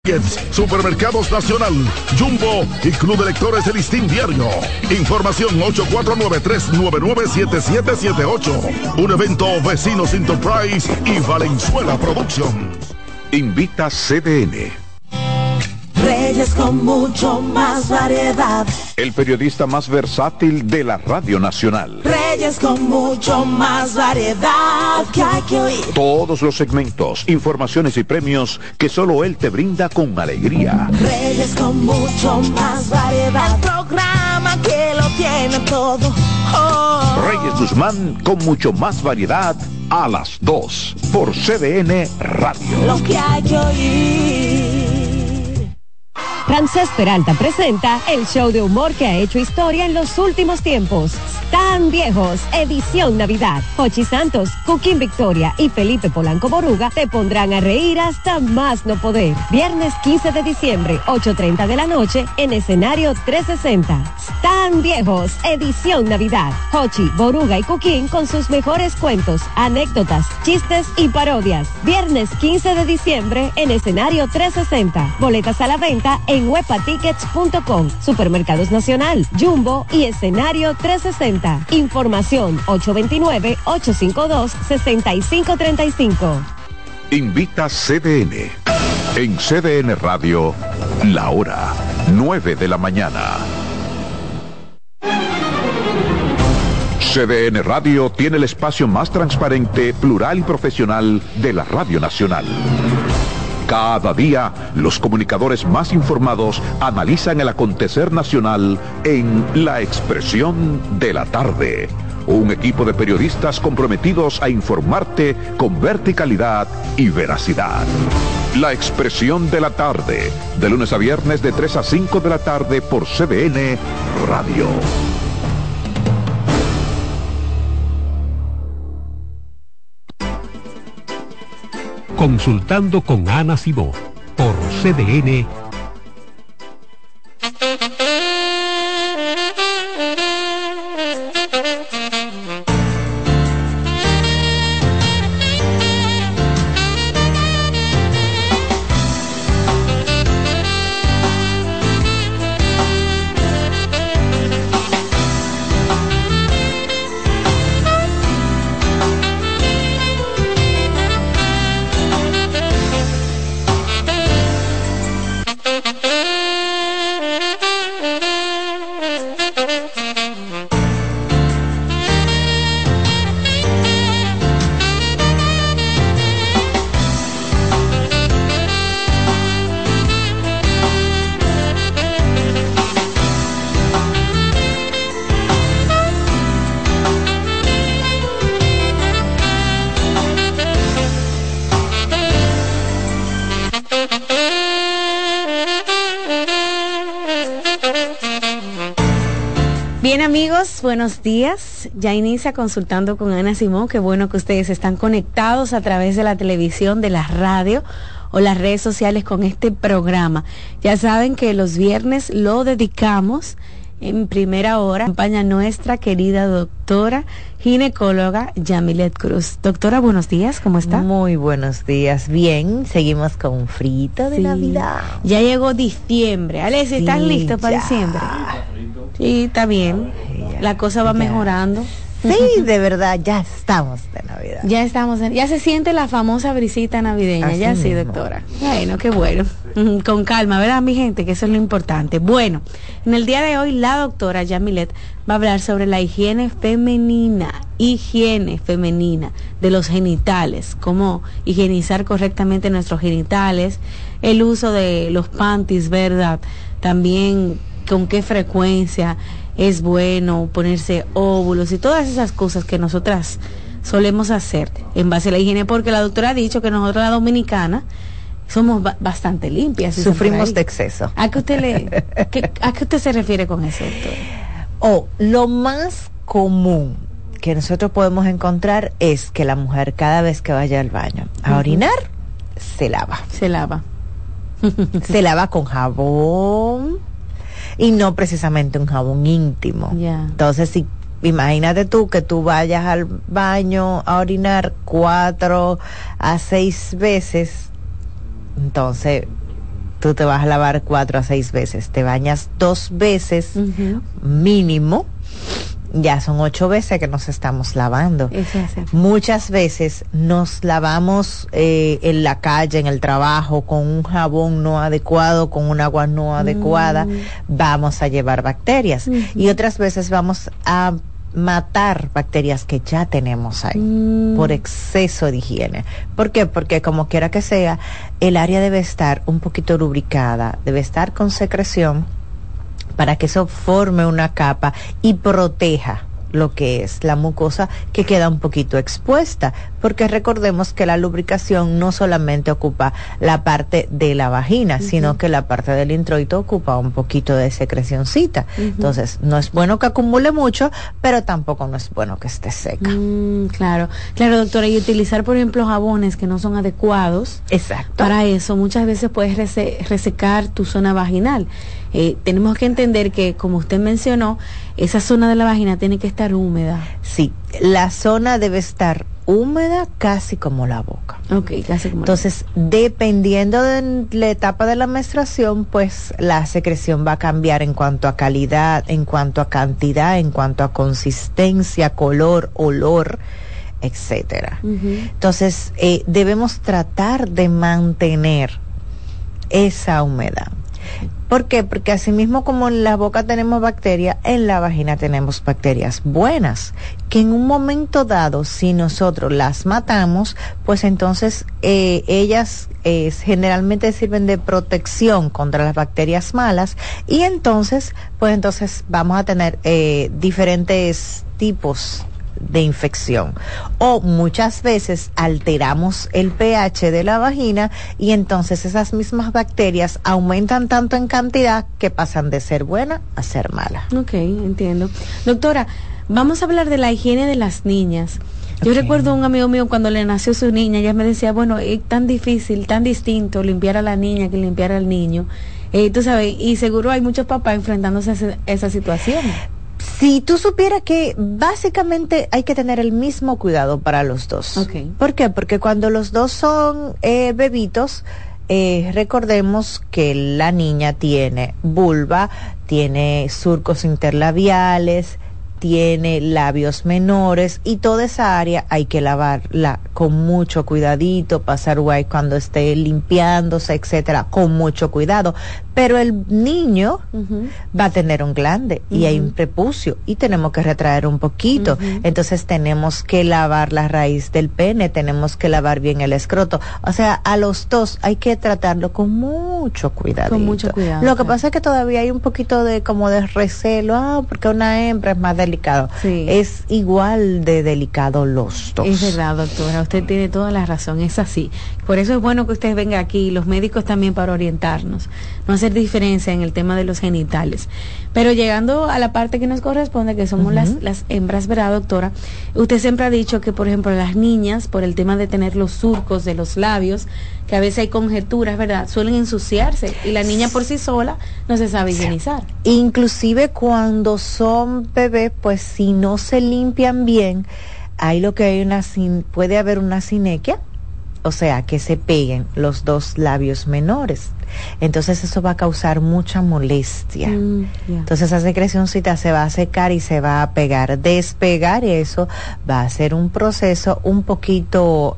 Tickets, Supermercados Nacional, Jumbo y Club de Lectores El Listín Diario. Información 849-399-7778. Un evento Vecinos Enterprise y Valenzuela Productions. Invita CDN. Reyes con mucho más variedad. El periodista más versátil de la Radio Nacional. Reyes con mucho más variedad que hay que oír. Todos los segmentos, informaciones y premios que solo él te brinda con alegría. Reyes con mucho más variedad. El programa que lo tiene todo. Oh. Reyes Guzmán con mucho más variedad a las 2 por CDN Radio. Lo que hay que oír. Ramsés Peralta presenta el show de humor que ha hecho historia en los últimos tiempos. Tan Viejos, edición Navidad. Jochi Santos, Cooking Victoria y Felipe Polanco Boruga te pondrán a reír hasta más no poder. Viernes 15 de diciembre, 8:30 de la noche, en escenario 360. Tan Viejos, edición Navidad. Jochi, Boruga y Cooking con sus mejores cuentos, anécdotas, chistes y parodias. Viernes 15 de diciembre, en escenario 360. Boletas a la venta en webatickets.com, Supermercados Nacional, Jumbo y Escenario 360. Información 829-852-6535. Invita CDN. En CDN Radio, la hora 9 de la mañana. CDN Radio tiene el espacio más transparente, plural y profesional de la Radio Nacional. Cada día, los comunicadores más informados analizan el acontecer nacional en La Expresión de la Tarde. Un equipo de periodistas comprometidos a informarte con verticalidad y veracidad. La Expresión de la Tarde, de lunes a viernes de 3 a 5 de la tarde por CDN Radio. Consultando con Ana Simó por CDN. Bien amigos, buenos días. Ya inicia Consultando con Ana Simón. Qué bueno que ustedes están conectados a través de la televisión, de la radio o las redes sociales con este programa. Ya saben que los viernes lo dedicamos en primera hora. Acompaña nuestra querida doctora ginecóloga Yamilet Cruz. Doctora, buenos días, ¿cómo está? Muy buenos días, bien, seguimos con un frito de Navidad. Ya llegó diciembre. Alessi, ¿estás listo para diciembre? Sí, está bien. La cosa va mejorando. Sí, de verdad, ya estamos de Navidad. Ya estamos, ya se siente la famosa brisita navideña. Así ya sí, doctora. Bueno, qué bueno. Con calma, ¿verdad, mi gente? Que eso es lo importante. Bueno, en el día de hoy la doctora Yamilet va a hablar sobre la higiene femenina de los genitales, cómo higienizar correctamente nuestros genitales, el uso de los panties, ¿verdad? También con qué frecuencia es bueno ponerse óvulos y todas esas cosas que nosotras solemos hacer en base a la higiene, porque la doctora ha dicho que nosotros las dominicanas somos bastante limpias. Sufrimos de exceso. ¿A qué usted se refiere con eso, doctora? Lo más común que nosotros podemos encontrar es que la mujer cada vez que vaya al baño a orinar, se lava. Se lava con jabón, y no precisamente un jabón íntimo. Entonces, si imagínate tú que tú vayas al baño a orinar 4 a 6 veces, entonces tú te vas a lavar 4 a 6 veces, te bañas 2 veces mínimo, ya son 8 veces que nos estamos lavando. Muchas veces nos lavamos en la calle, en el trabajo, con un jabón no adecuado, con un agua no adecuada, vamos a llevar bacterias. Y otras veces vamos a matar bacterias que ya tenemos ahí por exceso de higiene. ¿Por qué? Porque como quiera que sea, el área debe estar un poquito lubricada, debe estar con secreción, para que eso forme una capa y proteja lo que es la mucosa que queda un poquito expuesta, porque recordemos que la lubricación no solamente ocupa la parte de la vagina, sino que la parte del introito ocupa un poquito de secrecioncita. Entonces, no es bueno que acumule mucho, pero tampoco no es bueno que esté seca. Claro, doctora, y utilizar, por ejemplo, jabones que no son adecuados. Exacto. Para eso, muchas veces puedes resecar tu zona vaginal. Tenemos que entender que, como usted mencionó, esa zona de la vagina tiene que estar húmeda. Sí, la zona debe estar húmeda casi como la boca. Okay, casi como entonces, dependiendo de la etapa de la menstruación, pues la secreción va a cambiar en cuanto a calidad, en cuanto a cantidad, en cuanto a consistencia, color, olor, etcétera. Entonces, debemos tratar de mantener esa humedad. ¿Por qué? Porque así mismo como en la boca tenemos bacterias, en la vagina tenemos bacterias buenas, que en un momento dado, si nosotros las matamos, pues entonces ellas generalmente sirven de protección contra las bacterias malas, y entonces, pues entonces vamos a tener diferentes tipos de infección, o muchas veces alteramos el pH de la vagina y entonces esas mismas bacterias aumentan tanto en cantidad que pasan de ser buena a ser mala. Ok, entiendo. Doctora, vamos a hablar de la higiene de las niñas. Yo recuerdo a un amigo mío cuando le nació su niña, ella me decía, bueno, es tan difícil, tan distinto limpiar a la niña que limpiar al niño. Tú sabes, y seguro hay muchos papás enfrentándose a esa situación. Si tú supieras que básicamente hay que tener el mismo cuidado para los dos. Okay. ¿Por qué? Porque cuando los dos son bebitos, recordemos que la niña tiene vulva, tiene surcos interlabiales, tiene labios menores, y toda esa área hay que lavarla con mucho cuidadito, pasar guay cuando esté limpiándose, etcétera, con mucho cuidado. Pero el niño va a tener un glande y hay un prepucio y tenemos que retraer un poquito. Entonces tenemos que lavar la raíz del pene, tenemos que lavar bien el escroto. O sea, a los dos hay que tratarlo con mucho cuidado. Con mucho cuidado. Lo que pasa es que todavía hay un poquito de como de recelo, porque una hembra es más delicado. Sí. Es igual de delicado los dos. Es verdad, doctora, usted tiene toda la razón, es así. Por eso es bueno que usted venga aquí, los médicos también, para orientarnos, no hacer diferencia en el tema de los genitales. Pero llegando a la parte que nos corresponde, que somos las hembras, ¿verdad, doctora? Usted siempre ha dicho que, por ejemplo, las niñas, por el tema de tener los surcos de los labios, que a veces hay conjeturas, ¿verdad?, suelen ensuciarse y la niña por sí sola no se sabe higienizar. Inclusive cuando son bebés, pues si no se limpian bien, hay lo que hay puede haber una sinequia, o sea, que se peguen los dos labios menores. Entonces eso va a causar mucha molestia. Entonces esa secrecióncita se va a secar y se va a pegar. Despegar eso va a ser un proceso un poquito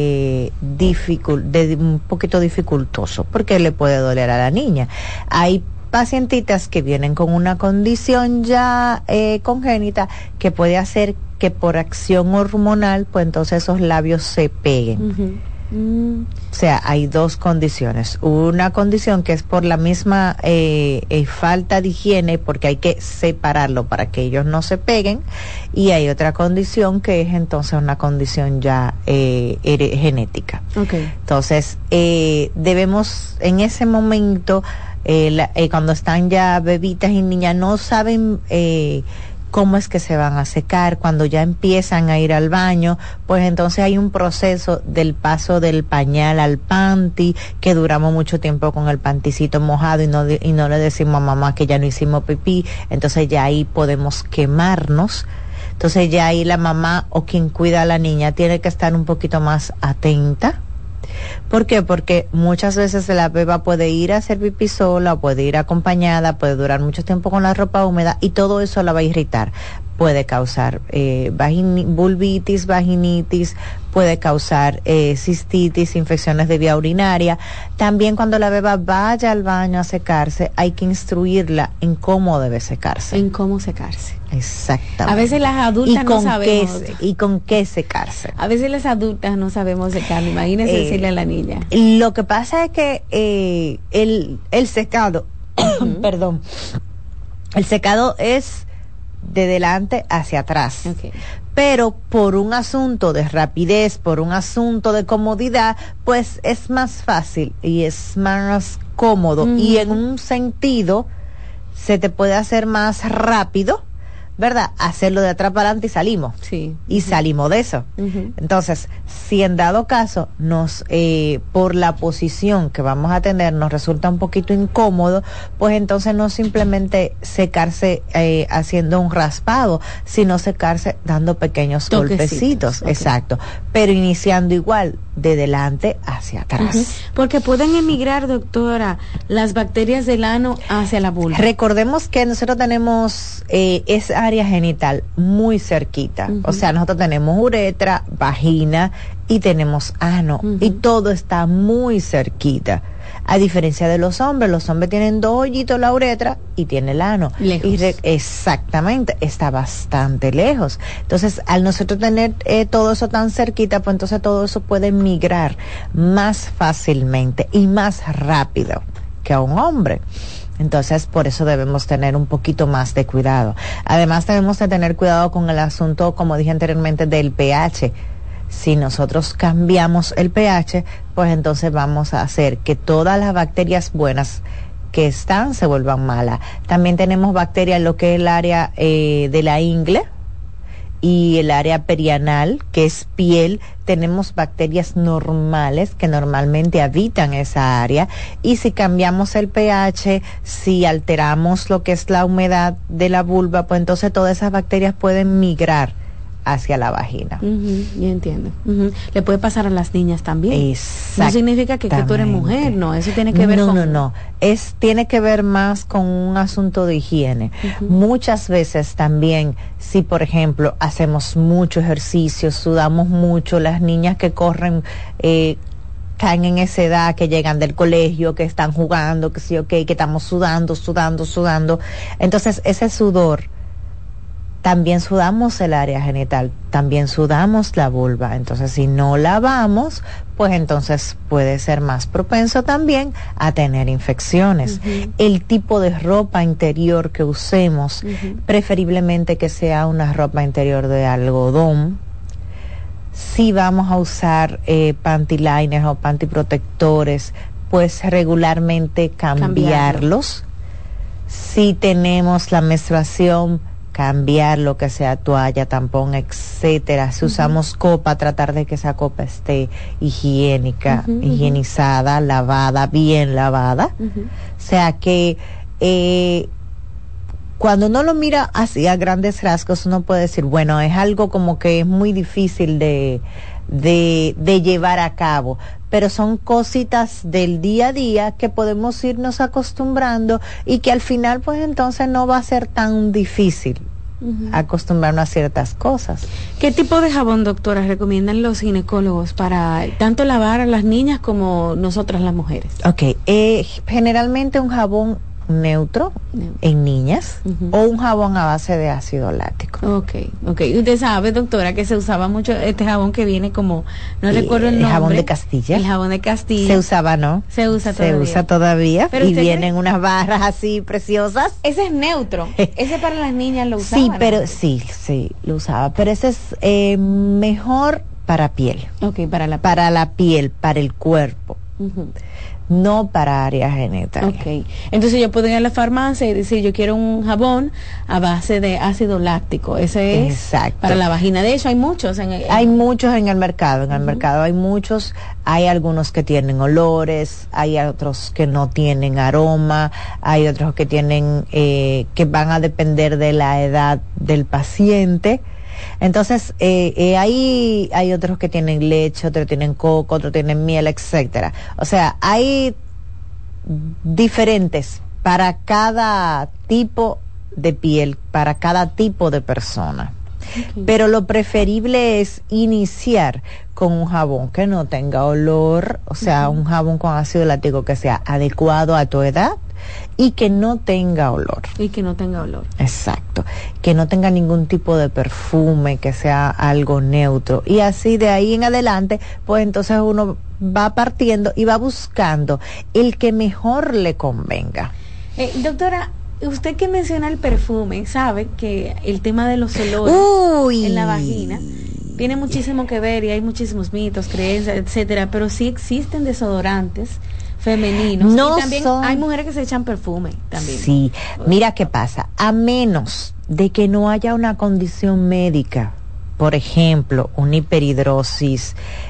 dificultoso, porque le puede doler a la niña. Hay pacientitas que vienen con una condición ya congénita que puede hacer que por acción hormonal, pues entonces esos labios se peguen. O sea, hay dos condiciones. Una condición que es por la misma falta de higiene, porque hay que separarlo para que ellos no se peguen, y hay otra condición que es entonces una condición ya genética. Entonces, debemos en ese momento, cuando están ya bebitas y niñas, no saben cómo es que se van a secar. Cuando ya empiezan a ir al baño, pues entonces hay un proceso del paso del pañal al panty, que duramos mucho tiempo con el panticito mojado y no le decimos a mamá que ya no hicimos pipí, entonces ya ahí podemos quemarnos. Entonces ya ahí la mamá o quien cuida a la niña tiene que estar un poquito más atenta, ¿Por qué? Porque muchas veces la beba puede ir a hacer pipí sola, puede ir acompañada, puede durar mucho tiempo con la ropa húmeda y todo eso la va a irritar. Puede causar vulvitis, vaginitis, puede causar cistitis, infecciones de vía urinaria. También cuando la beba vaya al baño a secarse, hay que instruirla en cómo debe secarse. En cómo secarse. Exactamente. A veces las adultas no sabemos. ¿Y con qué secarse? A veces las adultas no sabemos secar. Imagínense decirle a la niña. Lo que pasa es que el secado, perdón, el secado es de delante hacia atrás. Okay. Pero por un asunto de rapidez, por un asunto de comodidad, pues es más fácil y es más cómodo. Y en un sentido se te puede hacer más rápido, ¿verdad? Hacerlo de atrás para adelante y salimos. Sí. Y salimos de eso. Entonces, si en dado caso por la posición que vamos a tener nos resulta un poquito incómodo, pues entonces no simplemente secarse haciendo un raspado, sino secarse dando pequeños golpecitos. Okay. Exacto. Pero iniciando igual, de delante hacia atrás. Porque pueden emigrar, doctora, las bacterias del ano hacia la vulva. Recordemos que nosotros tenemos esa área genital muy cerquita. O sea, nosotros tenemos uretra, vagina y tenemos ano. Y todo está muy cerquita. A diferencia de los hombres tienen 2 hoyitos la uretra y tiene el ano. Exactamente, está bastante lejos. Entonces, al nosotros tener todo eso tan cerquita, pues entonces todo eso puede migrar más fácilmente y más rápido que a un hombre. Entonces, por eso debemos tener un poquito más de cuidado. Además, debemos de tener cuidado con el asunto, como dije anteriormente, del pH. Si nosotros cambiamos el pH, pues entonces vamos a hacer que todas las bacterias buenas que están se vuelvan malas. También tenemos bacterias en lo que es el área de la ingle y el área perianal, que es piel. Tenemos bacterias normales que normalmente habitan esa área, y si cambiamos el pH, si alteramos lo que es la humedad de la vulva, pues entonces todas esas bacterias pueden migrar hacia la vagina. Yo entiendo. Le puede pasar a las niñas también. No significa que tú eres mujer, no, eso tiene que ver con... No, tiene que ver más con un asunto de higiene. Muchas veces también, si por ejemplo hacemos mucho ejercicio, sudamos mucho, las niñas que corren, caen en esa edad, que llegan del colegio, que están jugando, que sí, que estamos sudando, entonces ese sudor, también sudamos el área genital, también sudamos la vulva. Entonces, si no lavamos, pues entonces puede ser más propenso también a tener infecciones. El tipo de ropa interior que usemos, preferiblemente que sea una ropa interior de algodón. Si vamos a usar panty liners o panty protectores, pues regularmente cambiarlos. Si tenemos la menstruación, cambiar lo que sea toalla, tampón, etcétera. Si usamos copa, tratar de que esa copa esté higiénica, higienizada, lavada, bien lavada. O sea que cuando uno lo mira así a grandes rasgos, uno puede decir, bueno, es algo como que es muy difícil de llevar a cabo, pero son cositas del día a día que podemos irnos acostumbrando y que al final pues entonces no va a ser tan difícil acostumbrarnos a ciertas cosas. ¿Qué tipo de jabón, doctora, recomiendan los ginecólogos para tanto lavar a las niñas como nosotras las mujeres? Generalmente un jabón neutro en niñas o un jabón a base de ácido láctico. Okay. Usted sabe, doctora, que se usaba mucho este jabón que viene como, no recuerdo el nombre. El jabón de Castilla. El jabón de Castilla. Se usaba, ¿no? Se usa todavía. Pero y vienen unas barras así preciosas. Ese es neutro. Ese para las niñas lo usaban. Sí, pero sí, lo usaba. Pero ese es mejor para piel. Para la piel. Para la piel, para el cuerpo. No para área genital. Entonces yo puedo ir a la farmacia y decir, yo quiero un jabón a base de ácido láctico. Ese es para la vagina. De hecho, hay muchos hay muchos en el mercado. En el mercado hay muchos. Hay algunos que tienen olores, hay otros que no tienen aroma, hay otros que tienen que van a depender de la edad del paciente. Entonces, ahí hay otros que tienen leche, otros tienen coco, otros tienen miel, etcétera. O sea, hay diferentes para cada tipo de piel, para cada tipo de persona. Okay. Pero lo preferible es iniciar con un jabón que no tenga olor, o sea, un jabón con ácido láctico que sea adecuado a tu edad y que no tenga olor. Y que no tenga olor. Exacto. Que no tenga ningún tipo de perfume, que sea algo neutro. Y así de ahí en adelante, pues entonces uno va partiendo y va buscando el que mejor le convenga. Doctora, usted que menciona el perfume, sabe que el tema de los olores en la vagina tiene muchísimo que ver y hay muchísimos mitos, creencias, etcétera, pero sí existen desodorantes femeninos y también hay mujeres que se echan perfume también. Sí, mira qué pasa, a menos de que no haya una condición médica, por ejemplo, una hiperhidrosis,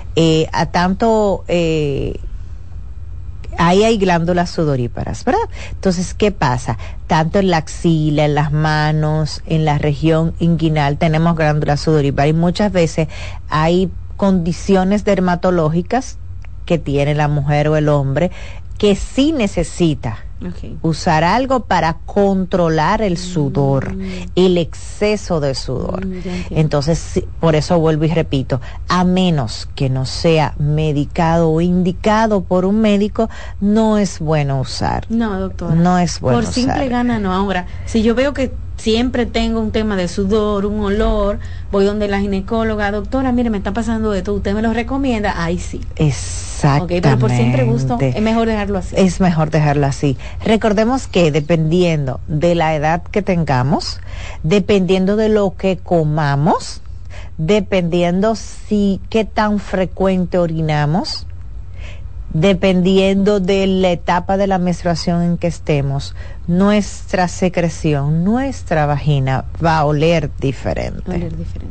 ahí hay glándulas sudoríparas, ¿verdad? Entonces, ¿qué pasa? Tanto en la axila, en las manos, en la región inguinal tenemos glándulas sudoríparas y muchas veces hay condiciones dermatológicas que tiene la mujer o el hombre que sí necesita usar algo para controlar el sudor, el exceso de sudor. Entonces, por eso vuelvo y repito, a menos que no sea medicado o indicado por un médico, no es bueno usar. No, doctora. No es bueno usar. Por simple gana no. Ahora, si yo veo que siempre tengo un tema de sudor, un olor, voy donde la ginecóloga, doctora, mire, me está pasando esto, ¿usted me lo recomienda? Ahí sí. Exactamente. Pero por siempre gusto, es mejor dejarlo así. Es mejor dejarlo así. Recordemos que dependiendo de la edad que tengamos, dependiendo de lo que comamos, dependiendo qué tan frecuente orinamos, dependiendo de la etapa de la menstruación en que estemos, nuestra secreción, nuestra vagina va a oler diferente.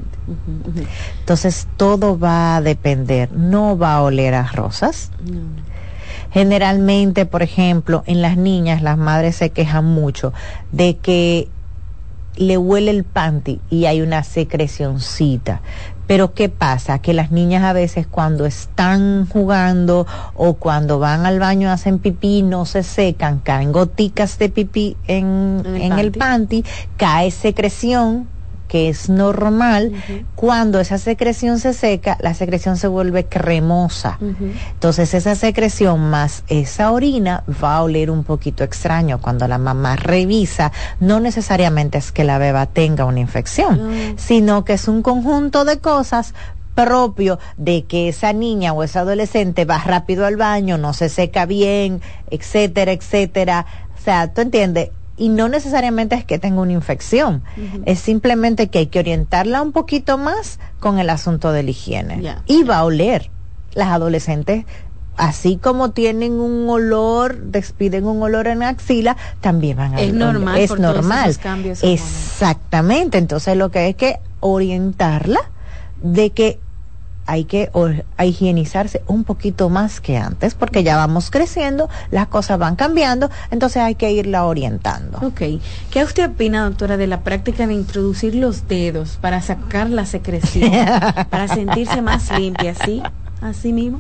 Entonces todo va a depender, no va a oler a rosas. No. Generalmente, por ejemplo, en las niñas, las madres se quejan mucho de que le huele el panty y hay una secrecioncita. Pero ¿qué pasa? Que las niñas a veces cuando están jugando o cuando van al baño hacen pipí, no se secan, caen goticas de pipí en el panty, cae secreción, que es normal. Cuando esa secreción se seca, la secreción se vuelve cremosa. Entonces esa secreción más esa orina va a oler un poquito extraño. Cuando la mamá revisa, no necesariamente es que la beba tenga una infección, sino que es un conjunto de cosas propio de que esa niña o esa adolescente va rápido al baño, no se seca bien, etcétera, etcétera. O sea, ¿tú entiendes? Y no necesariamente es que tenga una infección, es simplemente que hay que orientarla un poquito más con el asunto de la higiene. Y va a oler. Las adolescentes, así como tienen un olor, despiden un olor en la axila, también van a oler. Normal, es por normal. Todos esos cambios. Exactamente. Entonces lo que hay que orientarla de que hay que higienizarse un poquito más que antes, porque ya vamos creciendo, las cosas van cambiando, entonces hay que irla orientando. Ok. ¿Qué usted opina, doctora, de la práctica de introducir los dedos para sacar la secreción, para sentirse más limpia, así mismo?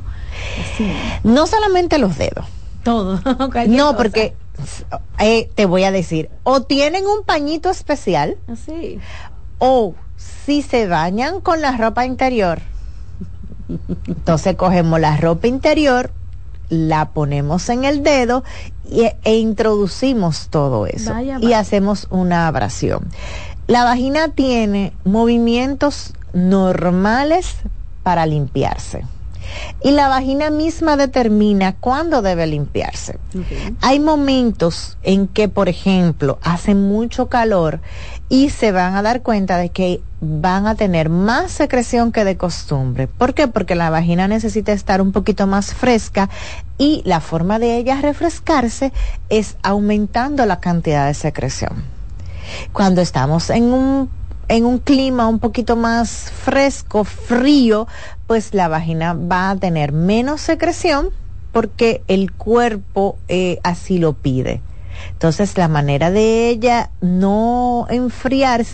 No solamente los dedos. Todo. No, porque te voy a decir, o tienen un pañito especial, así, o si se bañan con la ropa interior, entonces cogemos la ropa interior, la ponemos en el dedo e introducimos todo eso. Vaya. Y hacemos una abrasión. La vagina tiene movimientos normales para limpiarse y la vagina misma determina cuándo debe limpiarse. Hay momentos en que, por ejemplo, hace mucho calor y se van a dar cuenta de que van a tener más secreción que de costumbre. ¿Por qué? Porque la vagina necesita estar un poquito más fresca y la forma de ella refrescarse es aumentando la cantidad de secreción. Cuando estamos en un clima un poquito más fresco, frío, pues la vagina va a tener menos secreción porque el cuerpo así lo pide. Entonces la manera de ella no enfriarse,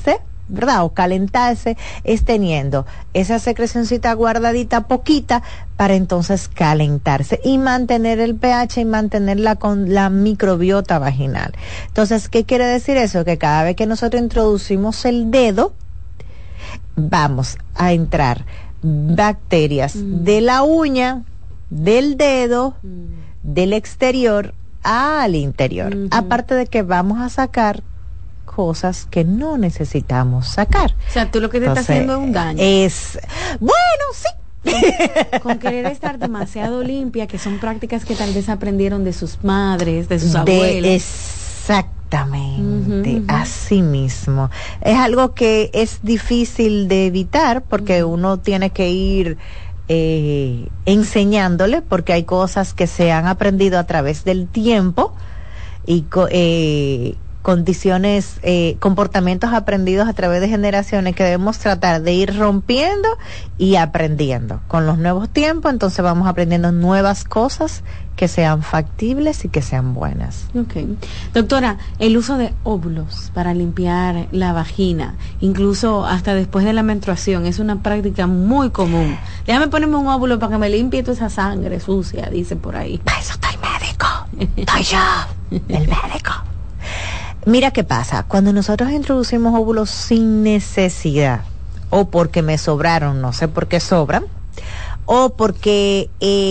¿verdad? O calentarse, es teniendo esa secrecioncita guardadita poquita para entonces calentarse y mantener el pH y mantenerla con la microbiota vaginal. Entonces, ¿qué quiere decir eso? Que cada vez que nosotros introducimos el dedo, vamos a entrar bacterias de la uña, del dedo, del exterior al interior. Aparte de que vamos a sacar cosas que no necesitamos sacar. O sea, tú lo que te estás haciendo es un daño. Bueno, sí. Con querer estar demasiado limpia, que son prácticas que tal vez aprendieron de sus madres, de sus abuelos. Exactamente, así mismo. Es algo que es difícil de evitar porque uno tiene que ir enseñándole, porque hay cosas que se han aprendido a través del tiempo y condiciones, comportamientos aprendidos a través de generaciones que debemos tratar de ir rompiendo y aprendiendo. Con los nuevos tiempos, entonces vamos aprendiendo nuevas cosas que sean factibles y que sean buenas. Okay. Doctora, el uso de óvulos para limpiar la vagina, incluso hasta después de la menstruación, es una práctica muy común. Déjame ponerme un óvulo para que me limpie toda esa sangre sucia, dice por ahí. Para eso está el médico. Estoy yo, el médico. Mira qué pasa, cuando nosotros introducimos óvulos sin necesidad, o porque me sobraron, no sé por qué sobran, o porque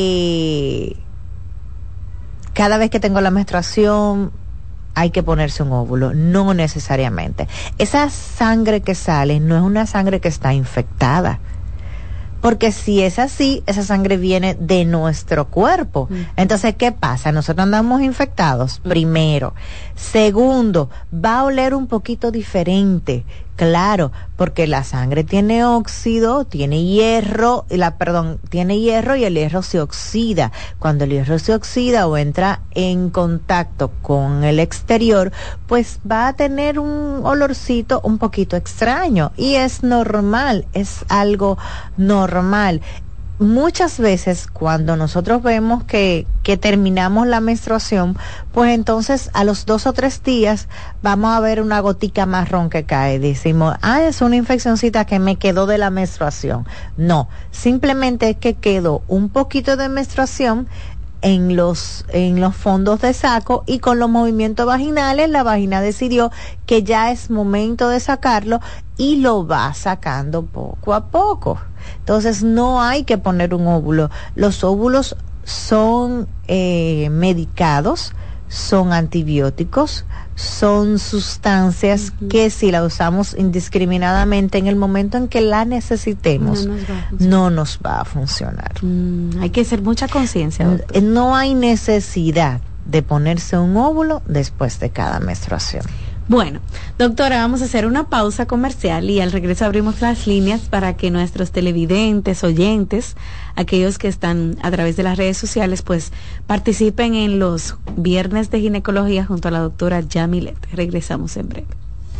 cada vez que tengo la menstruación hay que ponerse un óvulo, no necesariamente. Esa sangre que sale no es una sangre que está infectada. Porque si es así, esa sangre viene de nuestro cuerpo. Entonces, ¿qué pasa? Nosotros andamos infectados, primero. Segundo, va a oler un poquito diferente. Claro, porque la sangre tiene óxido, tiene hierro, tiene hierro y el hierro se oxida. Cuando el hierro se oxida o entra en contacto con el exterior, pues va a tener un olorcito un poquito extraño y es normal, es algo normal. Muchas veces cuando nosotros vemos que terminamos la menstruación, pues entonces a los 2 o 3 días vamos a ver una gotica marrón que cae. Decimos, es una infeccioncita que me quedó de la menstruación. No, simplemente es que quedó un poquito de menstruación en los fondos de saco y con los movimientos vaginales la vagina decidió que ya es momento de sacarlo y lo va sacando poco a poco. Entonces no hay que poner un óvulo. Los óvulos son medicados, son antibióticos, son sustancias que si la usamos indiscriminadamente en el momento en que la necesitemos, no nos va a funcionar. Hay que hacer mucha conciencia. No hay necesidad de ponerse un óvulo después de cada menstruación. Bueno, doctora, vamos a hacer una pausa comercial y al regreso abrimos las líneas para que nuestros televidentes, oyentes, aquellos que están a través de las redes sociales, pues participen en los viernes de ginecología junto a la doctora Yamilet. Regresamos en breve.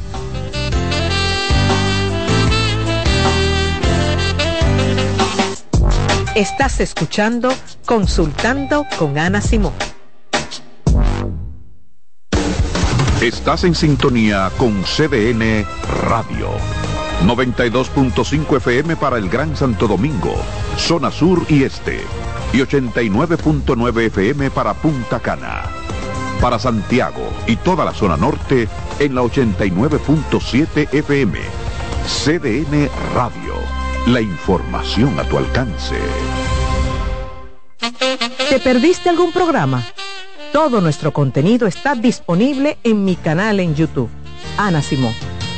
Estás escuchando Consultando con Ana Simón. Estás en sintonía con CDN Radio. 92.5 FM para el Gran Santo Domingo, zona sur y este. Y 89.9 FM para Punta Cana. Para Santiago y toda la zona norte en la 89.7 FM. CDN Radio. La información a tu alcance. ¿Te perdiste algún programa? Todo nuestro contenido está disponible en mi canal en YouTube, Ana Simón.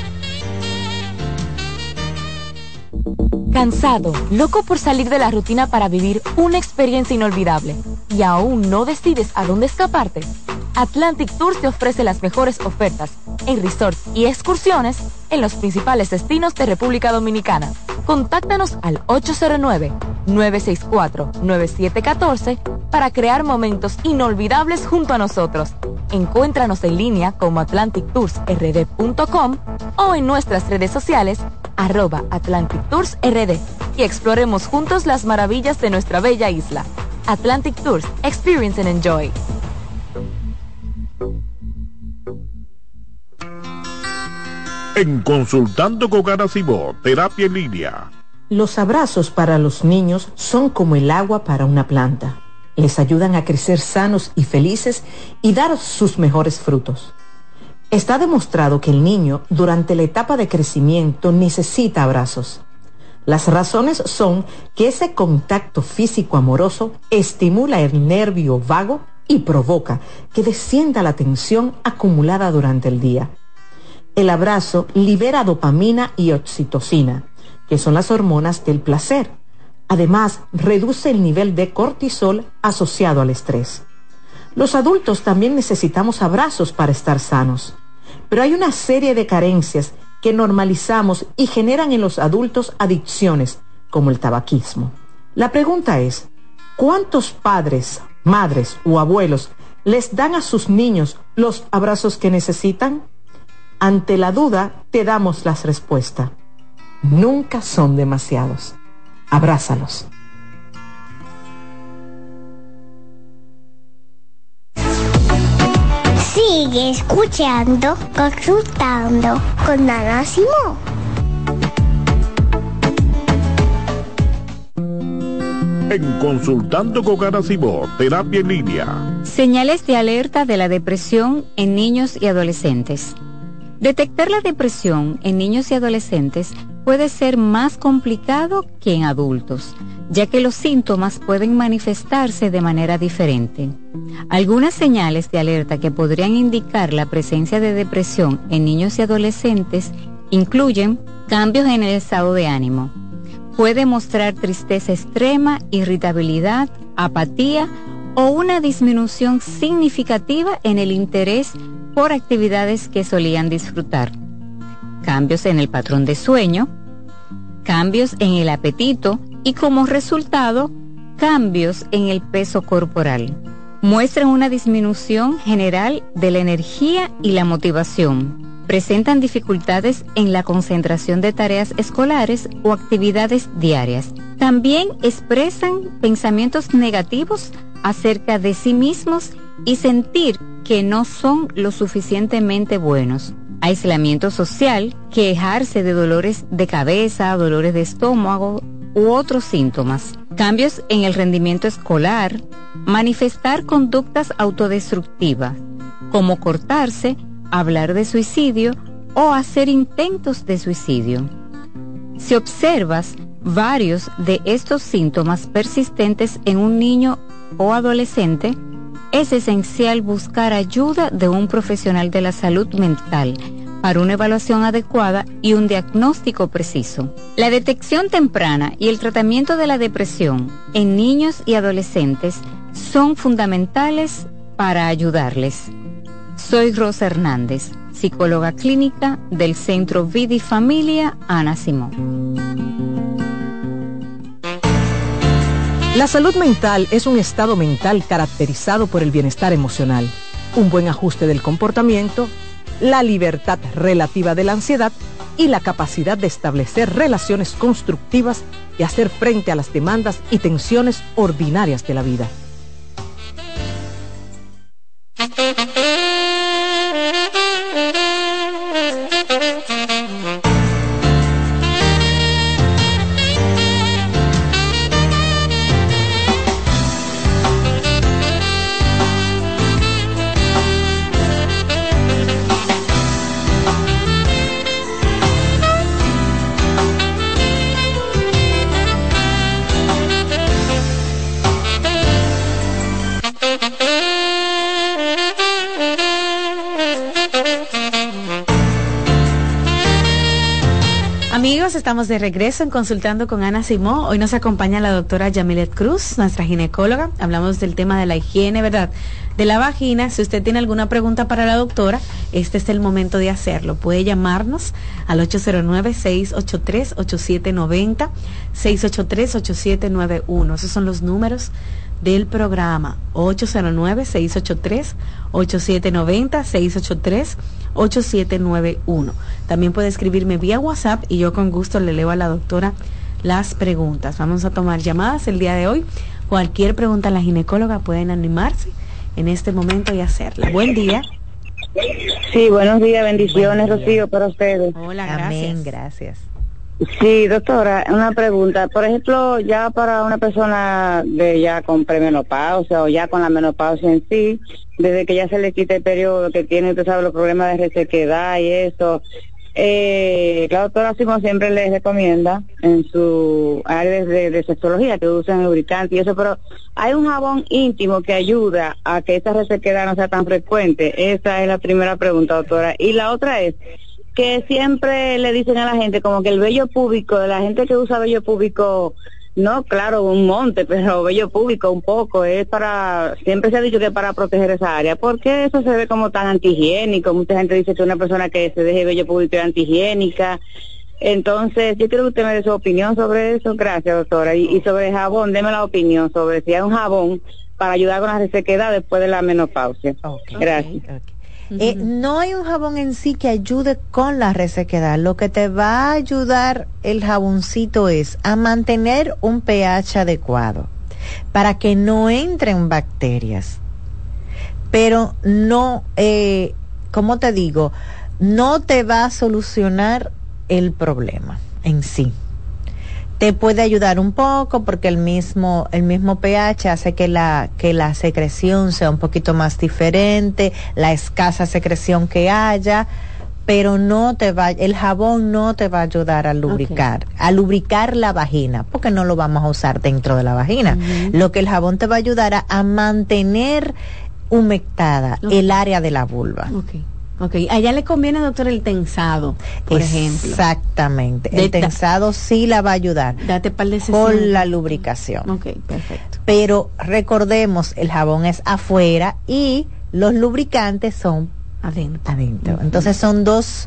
¿Cansado, loco por salir de la rutina para vivir una experiencia inolvidable y aún no decides a dónde escaparte? Atlantic Tours te ofrece las mejores ofertas en resorts y excursiones en los principales destinos de República Dominicana. Contáctanos al 809-964-9714 para crear momentos inolvidables junto a nosotros. Encuéntranos en línea como atlantictoursrd.com o en nuestras redes sociales @AtlanticToursRD y exploremos juntos las maravillas de nuestra bella isla. Atlantic Tours, experience and enjoy. En Consultando con Ana Simó, terapia en línea. Los abrazos para los niños son como el agua para una planta. Les ayudan a crecer sanos y felices y dar sus mejores frutos. Está demostrado que el niño, durante la etapa de crecimiento, necesita abrazos. Las razones son que ese contacto físico amoroso estimula el nervio vago y provoca que descienda la tensión acumulada durante el día. El abrazo libera dopamina y oxitocina, que son las hormonas del placer. Además, reduce el nivel de cortisol asociado al estrés. Los adultos también necesitamos abrazos para estar sanos, pero hay una serie de carencias que normalizamos y generan en los adultos adicciones, como el tabaquismo. La pregunta es, ¿cuántos padres, madres o abuelos les dan a sus niños los abrazos que necesitan? Ante la duda, te damos la respuesta. Nunca son demasiados. Abrázalos. Sigue escuchando, consultando con Ana Simó. En Consultando con Ana Simó, terapia en línea. Señales de alerta de la depresión en niños y adolescentes. Detectar la depresión en niños y adolescentes puede ser más complicado que en adultos, ya que los síntomas pueden manifestarse de manera diferente. Algunas señales de alerta que podrían indicar la presencia de depresión en niños y adolescentes incluyen cambios en el estado de ánimo. Puede mostrar tristeza extrema, irritabilidad, apatía o una disminución significativa en el interés por actividades que solían disfrutar. Cambios en el patrón de sueño, cambios en el apetito y como resultado, cambios en el peso corporal. Muestran una disminución general de la energía y la motivación. Presentan dificultades en la concentración de tareas escolares o actividades diarias. También expresan pensamientos negativos acerca de sí mismos y sentir que no son lo suficientemente buenos. Aislamiento social, quejarse de dolores de cabeza, dolores de estómago u otros síntomas. Cambios en el rendimiento escolar, manifestar conductas autodestructivas, como cortarse, hablar de suicidio o hacer intentos de suicidio. Si observas varios de estos síntomas persistentes en un niño o adolescente, es esencial buscar ayuda de un profesional de la salud mental para una evaluación adecuada y un diagnóstico preciso. La detección temprana y el tratamiento de la depresión en niños y adolescentes son fundamentales para ayudarles. Soy Rosa Hernández, psicóloga clínica del Centro Vida y Familia Ana Simó. La salud mental es un estado mental caracterizado por el bienestar emocional, un buen ajuste del comportamiento, la libertad relativa de la ansiedad y la capacidad de establecer relaciones constructivas y hacer frente a las demandas y tensiones ordinarias de la vida. Amigos, estamos de regreso en Consultando con Ana Simó. Hoy nos acompaña la doctora Yamilet Cruz, nuestra ginecóloga. Hablamos del tema de la higiene, ¿verdad?, de la vagina. Si usted tiene alguna pregunta para la doctora, este es el momento de hacerlo. Puede llamarnos al 809-683-8790, 683-8791. Esos son los números del programa. 809-683-8790, 683-8791. También puede escribirme vía WhatsApp y yo con gusto le leo a la doctora las preguntas. Vamos a tomar llamadas el día de hoy. Cualquier pregunta a la ginecóloga pueden animarse en este momento y hacerla. Buen día. Sí, buenos días, bendiciones, Rocío, para ustedes. Hola, gracias. Amén, gracias. Sí, doctora, una pregunta. Por ejemplo, ya para una persona de ya con premenopausia o ya con la menopausia en sí, desde que ya se le quita el periodo que tiene, usted sabe, los problemas de resequedad y eso, la doctora Simón siempre les recomienda en su área de sexología que usen lubricante y eso, pero hay un jabón íntimo que ayuda a que esa resequedad no sea tan frecuente. Esa es la primera pregunta, doctora. Y la otra es que siempre le dicen a la gente como que el vello púbico, de la gente que usa vello púbico, no, claro, un monte, pero vello púbico un poco, es para, siempre se ha dicho que es para proteger esa área. ¿Por qué eso se ve como tan antihigiénico? Mucha gente dice que una persona que se deje vello púbico es antihigiénica. Entonces, yo quiero que usted me dé su opinión sobre eso. Gracias, doctora. Y sobre el jabón, deme la opinión sobre si hay un jabón para ayudar con la resequedad después de la menopausia. Gracias. No hay un jabón en sí que ayude con la resequedad. Lo que te va a ayudar el jaboncito es a mantener un pH adecuado para que no entren bacterias. Pero no, ¿cómo te digo? No te va a solucionar el problema en sí. Te puede ayudar un poco porque el mismo pH hace que la secreción sea un poquito más diferente, la escasa secreción que haya, pero el jabón no te va a ayudar a lubricar, a lubricar la vagina, porque no lo vamos a usar dentro de la vagina. Lo que el jabón te va a ayudar a mantener humectada el área de la vulva. Okay, allá le conviene, doctor, el tensado, por ejemplo. Exactamente, el tensado sí la va a ayudar con la lubricación. Ok, perfecto. Pero recordemos, el jabón es afuera y los lubricantes son adentro. Entonces son dos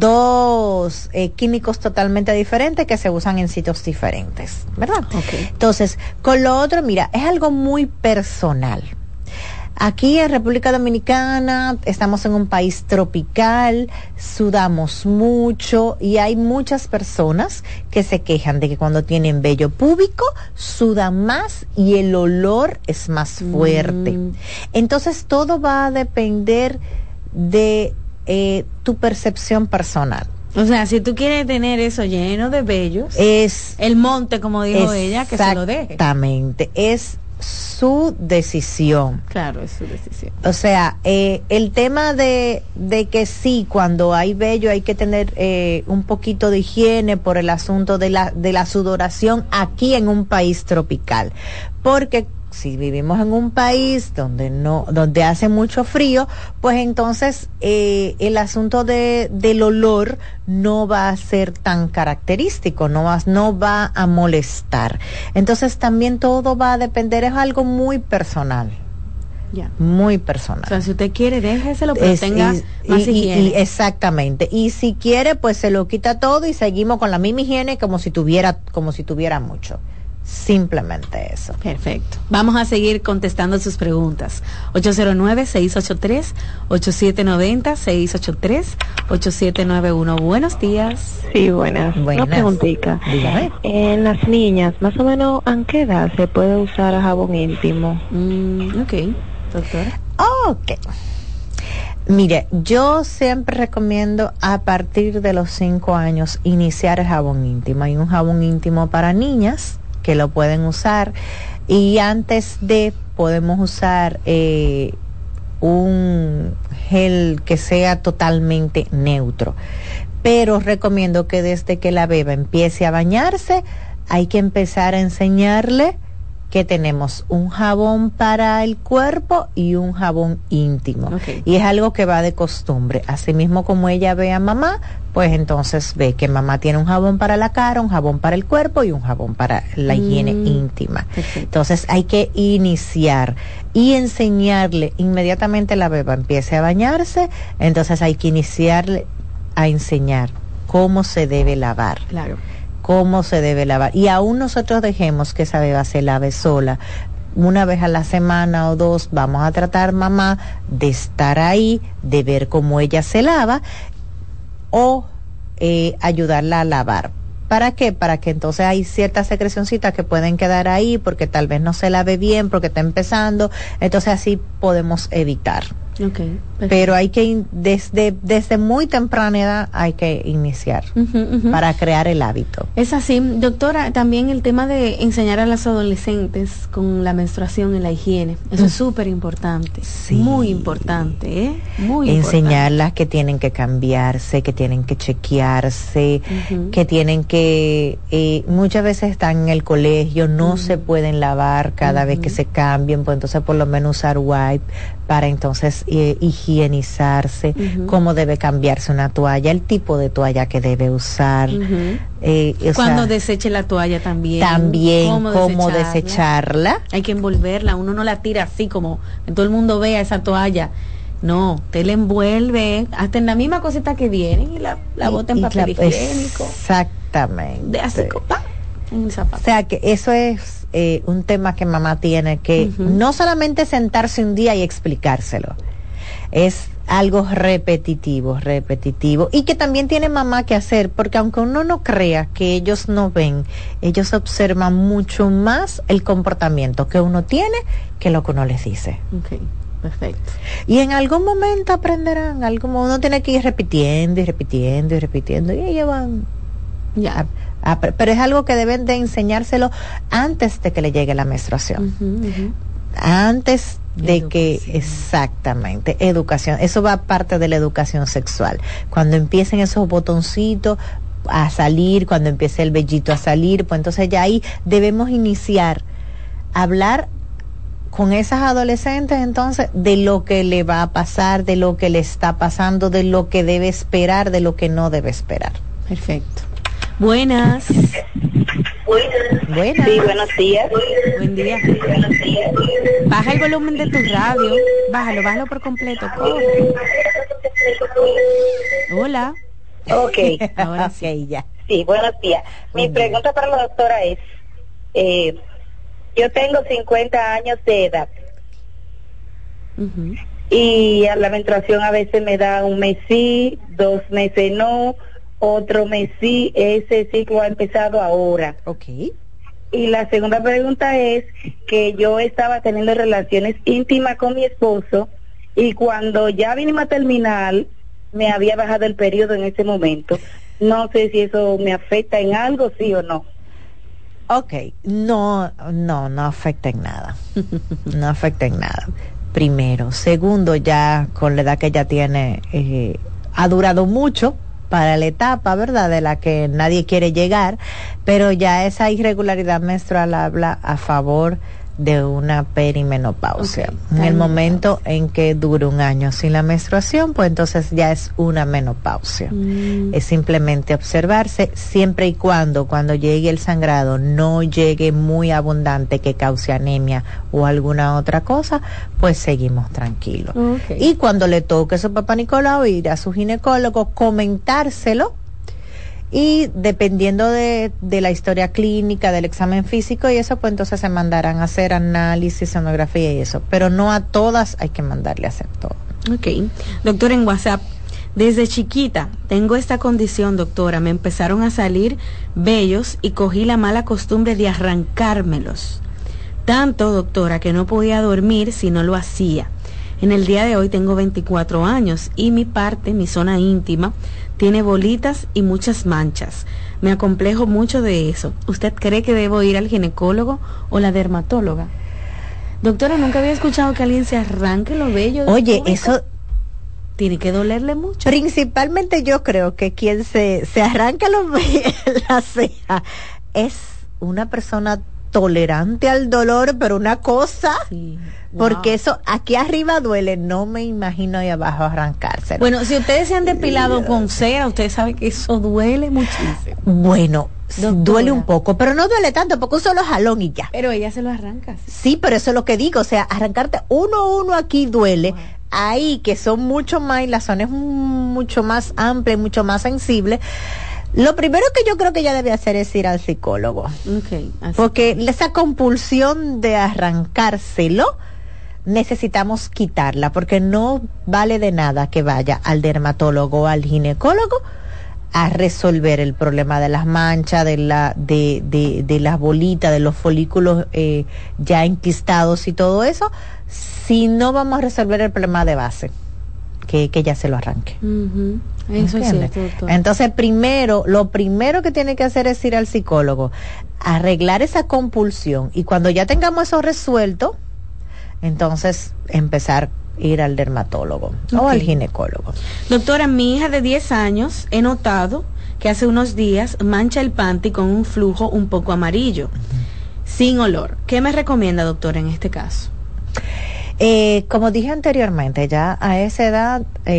químicos totalmente diferentes que se usan en sitios diferentes, ¿verdad? Entonces, con lo otro, mira, es algo muy personal. Aquí en República Dominicana estamos en un país tropical, sudamos mucho y hay muchas personas que se quejan de que cuando tienen vello púbico sudan más y el olor es más fuerte. Entonces todo va a depender de tu percepción personal. O sea, si tú quieres tener eso lleno de vellos, es el monte, como dijo ella, que se lo deje. Exactamente, es su decisión. Claro, es su decisión. O sea, el tema de que sí, cuando hay vello hay que tener un poquito de higiene por el asunto de la sudoración aquí en un país tropical, porque si vivimos en un país donde hace mucho frío, pues entonces el asunto del olor no va a ser tan característico, no va a molestar. Entonces también todo va a depender, es algo muy personal. Muy personal. O sea, si usted quiere, déjeselo, pero tenga más higiene. Exactamente. Y si quiere, pues se lo quita todo y seguimos con la misma higiene como si tuviera mucho. Simplemente eso. Perfecto. Vamos a seguir contestando sus preguntas. 809-683-8790-683-8791. Buenos días. Sí, buenas. Una preguntita. Dígame. En las niñas, más o menos, ¿a qué edad se puede usar jabón íntimo? Ok, doctora. Ok. Mire, yo siempre recomiendo a partir de los 5 años iniciar el jabón íntimo. Hay un jabón íntimo para niñas que lo pueden usar y antes de podemos usar un gel que sea totalmente neutro, pero recomiendo que desde que la beba empiece a bañarse hay que empezar a enseñarle que tenemos un jabón para el cuerpo y un jabón íntimo. Y es algo que va de costumbre. Asimismo como ella ve a mamá, pues entonces ve que mamá tiene un jabón para la cara, un jabón para el cuerpo y un jabón para la higiene íntima. Entonces hay que iniciar y enseñarle inmediatamente la beba empiece a bañarse, entonces hay que iniciarle a enseñar cómo se debe lavar. Claro. Cómo se debe lavar. Y aún nosotros dejemos que esa beba se lave sola. Una vez a la semana o 2 vamos a tratar, mamá, de estar ahí, de ver cómo ella se lava o ayudarla a lavar. ¿Para qué? Para que entonces hay ciertas secrecioncitas que pueden quedar ahí porque tal vez no se lave bien, porque está empezando. Entonces así podemos evitar Okay, pero hay que desde muy temprana edad hay que iniciar para crear el hábito. Es así, doctora. También el tema de enseñar a las adolescentes con la menstruación y la higiene, eso es súper importante, muy importante, muy enseñarlas que tienen que cambiarse, que tienen que chequearse, que tienen que muchas veces están en el colegio, no se pueden lavar cada vez que se cambien, pues entonces por lo menos usar wipe para entonces higienizarse, cómo debe cambiarse una toalla, el tipo de toalla que debe usar, cuando deseche la toalla también cómo desecharla. Hay que envolverla, uno no la tira así como que todo el mundo vea esa toalla. No, te la envuelve hasta en la misma cosita que viene y la bota en papel higiénico. Exactamente. De así en el zapato. O sea que eso es un tema que mamá tiene que no solamente sentarse un día y explicárselo, es algo repetitivo y que también tiene mamá que hacer, porque aunque uno no crea que ellos no ven, ellos observan mucho más el comportamiento que uno tiene que lo que uno les dice. Okay. Perfecto. Y en algún momento aprenderán, uno tiene que ir repitiendo y ellos van pero es algo que deben de enseñárselo antes de que le llegue la menstruación. Antes de que, exactamente, educación, eso va parte de la educación sexual. Cuando empiecen esos botoncitos a salir, cuando empiece el vellito a salir, pues entonces ya ahí debemos iniciar a hablar con esas adolescentes entonces de lo que le va a pasar, de lo que le está pasando, de lo que debe esperar, de lo que no debe esperar. Perfecto. Buenas. Sí, buenos días. Buen día. Baja el volumen de tu radio. Bájalo por completo. Hola. Ok. Ahora sí. Ya. Sí, buenos días. Mi pregunta para la doctora es, yo tengo 50 años de edad. Y a la menstruación a veces me da un mes sí, 2 meses no, otro mes sí. Ese ciclo ha empezado ahora. Okay. Y la segunda pregunta es que yo estaba teniendo relaciones íntimas con mi esposo y cuando ya vinimos a terminar me había bajado el periodo en ese momento. No sé si eso me afecta en algo, sí o no. Okay, no afecta en nada. No afecta en nada. Primero. Segundo, ya con la edad que ella tiene, ha durado mucho para la etapa, ¿verdad?, de la que nadie quiere llegar, pero ya esa irregularidad menstrual habla a favor de una perimenopausia. En el momento en que dure un año sin la menstruación, pues entonces ya es una menopausia. Es simplemente observarse siempre y cuando llegue el sangrado no llegue muy abundante que cause anemia o alguna otra cosa, pues seguimos tranquilos. Y cuando le toque a su papá Nicolau, ir a su ginecólogo, comentárselo. Y dependiendo de la historia clínica, del examen físico y eso, pues entonces se mandarán a hacer análisis, sonografía y eso. Pero no a todas hay que mandarle a hacer todo. Ok. Doctor, en WhatsApp, desde chiquita tengo esta condición, doctora. Me empezaron a salir vellos y cogí la mala costumbre de arrancármelos. Tanto, doctora, que no podía dormir si no lo hacía. En el día de hoy tengo 24 años y mi zona íntima, tiene bolitas y muchas manchas. Me acomplejo mucho de eso. ¿Usted cree que debo ir al ginecólogo o la dermatóloga? Doctora, nunca había escuchado que alguien se arranque los vellos. Oye, eso tiene que dolerle mucho. Principalmente yo creo que quien se arranca los vellos, la ceja, es una persona tolerante al dolor, pero una cosa, porque eso aquí arriba duele, no me imagino ahí abajo arrancarse. Bueno, si ustedes se han depilado con cera, ustedes saben que eso duele muchísimo. Bueno, duele un poco, pero no duele tanto, porque un solo jalón y ya. Pero ella se lo arranca. Sí, pero eso es lo que digo, o sea, arrancarte uno aquí duele, ahí que son mucho más, y la zona es mucho más amplia y mucho más sensible. Lo primero que yo creo que ella debe hacer es ir al psicólogo. Porque esa compulsión de arrancárselo necesitamos quitarla, porque no vale de nada que vaya al dermatólogo o al ginecólogo a resolver el problema de las manchas, de las bolitas, de los folículos ya enquistados y todo eso, si no vamos a resolver el problema de base, que ya se lo arranque. Eso es cierto, doctor. Entonces, lo primero que tiene que hacer es ir al psicólogo, arreglar esa compulsión, y cuando ya tengamos eso resuelto, entonces empezar a ir al dermatólogo o al ginecólogo. Doctora, mi hija de 10 años he notado que hace unos días mancha el panty con un flujo un poco amarillo, sin olor. ¿Qué me recomienda, doctora, en este caso? Como dije anteriormente, ya a esa edad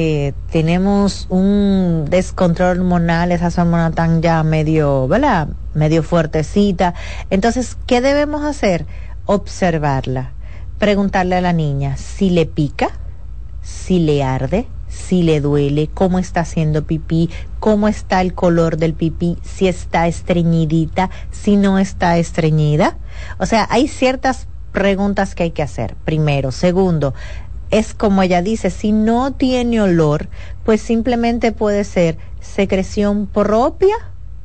tenemos un descontrol hormonal, esas hormonas están ya medio, ¿verdad? Medio fuertecita. Entonces, ¿qué debemos hacer? Observarla, preguntarle a la niña si le pica, si le arde, si le duele, cómo está haciendo pipí, cómo está el color del pipí, si está estreñidita, si no está estreñida. O sea, hay ciertas preguntas que hay que hacer, primero. Segundo, es como ella dice, si no tiene olor, pues simplemente puede ser secreción propia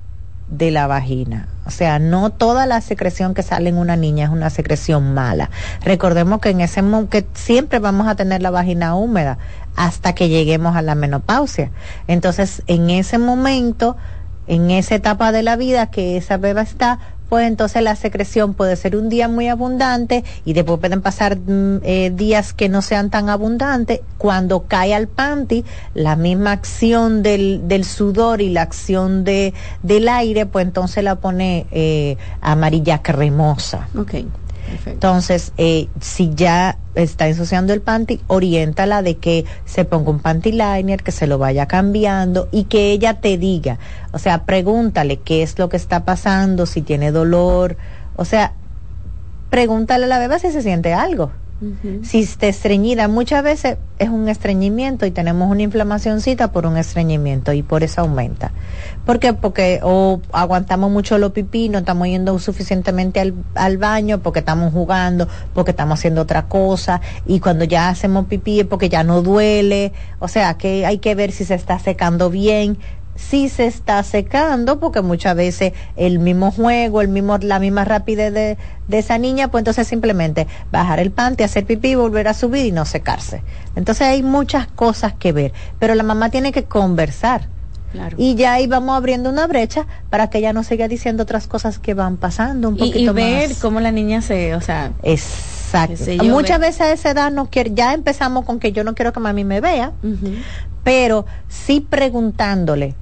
de la vagina. O sea, no toda la secreción que sale en una niña es una secreción mala. Recordemos que en ese momento que siempre vamos a tener la vagina húmeda hasta que lleguemos a la menopausia. Entonces, en ese momento, en esa etapa de la vida que esa beba está, pues entonces la secreción puede ser un día muy abundante y después pueden pasar días que no sean tan abundantes. Cuando cae al panty, la misma acción del sudor y la acción del aire, pues entonces la pone amarilla cremosa. Okay. Perfecto. Entonces, si ya está ensuciando el panty, oriéntala de que se ponga un panty liner, que se lo vaya cambiando y que ella te diga, o sea, pregúntale qué es lo que está pasando, si tiene dolor, o sea, pregúntale a la bebé si se siente algo. Si está estreñida, muchas veces es un estreñimiento y tenemos una inflamacióncita por un estreñimiento y por eso aumenta. ¿Por qué? Porque aguantamos mucho los pipí, no estamos yendo suficientemente al baño, porque estamos jugando, porque estamos haciendo otra cosa, y cuando ya hacemos pipí es porque ya no duele. O sea, que hay que ver si se está secando bien. Si se está secando, porque muchas veces el mismo juego, la misma rapidez de esa niña, pues entonces simplemente bajar el panty, hacer pipí, volver a subir y no secarse. Entonces hay muchas cosas que ver, pero la mamá tiene que conversar. Claro. Y ya ahí vamos abriendo una brecha para que ella no siga diciendo otras cosas que van pasando un poquito más. Y ver cómo la niña o sea... Exacto. Muchas veces a esa edad ya empezamos con que yo no quiero que mami me vea, pero sí preguntándole,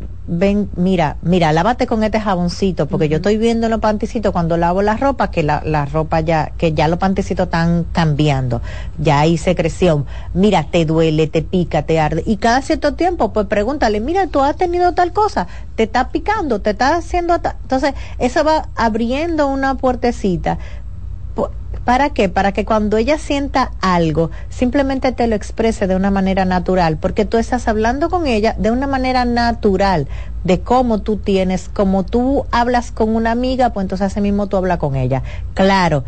ven, mira, lávate con este jaboncito, porque yo estoy viendo en los panticitos cuando lavo la ropa, que la ropa ya los panticitos están cambiando, ya hay secreción, mira, te duele, te pica, te arde, y cada cierto tiempo, pues pregúntale, mira, tú has tenido tal cosa, te está picando, te está haciendo entonces, eso va abriendo una puertecita. ¿Para qué? Para que cuando ella sienta algo, simplemente te lo exprese de una manera natural, porque tú estás hablando con ella de una manera natural, de cómo tú como tú hablas con una amiga, pues entonces así mismo tú hablas con ella. Claro,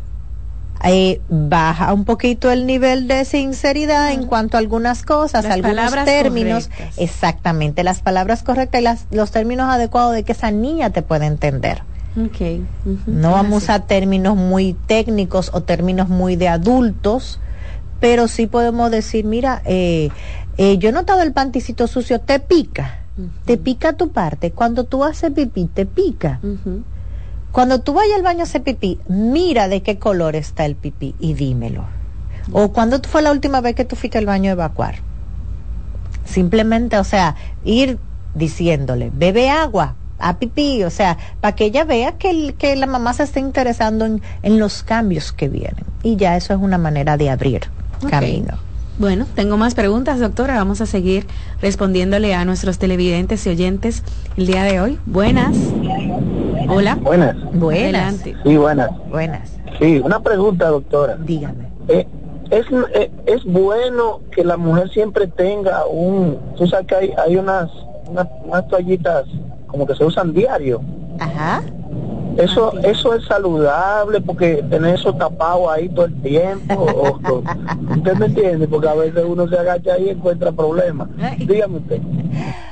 baja un poquito el nivel de sinceridad en cuanto a algunas cosas, algunos términos, correctas. Exactamente, las palabras correctas y los términos adecuados de que esa niña te pueda entender. Okay. No vamos a términos muy técnicos o términos muy de adultos, pero sí podemos decir, mira, yo he notado el panticito sucio, te pica, te pica tu parte, cuando tú haces pipí, te pica. Cuando tú vayas al baño a hacer pipí, mira de qué color está el pipí y dímelo. O cuando fue la última vez que tú fuiste al baño a evacuar. Simplemente, o sea, ir diciéndole, bebe agua, a pipí, o sea, para que ella vea que la mamá se está interesando en los cambios que vienen. Y ya eso es una manera de abrir camino. Bueno, tengo más preguntas, doctora. Vamos a seguir respondiéndole a nuestros televidentes y oyentes el día de hoy. Buenas. Hola. Buenas. Adelante. Sí, buenas. Buenas. Sí, una pregunta, doctora. Dígame. Es bueno que la mujer siempre tenga tú sabes que hay unas toallitas como que se usan diario. Ajá. Eso es saludable, porque tener eso tapado ahí todo el tiempo. ¿Usted me entiende? Porque a veces uno se agacha ahí y encuentra problemas. Dígame usted.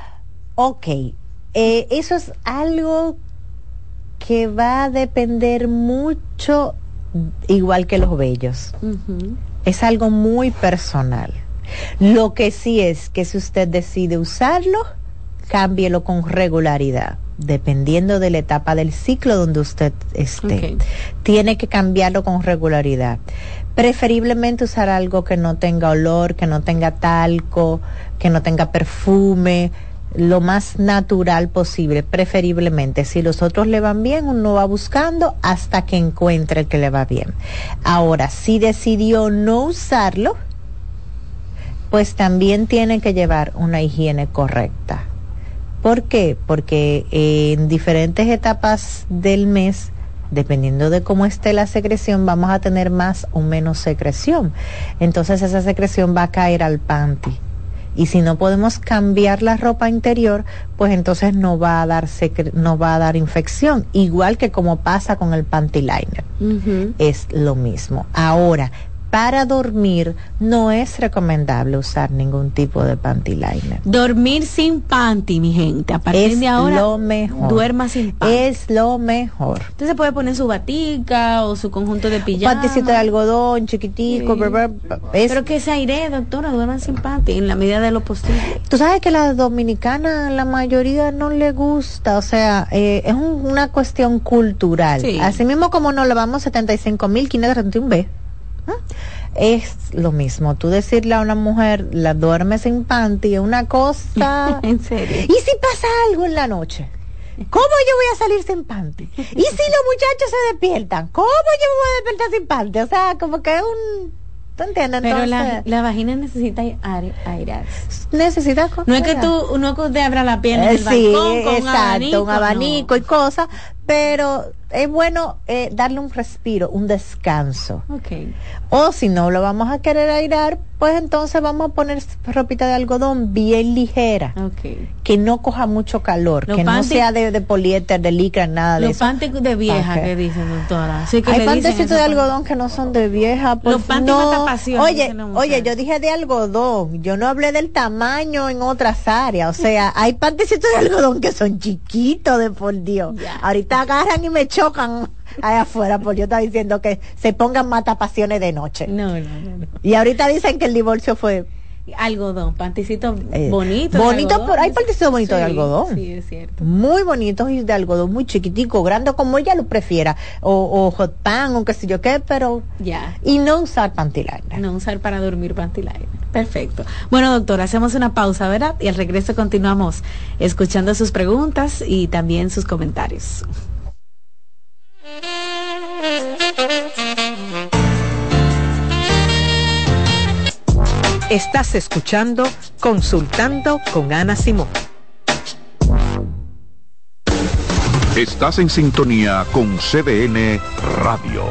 Ok, eso es algo que va a depender mucho, igual que los vellos. Es algo muy personal. Lo que sí es que si usted decide usarlo, cámbielo con regularidad, dependiendo de la etapa del ciclo donde usted esté. Tiene que cambiarlo con regularidad. Preferiblemente usar algo que no tenga olor, que no tenga talco, que no tenga perfume, lo más natural posible, preferiblemente. Si los otros le van bien, uno va buscando hasta que encuentre el que le va bien. Ahora, si decidió no usarlo, pues también tiene que llevar una higiene correcta. ¿Por qué? Porque en diferentes etapas del mes, dependiendo de cómo esté la secreción, vamos a tener más o menos secreción. Entonces esa secreción va a caer al panty. Y si no podemos cambiar la ropa interior, pues entonces no va a dar infección, igual que como pasa con el panty liner. Es lo mismo. Ahora, para dormir no es recomendable usar ningún tipo de panty liner. Dormir sin panty, mi gente. A partir de ahora, lo mejor. Duerma sin panty. Es lo mejor. Usted se puede poner su batica o su conjunto de pijama. Panticito de algodón, chiquitico. Pero que se aire, doctora, duerman sin panty en la medida de lo posible. Tú sabes que las dominicanas, la mayoría no le gusta. O sea, es una cuestión cultural. Sí. Así mismo como nos lavamos 75.531 veces. Es lo mismo, tú decirle a una mujer la duerme sin panty es una cosa. ¿En serio? ¿Y si pasa algo en la noche? ¿Cómo yo voy a salir sin panty? ¿Y si los muchachos se despiertan? ¿Cómo yo me voy a despertar sin panty? O sea, como que es un... ¿Tú entiendes? Pero entonces, la vagina necesita airearse. Necesita cosas. No es que usted abra la pierna en el balcón con exacto, un abanico y cosas, pero es bueno darle un respiro, un descanso. O si no lo vamos a querer airear, pues entonces vamos a poner ropita de algodón bien ligera, que no coja mucho calor, que no sea de poliéster, de licra, nada de eso. Los panties de vieja que dicen, doctora. Sí, que hay pantecitos de algodón que no son de vieja. Pues los panties matapasiones. Oye, yo dije de algodón, yo no hablé del tamaño en otras áreas. O sea, hay pantecitos de algodón que son chiquitos, de por Dios. Ahorita agarran y me chocan allá afuera, porque yo estaba diciendo que se pongan matapasiones de noche. No. Y ahorita dicen que el divorcio fue algodón, panticitos bonitos. Bonitos, pero hay panticitos bonitos de algodón. Sí, es cierto. Muy bonitos y de algodón, muy chiquitico, grande, como ella lo prefiera. O hot pan, o qué sé yo qué, pero. Ya. Y no usar panty liner. No usar para dormir panty liner. Perfecto. Bueno, doctora, hacemos una pausa, ¿verdad? Y al regreso continuamos escuchando sus preguntas y también sus comentarios. Estás escuchando Consultando con Ana Simón. Estás en sintonía con CDN Radio.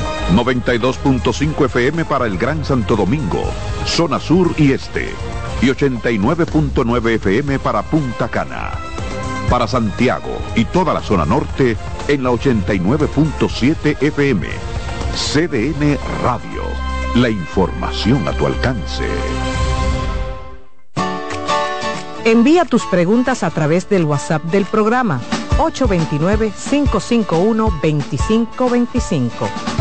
92.5 FM para el Gran Santo Domingo, zona sur y este. Y 89.9 FM para Punta Cana. Para Santiago y toda la zona norte en la 89.7 FM. CDN Radio. La información a tu alcance. Envía tus preguntas a través del WhatsApp del programa 829-551-2525.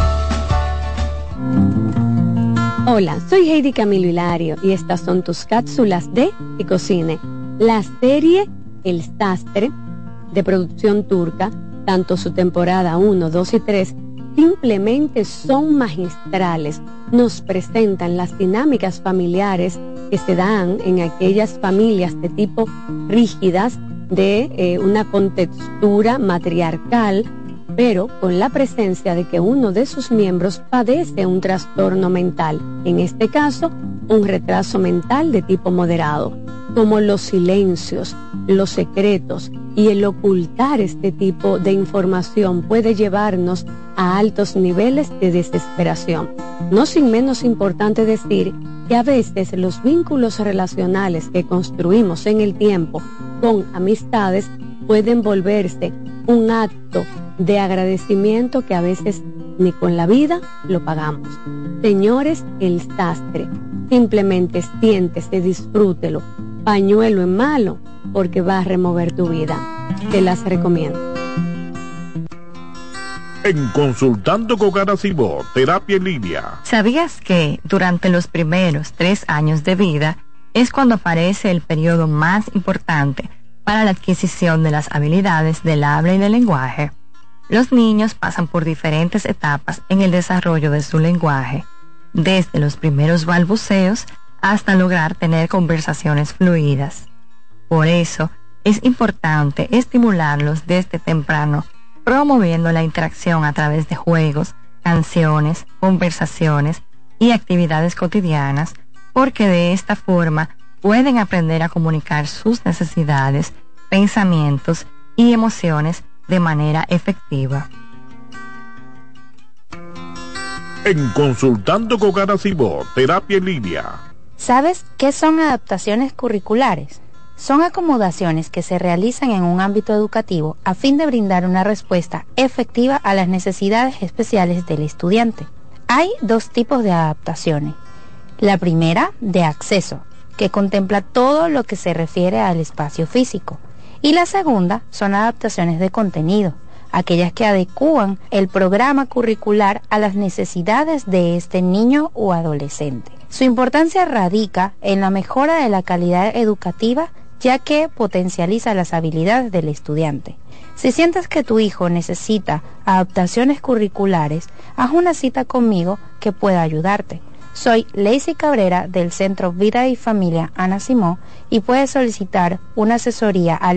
Hola, soy Heidi Camilo Hilario y estas son tus cápsulas de Y Cocine. La serie El Sastre, de producción turca, tanto su temporada 1, 2 y 3, simplemente son magistrales. Nos presentan las dinámicas familiares que se dan en aquellas familias de tipo rígidas, de una contextura matriarcal, pero con la presencia de que uno de sus miembros padece un trastorno mental, en este caso, un retraso mental de tipo moderado, como los silencios, los secretos y el ocultar este tipo de información puede llevarnos a altos niveles de desesperación. No sin menos importante decir que a veces los vínculos relacionales que construimos en el tiempo con amistades pueden volverse un acto de agradecimiento que a veces ni con la vida lo pagamos. Señores, El Sastre, Simplemente siéntese, disfrútelo. Pañuelo en mano, porque va a remover tu vida. Te las recomiendo. En Consultando con Ana Simó, terapia en línea. ¿Sabías que durante los primeros 3 años de vida es cuando aparece el periodo más importante para la adquisición de las habilidades del habla y del lenguaje? Los niños pasan por diferentes etapas en el desarrollo de su lenguaje, desde los primeros balbuceos hasta lograr tener conversaciones fluidas. Por eso, es importante estimularlos desde temprano, promoviendo la interacción a través de juegos, canciones, conversaciones y actividades cotidianas, porque de esta forma pueden aprender a comunicar sus necesidades, pensamientos y emociones de manera efectiva. En Consultando con Ana Simó, terapia en línea. ¿Sabes qué son adaptaciones curriculares? Son acomodaciones que se realizan en un ámbito educativo a fin de brindar una respuesta efectiva a las necesidades especiales del estudiante. Hay 2 tipos de adaptaciones. La primera, de acceso, que contempla todo lo que se refiere al espacio físico. Y la segunda son adaptaciones de contenido, aquellas que adecúan el programa curricular a las necesidades de este niño o adolescente. Su importancia radica en la mejora de la calidad educativa, ya que potencializa las habilidades del estudiante. Si sientes que tu hijo necesita adaptaciones curriculares, haz una cita conmigo que pueda ayudarte. Soy Lacey Cabrera del Centro Vida y Familia Ana Simó y puedes solicitar una asesoría al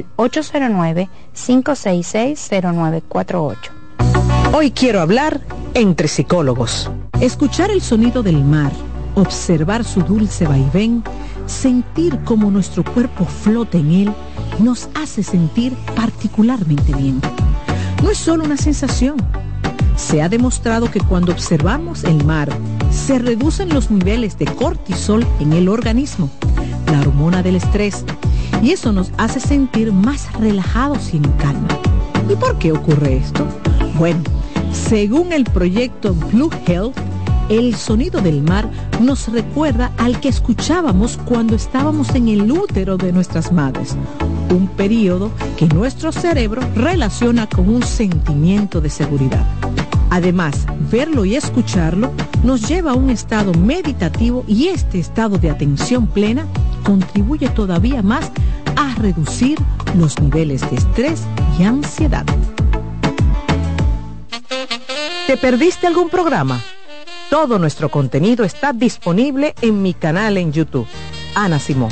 809-566-0948. Hoy quiero hablar entre psicólogos. Escuchar el sonido del mar, observar su dulce vaivén, sentir cómo nuestro cuerpo flota en él, nos hace sentir particularmente bien. No es solo una sensación. Se ha demostrado que cuando observamos el mar, se reducen los niveles de cortisol en el organismo, la hormona del estrés, y eso nos hace sentir más relajados y en calma. ¿Y por qué ocurre esto? Bueno, según el proyecto Blue Health, el sonido del mar nos recuerda al que escuchábamos cuando estábamos en el útero de nuestras madres, un periodo que nuestro cerebro relaciona con un sentimiento de seguridad. Además, verlo y escucharlo nos lleva a un estado meditativo y este estado de atención plena contribuye todavía más a reducir los niveles de estrés y ansiedad. ¿Te perdiste algún programa? Todo nuestro contenido está disponible en mi canal en YouTube, Ana Simó.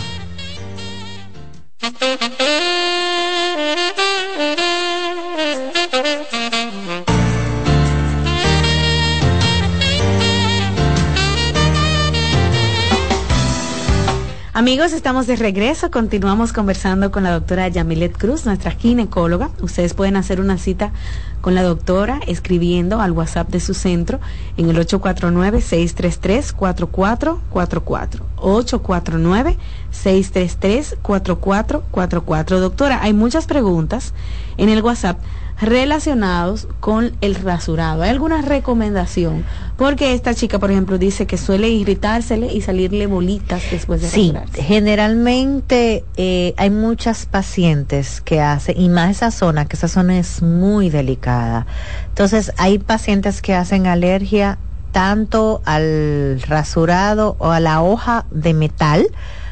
Amigos, estamos de regreso, continuamos conversando con la doctora Yamilet Cruz, nuestra ginecóloga. Ustedes pueden hacer una cita con la doctora escribiendo al WhatsApp de su centro en el 849-633-4444. 849-633-4444. Doctora, hay muchas preguntas en el WhatsApp relacionados con el rasurado. ¿Hay alguna recomendación? Porque esta chica, por ejemplo, dice que suele irritársele y salirle bolitas después de rasurarse. Sí, generalmente hay muchas pacientes que hacen, y más esa zona, que esa zona es muy delicada. Entonces, hay pacientes que hacen alergia tanto al rasurado o a la hoja de metal,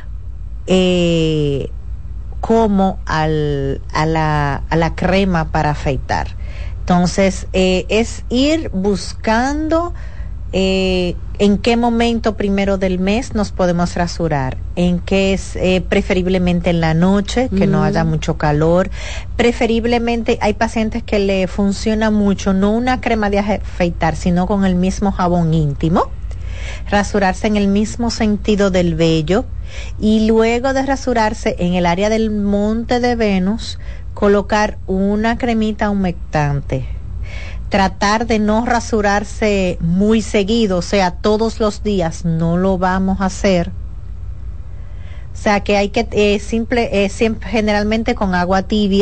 como a la crema para afeitar. Entonces, es ir buscando en qué momento primero del mes nos podemos rasurar, en qué es preferiblemente en la noche, que no haya mucho calor. Preferiblemente hay pacientes que le funciona mucho, no una crema de afeitar, sino con el mismo jabón íntimo. Rasurarse en el mismo sentido del vello y luego de rasurarse en el área del monte de Venus, colocar una cremita humectante. Tratar de no rasurarse muy seguido, o sea, todos los días no lo vamos a hacer. O sea, que hay que siempre generalmente con agua tibia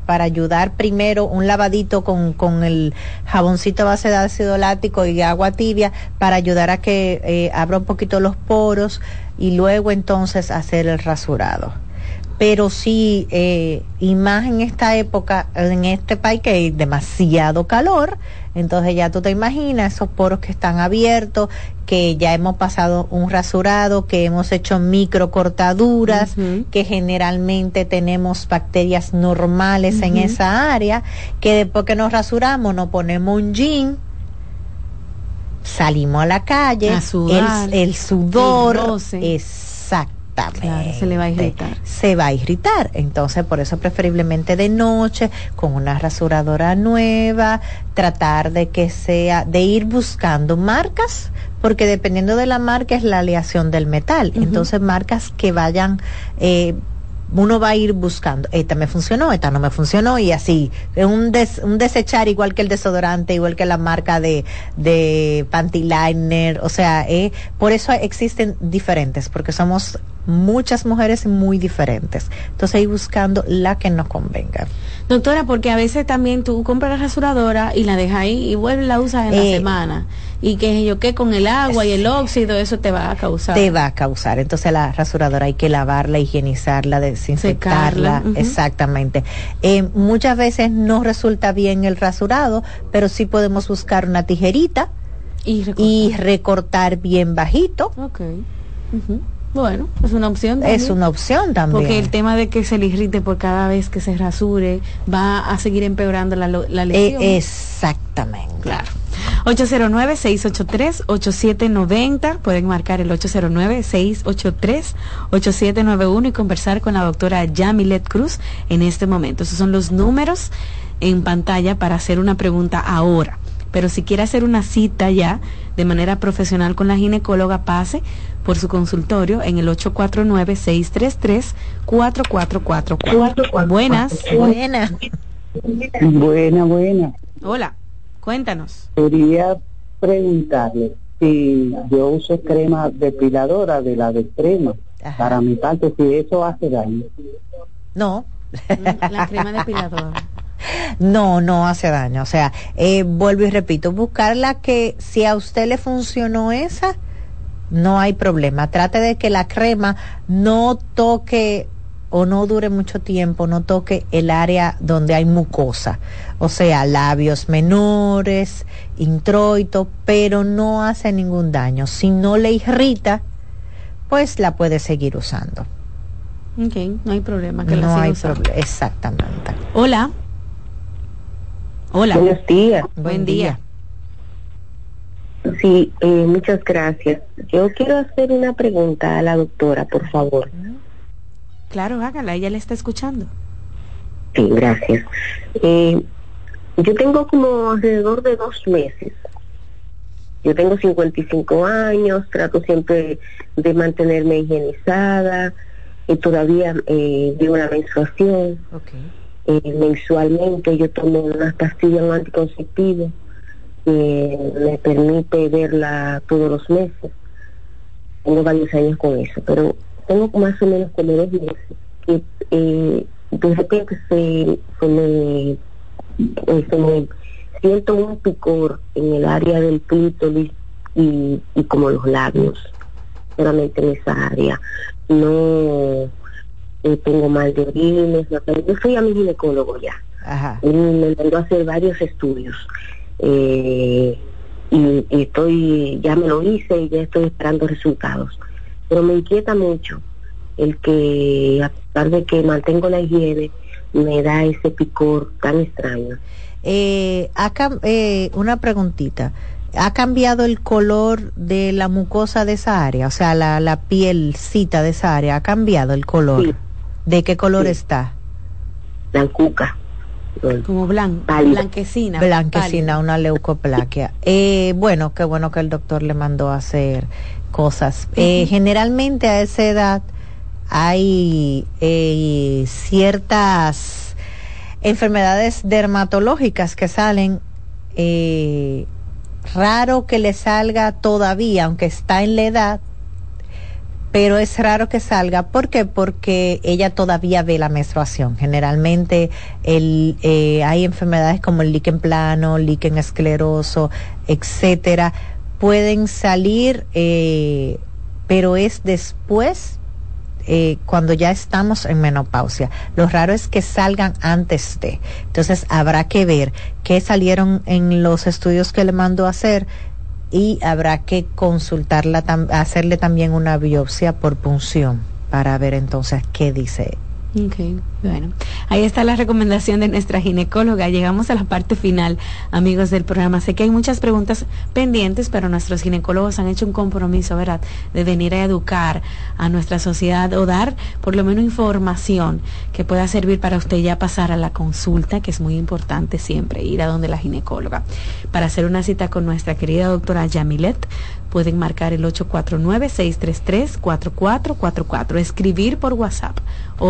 para ayudar primero un lavadito con el jaboncito a base de ácido láctico y agua tibia para ayudar a que abra un poquito los poros y luego entonces hacer el rasurado. Pero sí, y más en esta época, en este país que hay demasiado calor, entonces ya tú te imaginas esos poros que están abiertos, que ya hemos pasado un rasurado, que hemos hecho micro cortaduras, que generalmente tenemos bacterias normales en esa área, que después que nos rasuramos nos ponemos un jean, salimos a la calle, a sudar, el sudor, exacto. Claro, se le va a irritar. Se va a irritar. Entonces, por eso preferiblemente de noche, con una rasuradora nueva, tratar de que sea, de ir buscando marcas, porque dependiendo de la marca es la aleación del metal. Entonces, marcas que vayan, uno va a ir buscando, esta me funcionó, esta no me funcionó, y así, un desechar igual que el desodorante, igual que la marca de panty liner, o sea, por eso existen diferentes, porque somos muchas mujeres muy diferentes, entonces ir buscando la que nos convenga. Doctora, porque a veces también tú compras la rasuradora y la dejas ahí y vuelves la usas en la semana, y que yo que con el agua y el óxido eso te va a causar. Entonces la rasuradora hay que lavarla, higienizarla, desinfectarla, exactamente. Muchas veces no resulta bien el rasurado, pero sí podemos buscar una tijerita y recortar bien bajito. Bueno, es una opción también. Es una opción también. Porque el tema de que se le irrite por cada vez que se rasure va a seguir empeorando la lesión. Exactamente. Claro. 809-683-8790. Pueden marcar el 809-683-8791 y conversar con la doctora Yamilet Cruz en este momento. Esos son los números en pantalla para hacer una pregunta ahora. Pero si quiere hacer una cita ya de manera profesional con la ginecóloga, pase por su consultorio en el 849-633-4444. Buenas. Buena. Hola, cuéntanos. Quería preguntarle si yo uso crema depiladora de la de crema. Para mi parte, si eso hace daño. No. La crema depiladora. No hace daño, o sea, vuelvo y repito, buscarla que si a usted le funcionó esa, no hay problema. Trate de que la crema no toque o no dure mucho tiempo, no toque el área donde hay mucosa, o sea, labios menores, introito, pero no hace ningún daño. Si no le irrita, pues la puede seguir usando. Ok, no hay problema que no la siga hay usando. Exactamente. Hola. Buenos días. Buen día. Sí, muchas gracias. Yo quiero hacer una pregunta a la doctora, por favor. Claro, hágala, ella le está escuchando. Sí, gracias. Yo tengo como alrededor de 2 meses. Yo tengo 55 años, trato siempre de mantenerme higienizada, y todavía vivo una menstruación. Mensualmente yo tomo unas pastillas, un anticonceptivo que me permite verla todos los meses. Tengo varios años con eso, pero tengo más o menos como 2 meses que de repente se me siento un picor en el área del clítoris y como los labios, solamente en esa área. No tengo mal de orines, yo fui a mi ginecólogo ya. Y me mandó a hacer varios estudios, y ya me lo hice y ya estoy esperando resultados, pero me inquieta mucho el que, a pesar de que mantengo la higiene, me da ese picor tan extraño. Una preguntita, ¿ha cambiado el color de la mucosa de esa área? O sea, la pielcita de esa área, ¿ha cambiado el color? Sí. ¿De qué color está? Blancuca. Como blanquecina. Blanquecina, una leucoplaquia. Bueno, qué bueno que el doctor le mandó a hacer cosas. Generalmente a esa edad hay ciertas enfermedades dermatológicas que salen. Raro que le salga todavía, aunque está en la edad, pero es raro que salga. ¿Por qué? Porque ella todavía ve la menstruación. Generalmente hay enfermedades como el líquen plano, líquen escleroso, etcétera, pueden salir, pero es después, cuando ya estamos en menopausia. Lo raro es que salgan antes de. Entonces habrá que ver qué salieron en los estudios que le mandó a hacer, y habrá que consultarla, hacerle también una biopsia por punción para ver entonces qué dice. Okay, bueno, ahí está la recomendación de nuestra ginecóloga. Llegamos a la parte final, amigos del programa. Sé que hay muchas preguntas pendientes, pero nuestros ginecólogos han hecho un compromiso, ¿verdad?, de venir a educar a nuestra sociedad, o dar por lo menos información que pueda servir para usted ya pasar a la consulta, que es muy importante siempre ir a donde la ginecóloga. Para hacer una cita con nuestra querida doctora Yamilet, pueden marcar el 849-633-4444, escribir por WhatsApp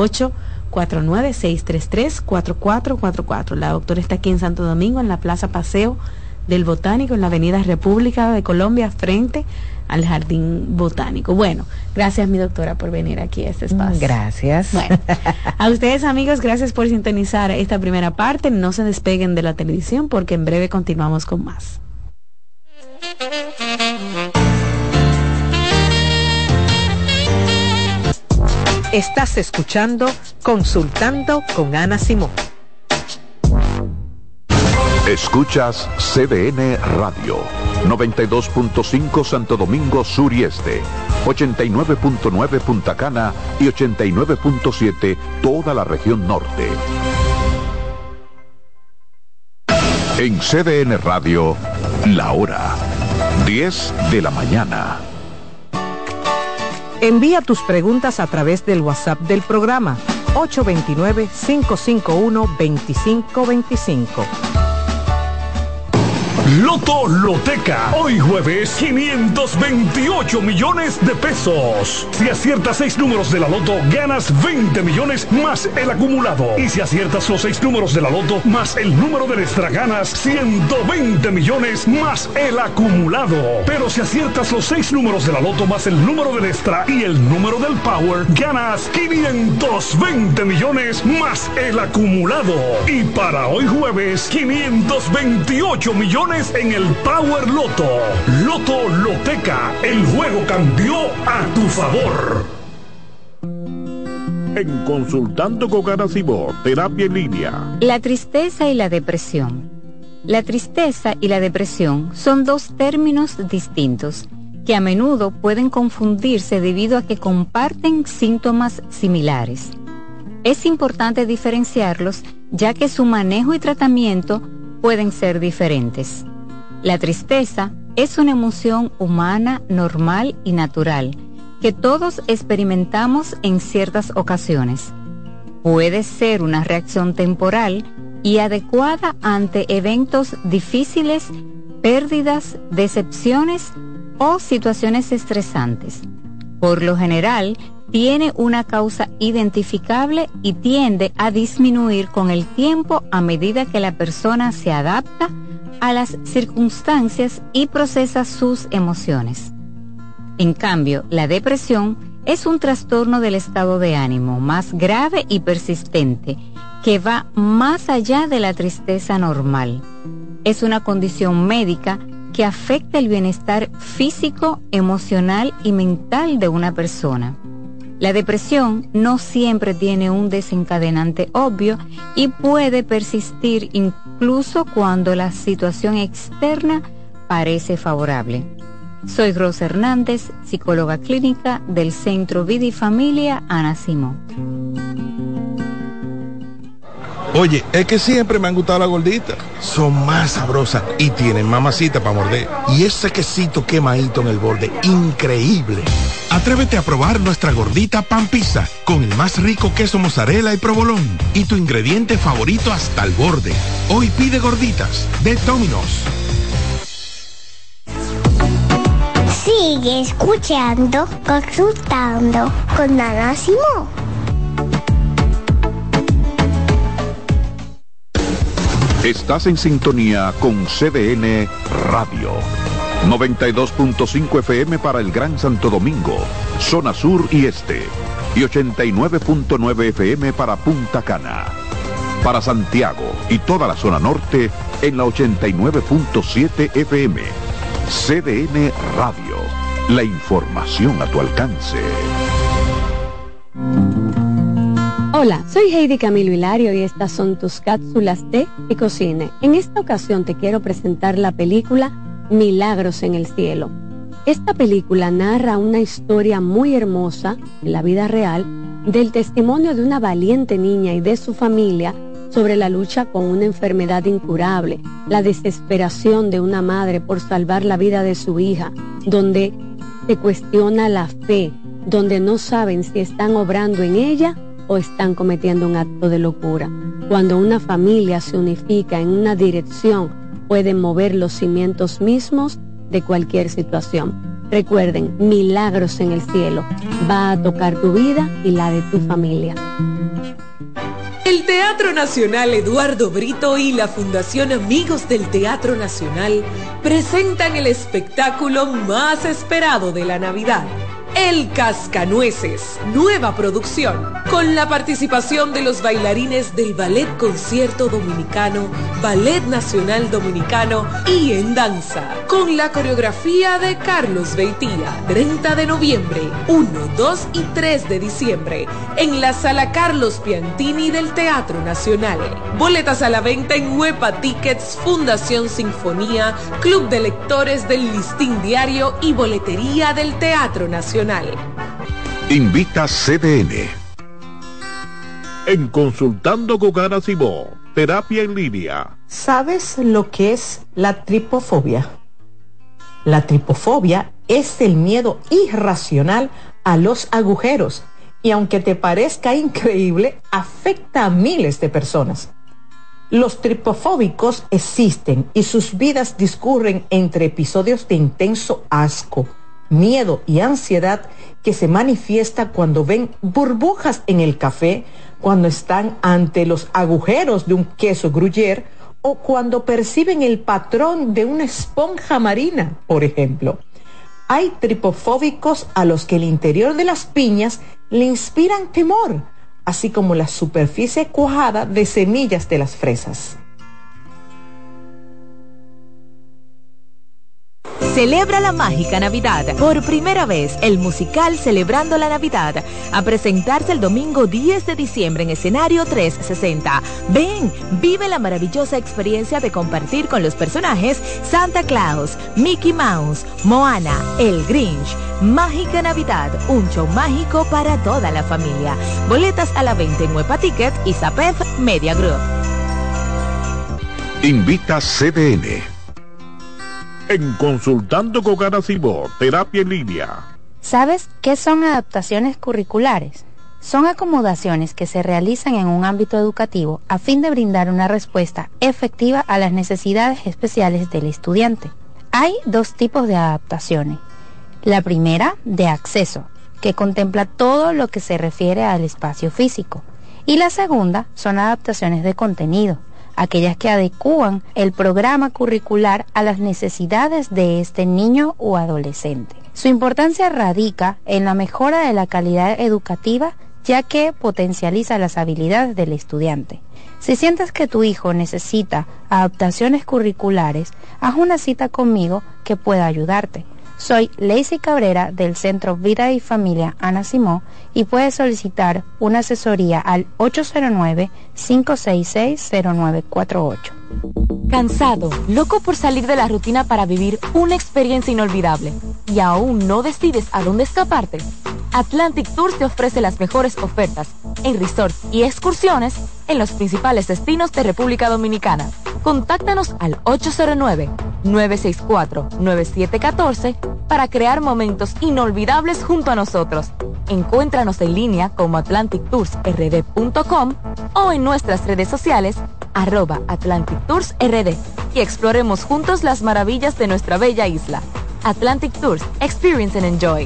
849-633-4444. La doctora está aquí en Santo Domingo, en la Plaza Paseo del Botánico, en la Avenida República de Colombia, frente al Jardín Botánico. Bueno, gracias mi doctora por venir aquí a este espacio. Gracias. Bueno, a ustedes amigos, gracias por sintonizar esta primera parte. No se despeguen de la televisión porque en breve continuamos con más. Estás escuchando Consultando con Ana Simón. Escuchas CDN Radio, 92.5 Santo Domingo Sur y Este, 89.9 Punta Cana y 89.7 toda la región norte. En CDN Radio, la hora 10 de la mañana. Envía tus preguntas a través del WhatsApp del programa 829-551-2525. Loto Loteca, hoy jueves 528 millones de pesos. Si aciertas 6 números de la Loto, ganas 20 millones más el acumulado. Y si aciertas los 6 números de la Loto más el número del extra, ganas 120 millones más el acumulado. Pero si aciertas los 6 números de la Loto más el número del extra y el número del Power, ganas 520 millones más el acumulado. Y para hoy jueves, 528 millones en el Power Loto. Loto Loteca, el juego cambió a tu favor. En Consultando con Ana Simón, terapia en línea. La tristeza y la depresión. La tristeza y la depresión son dos términos distintos que a menudo pueden confundirse debido a que comparten síntomas similares. Es importante diferenciarlos, ya que su manejo y tratamiento pueden ser diferentes. La tristeza es una emoción humana, normal y natural, que todos experimentamos en ciertas ocasiones. Puede ser una reacción temporal y adecuada ante eventos difíciles, pérdidas, decepciones o situaciones estresantes. Por lo general, tiene una causa identificable y tiende a disminuir con el tiempo a medida que la persona se adapta a las circunstancias y procesa sus emociones. En cambio, la depresión es un trastorno del estado de ánimo más grave y persistente que va más allá de la tristeza normal. Es una condición médica que afecta el bienestar físico, emocional y mental de una persona. La depresión no siempre tiene un desencadenante obvio y puede persistir incluso cuando la situación externa parece favorable. Soy Rosa Hernández, psicóloga clínica del Centro Vida y Familia Ana Simón. Oye, es que siempre me han gustado las gorditas. Son más sabrosas y tienen mamacita para morder. Y ese quesito quemadito en el borde, increíble. Atrévete a probar nuestra gordita pan pizza con el más rico queso mozzarella y provolón y tu ingrediente favorito hasta el borde. Hoy pide gorditas de Domino's. Sigue escuchando, consultando con Ana Simón. Estás en sintonía con CDN Radio. 92.5 FM para el Gran Santo Domingo, zona sur y este, y 89.9 FM para Punta Cana. Para Santiago y toda la zona norte en la 89.7 FM. CDN Radio, la información a tu alcance. Hola, soy Heidi Camilo Hilario y estas son tus cápsulas de Ecocine. En esta ocasión te quiero presentar la película Milagros en el Cielo. Esta película narra una historia muy hermosa en la vida real del testimonio de una valiente niña y de su familia sobre la lucha con una enfermedad incurable, la desesperación de una madre por salvar la vida de su hija, donde se cuestiona la fe, donde no saben si están obrando en ella o están cometiendo un acto de locura. Cuando una familia se unifica en una dirección, pueden mover los cimientos mismos de cualquier situación. Recuerden, Milagros en el Cielo va a tocar tu vida y la de tu familia. El Teatro Nacional Eduardo Brito y la Fundación Amigos del Teatro Nacional presentan el espectáculo más esperado de la Navidad, El Cascanueces, nueva producción, con la participación de los bailarines del Ballet Concierto Dominicano, Ballet Nacional Dominicano y en danza, con la coreografía de Carlos Beitía, 30 de noviembre, 1, 2 y 3 de diciembre, en la Sala Carlos Piantini del Teatro Nacional. Boletas a la venta en Huepa Tickets, Fundación Sinfonía, Club de Lectores del Listín Diario y Boletería del Teatro Nacional. Invita CDN. En Consultando con Ana Simón, terapia en línea. ¿Sabes lo que es la tripofobia? La tripofobia es el miedo irracional a los agujeros y aunque te parezca increíble, afecta a miles de personas. Los tripofóbicos existen y sus vidas discurren entre episodios de intenso asco, miedo y ansiedad que se manifiesta cuando ven burbujas en el café, cuando están ante los agujeros de un queso gruyère o cuando perciben el patrón de una esponja marina, por ejemplo. Hay tripofóbicos a los que el interior de las piñas le inspiran temor, así como la superficie cuajada de semillas de las fresas. Celebra la mágica Navidad. Por primera vez, el musical Celebrando la Navidad, a presentarse el domingo 10 de diciembre en escenario 360. Ven, vive la maravillosa experiencia de compartir con los personajes Santa Claus, Mickey Mouse, Moana, El Grinch. Mágica Navidad, un show mágico para toda la familia. Boletas a la venta en Huepa Ticket y Zapef Media Group. Invita CDN. En Consultando con Ana Simón, terapia en línea. ¿Sabes qué son adaptaciones curriculares? Son acomodaciones que se realizan en un ámbito educativo a fin de brindar una respuesta efectiva a las necesidades especiales del estudiante. Hay dos tipos de adaptaciones. La primera, de acceso, que contempla todo lo que se refiere al espacio físico. Y la segunda, son adaptaciones de contenido, aquellas que adecúan el programa curricular a las necesidades de este niño o adolescente. Su importancia radica en la mejora de la calidad educativa, ya que potencializa las habilidades del estudiante. Si sientes que tu hijo necesita adaptaciones curriculares, haz una cita conmigo que pueda ayudarte. Soy Lacey Cabrera del Centro Vida y Familia Ana Simón y puedes solicitar una asesoría al 809-566-0948. ¿Cansado, loco por salir de la rutina para vivir una experiencia inolvidable y aún no decides a dónde escaparte? Atlantic Tours te ofrece las mejores ofertas en resorts y excursiones en los principales destinos de República Dominicana. Contáctanos al 809-964-9714 para crear momentos inolvidables junto a nosotros. Encuéntranos en línea como atlantictoursrd.com o en nuestras redes sociales @AtlanticToursRD y exploremos juntos las maravillas de nuestra bella isla. Atlantic Tours, experience and enjoy.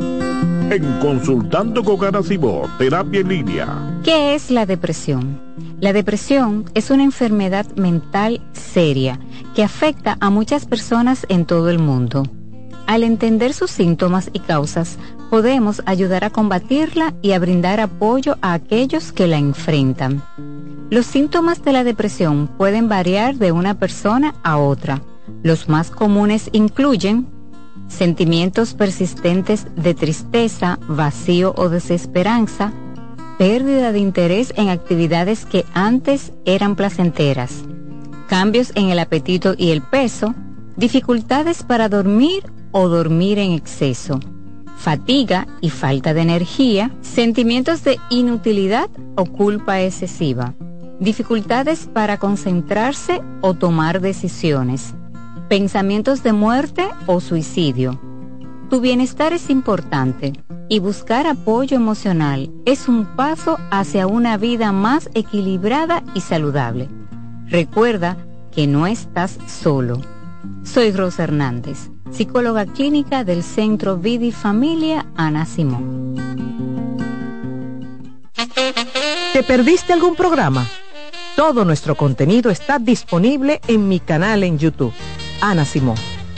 En Consultando con Ana Simón, terapia en línea. ¿Qué es la depresión? La depresión es una enfermedad mental seria que afecta a muchas personas en todo el mundo. Al entender sus síntomas y causas, podemos ayudar a combatirla y a brindar apoyo a aquellos que la enfrentan. Los síntomas de la depresión pueden variar de una persona a otra. Los más comunes incluyen sentimientos persistentes de tristeza, vacío o desesperanza, pérdida de interés en actividades que antes eran placenteras, cambios en el apetito y el peso, dificultades para dormir o dormir en exceso, fatiga y falta de energía, sentimientos de inutilidad o culpa excesiva, dificultades para concentrarse o tomar decisiones, pensamientos de muerte o suicidio. Tu bienestar es importante y buscar apoyo emocional es un paso hacia una vida más equilibrada y saludable. Recuerda que no estás solo. Soy Rosa Hernández, psicóloga clínica del Centro Vida y Familia Ana Simón. ¿Te perdiste algún programa? Todo nuestro contenido está disponible en mi canal en YouTube, Ana Simón.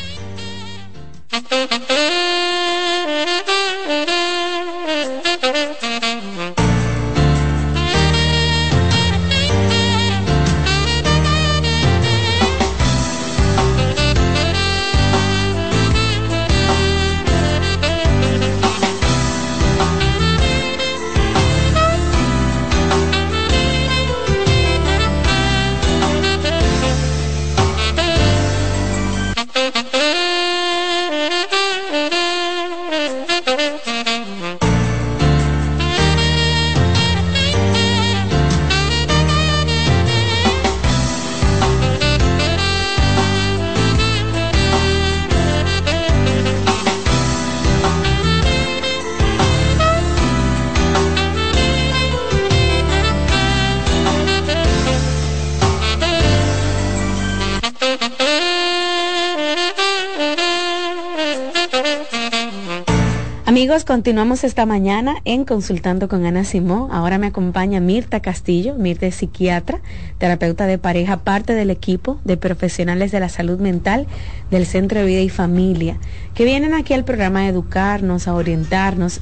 Amigos, continuamos esta mañana en Consultando con Ana Simón. Ahora me acompaña Mirta Castillo. Mirta es psiquiatra, terapeuta de pareja, parte del equipo de profesionales de la salud mental del Centro de Vida y Familia, que vienen aquí al programa a educarnos, a orientarnos,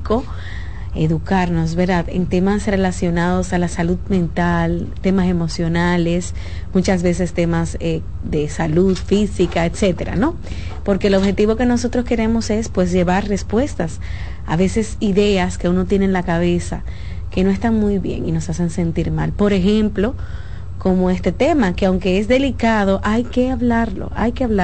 educarnos, ¿verdad?, en temas relacionados a la salud mental, temas emocionales, muchas veces temas de salud física, etcétera, ¿no? Porque el objetivo que nosotros queremos es, pues, llevar respuestas, a veces ideas que uno tiene en la cabeza que no están muy bien y nos hacen sentir mal. Por ejemplo, como este tema, que aunque es delicado, hay que hablarlo.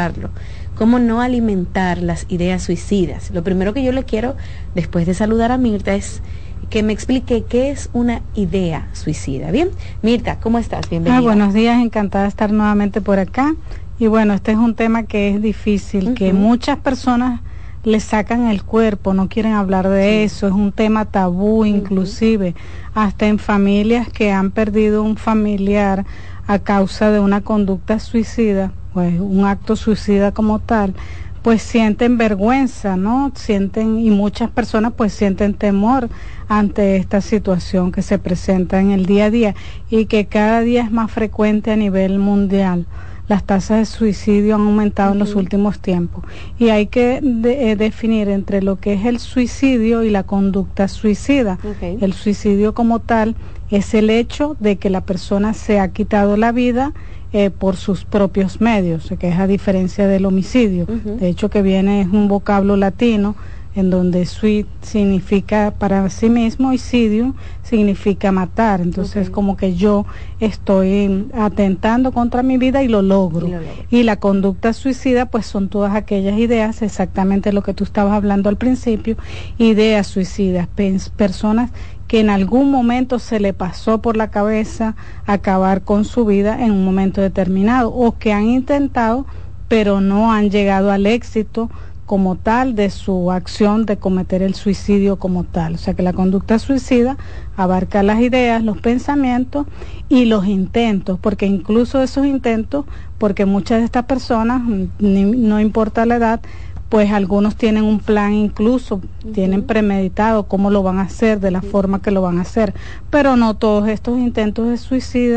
¿Cómo no alimentar las ideas suicidas? Lo primero que yo le quiero, después de saludar a Mirta, es que me explique qué es una idea suicida. Bien, Mirta, ¿cómo estás? Bienvenida. Buenos días, encantada de estar nuevamente por acá. Y bueno, este es un tema que es difícil, que muchas personas le sacan el cuerpo, no quieren hablar de eso, es un tema tabú, inclusive hasta en familias que han perdido un familiar a causa de una conducta suicida, pues un acto suicida como tal, pues sienten vergüenza, ¿no? Y muchas personas pues sienten temor ante esta situación que se presenta en el día a día y que cada día es más frecuente a nivel mundial. Las tasas de suicidio han aumentado en los últimos tiempos y hay que definir entre lo que es el suicidio y la conducta suicida. El suicidio como tal es el hecho de que la persona se ha quitado la vida por sus propios medios, que es a diferencia del homicidio. De hecho, que viene, es un vocablo latino en donde suit significa para sí mismo y sidium significa matar. Entonces, como que yo estoy atentando contra mi vida y lo logro. Y la conducta suicida, pues son todas aquellas ideas, exactamente lo que tú estabas hablando al principio, ideas suicidas, personas que en algún momento se le pasó por la cabeza acabar con su vida en un momento determinado, o que han intentado, pero no han llegado al éxito como tal de su acción de cometer el suicidio como tal. O sea que la conducta suicida abarca las ideas, los pensamientos y los intentos, porque incluso esos intentos, porque muchas de estas personas, no importa la edad, pues algunos tienen un plan, incluso tienen premeditado cómo lo van a hacer, de la forma que lo van a hacer, pero no todos estos intentos de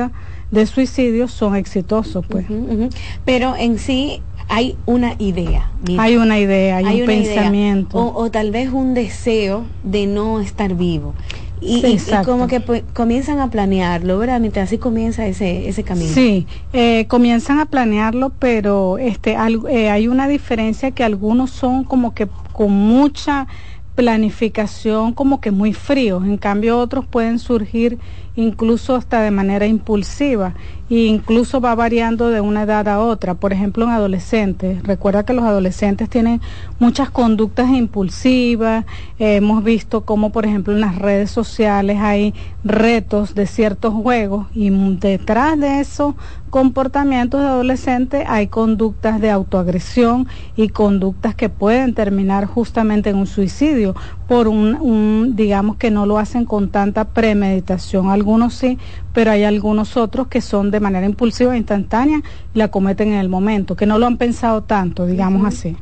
suicidio son exitosos, pues. Pero en sí hay una idea. Mira, hay una idea, hay un pensamiento. O tal vez un deseo de no estar vivo. Y como que comienzan a planearlo, ¿verdad? Mientras así comienza ese camino. Sí, comienzan a planearlo, pero hay una diferencia, que algunos son como que con mucha planificación, como que muy fríos, en cambio otros pueden surgir incluso hasta de manera impulsiva, e incluso va variando de una edad a otra. Por ejemplo, en adolescentes, recuerda que los adolescentes tienen muchas conductas impulsivas. Hemos visto cómo, por ejemplo, en las redes sociales hay retos de ciertos juegos, y detrás de esos comportamientos de adolescentes hay conductas de autoagresión y conductas que pueden terminar justamente en un suicidio, por digamos que no lo hacen con tanta premeditación. Algunos sí, pero hay algunos otros que son de manera impulsiva e instantánea y la cometen en el momento, que no lo han pensado tanto, digamos así.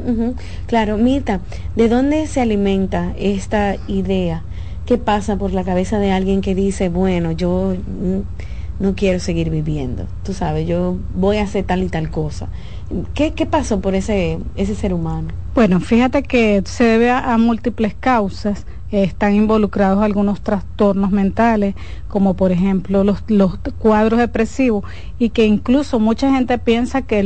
Claro, Mirta, ¿de dónde se alimenta esta idea? ¿Qué pasa por la cabeza de alguien que dice, bueno, yo no quiero seguir viviendo, tú sabes, yo voy a hacer tal y tal cosa? ¿Qué pasó por ese ser humano? Bueno, fíjate que se debe a múltiples causas. Están involucrados algunos trastornos mentales, como por ejemplo los cuadros depresivos, y que incluso mucha gente piensa que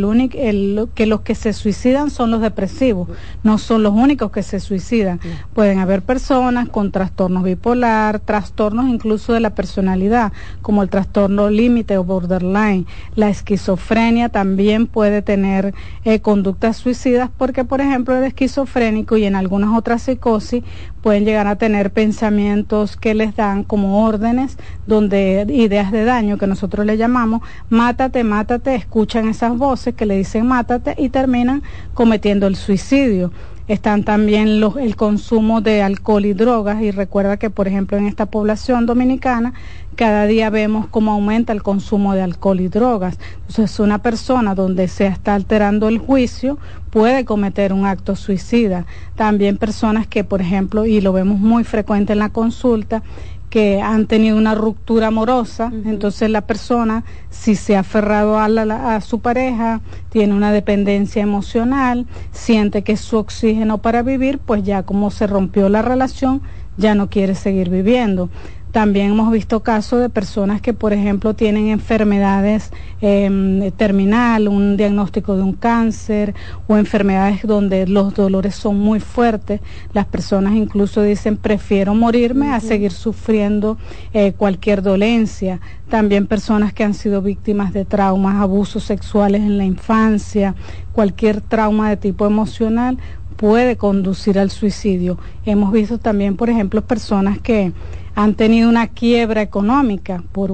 que los que se suicidan son los depresivos. No son los únicos que se suicidan. Pueden haber personas con trastornos bipolar, trastornos incluso de la personalidad, como el trastorno límite o borderline. La esquizofrenia también puede tener conductas suicidas, porque por ejemplo el esquizofrénico y en algunas otras psicosis pueden llegar a tener pensamientos que les dan como órdenes, donde ideas de daño, que nosotros le llamamos mátate, mátate, escuchan esas voces que le dicen mátate y terminan cometiendo el suicidio. Están también el consumo de alcohol y drogas, y recuerda que por ejemplo en esta población dominicana cada día vemos cómo aumenta el consumo de alcohol y drogas. Entonces una persona donde se está alterando el juicio puede cometer un acto suicida. También personas que por ejemplo, y lo vemos muy frecuente en la consulta, que han tenido una ruptura amorosa, entonces la persona, si se ha aferrado a su pareja, tiene una dependencia emocional, siente que es su oxígeno para vivir, pues ya como se rompió la relación, ya no quiere seguir viviendo. También hemos visto casos de personas que, por ejemplo, tienen enfermedades terminal, un diagnóstico de un cáncer, o enfermedades donde los dolores son muy fuertes. Las personas incluso dicen, prefiero morirme a seguir sufriendo cualquier dolencia. También personas que han sido víctimas de traumas, abusos sexuales en la infancia, cualquier trauma de tipo emocional puede conducir al suicidio. Hemos visto también, por ejemplo, personas que han tenido una quiebra económica por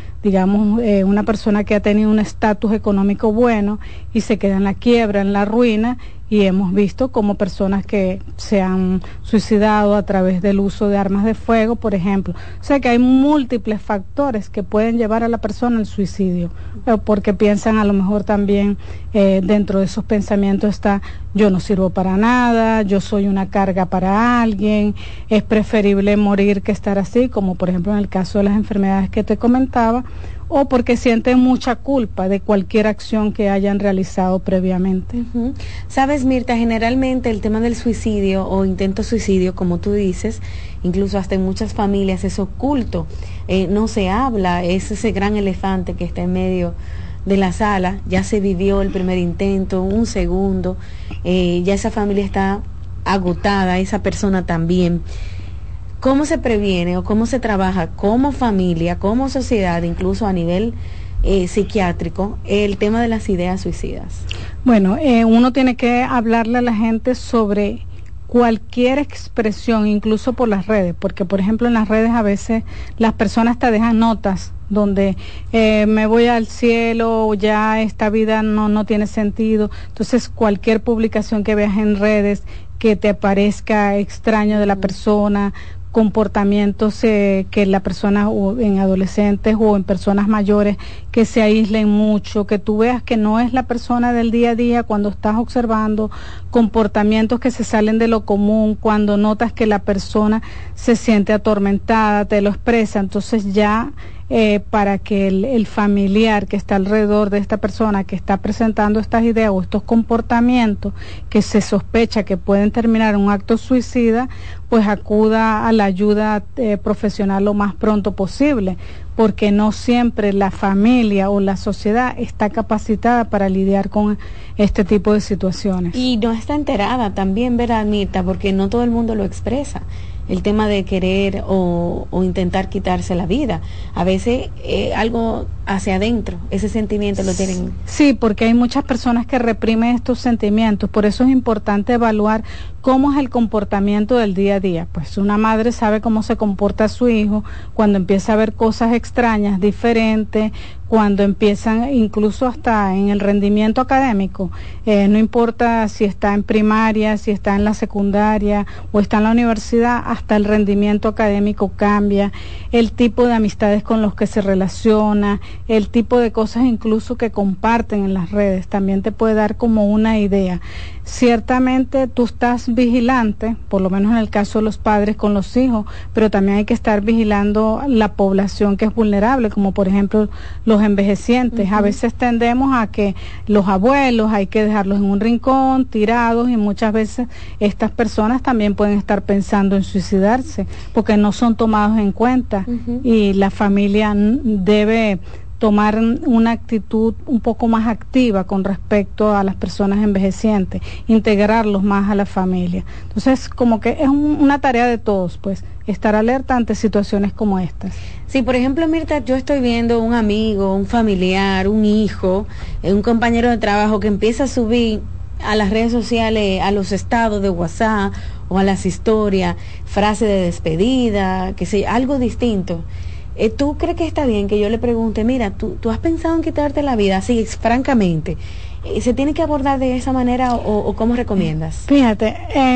una persona que ha tenido un estatus económico bueno y se queda en la quiebra, en la ruina, y hemos visto como personas que se han suicidado a través del uso de armas de fuego, por ejemplo. O sea que hay múltiples factores que pueden llevar a la persona al suicidio, porque piensan a lo mejor también dentro de esos pensamientos está, yo no sirvo para nada, yo soy una carga para alguien, es preferible morir que estar así, como por ejemplo en el caso de las enfermedades que te comentaba, o porque sienten mucha culpa de cualquier acción que hayan realizado previamente. Sabes, Mirta, generalmente el tema del suicidio o intento suicidio, como tú dices, incluso hasta en muchas familias es oculto, no se habla, es ese gran elefante que está en medio de la sala, ya se vivió el primer intento, un segundo, ya esa familia está agotada, esa persona también. ¿Cómo se previene o cómo se trabaja como familia, como sociedad, incluso a nivel psiquiátrico, el tema de las ideas suicidas? Bueno, uno tiene que hablarle a la gente sobre cualquier expresión, incluso por las redes, porque por ejemplo en las redes a veces las personas te dejan notas donde me voy al cielo, ya esta vida no tiene sentido. Entonces cualquier publicación que veas en redes que te parezca extraño de la persona, comportamientos que la persona o en adolescentes o en personas mayores que se aíslen mucho, que tú veas que no es la persona del día a día cuando estás observando comportamientos que se salen de lo común, cuando notas que la persona se siente atormentada, te lo expresa, entonces ya para que el familiar que está alrededor de esta persona que está presentando estas ideas o estos comportamientos que se sospecha que pueden terminar en un acto suicida, pues acuda a la ayuda profesional lo más pronto posible, porque no siempre la familia o la sociedad está capacitada para lidiar con este tipo de situaciones. Y no está enterada también, ¿verdad, Anita? Porque no todo el mundo lo expresa, el tema de querer o intentar quitarse la vida. A veces algo hacia adentro, ese sentimiento lo tienen. Sí, porque hay muchas personas que reprimen estos sentimientos, por eso es importante evaluar cómo es el comportamiento del día a día. Pues una madre sabe cómo se comporta su hijo cuando empieza a ver cosas extrañas, diferentes, cuando empiezan incluso hasta en el rendimiento académico, no importa si está en primaria, si está en la secundaria o está en la universidad, hasta el rendimiento académico cambia, el tipo de amistades con los que se relaciona, el tipo de cosas incluso que comparten en las redes, también te puede dar como una idea. Ciertamente tú estás vigilante, por lo menos en el caso de los padres con los hijos, pero también hay que estar vigilando la población que es vulnerable, como por ejemplo los envejecientes. A veces tendemos a que los abuelos hay que dejarlos en un rincón, tirados, y muchas veces estas personas también pueden estar pensando en suicidarse, porque no son tomados en cuenta, y la familia debe tomar una actitud un poco más activa con respecto a las personas envejecientes, integrarlos más a la familia. Entonces, como que es una tarea de todos, pues, estar alerta ante situaciones como estas. Sí, por ejemplo, Mirta, yo estoy viendo un amigo, un familiar, un hijo, un compañero de trabajo que empieza a subir a las redes sociales, a los estados de WhatsApp o a las historias, frase de despedida, que sea algo distinto. ¿Tú crees que está bien que yo le pregunte, mira, ¿tú has pensado en quitarte la vida? Así, francamente, ¿se tiene que abordar de esa manera o cómo recomiendas? Fíjate,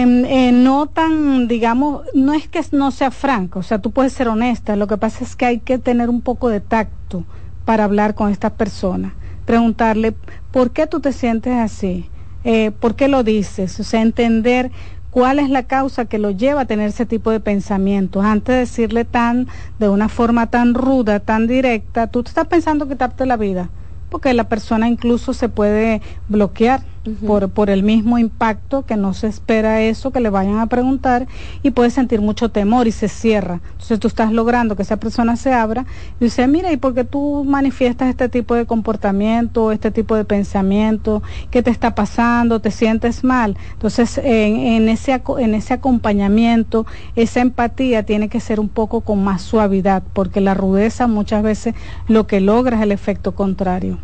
no tan, digamos, no es que no sea franco, o sea, tú puedes ser honesta, lo que pasa es que hay que tener un poco de tacto para hablar con esta persona, preguntarle, ¿por qué tú te sientes así? ¿Por qué lo dices? O sea, entender cuál es la causa que lo lleva a tener ese tipo de pensamientos, antes de decirle de una forma tan ruda, tan directa, tú te estás pensando quitarte la vida, porque la persona incluso se puede bloquear por el mismo impacto, que no se espera eso, que le vayan a preguntar, y puede sentir mucho temor y se cierra. Entonces tú estás logrando que esa persona se abra y dice, mira, ¿y por qué tú manifiestas este tipo de comportamiento, este tipo de pensamiento? ¿Qué te está pasando? ¿Te sientes mal? Entonces en ese acompañamiento, esa empatía tiene que ser un poco con más suavidad, porque la rudeza muchas veces lo que logra es el efecto contrario.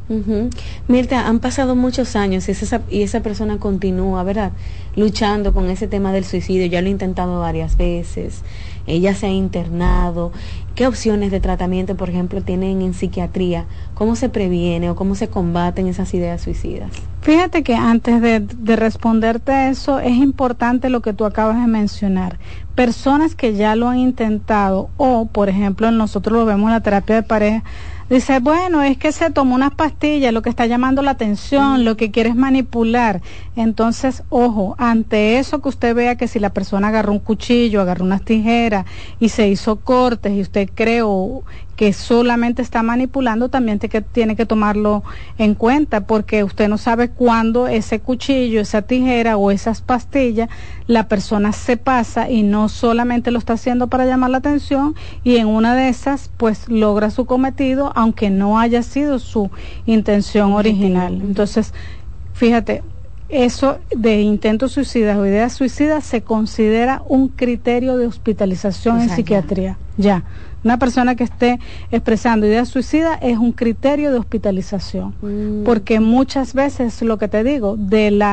Mirta, han pasado muchos años y esa persona continúa, ¿verdad?, luchando con ese tema del suicidio. Ya lo ha intentado varias veces, ella se ha internado. ¿Qué opciones de tratamiento, por ejemplo, tienen en psiquiatría? ¿Cómo se previene o cómo se combaten esas ideas suicidas? Fíjate que antes de responderte a eso, es importante lo que tú acabas de mencionar. Personas que ya lo han intentado, o por ejemplo nosotros lo vemos en la terapia de pareja, dice, bueno, es que se tomó unas pastillas, lo que está llamando la atención, lo que quiere es manipular. Entonces, ojo, ante eso que usted vea que si la persona agarró un cuchillo, agarró unas tijeras y se hizo cortes y usted cree que solamente está manipulando, también tiene que tomarlo en cuenta, porque usted no sabe cuándo ese cuchillo, esa tijera o esas pastillas, la persona se pasa y no solamente lo está haciendo para llamar la atención, y en una de esas pues logra su cometido, aunque no haya sido su intención original. Entonces, fíjate, eso de intentos suicidas o ideas suicidas se considera un criterio de hospitalización en psiquiatría. Ya. Una persona que esté expresando ideas suicidas es un criterio de hospitalización, porque muchas veces, lo que te digo, de la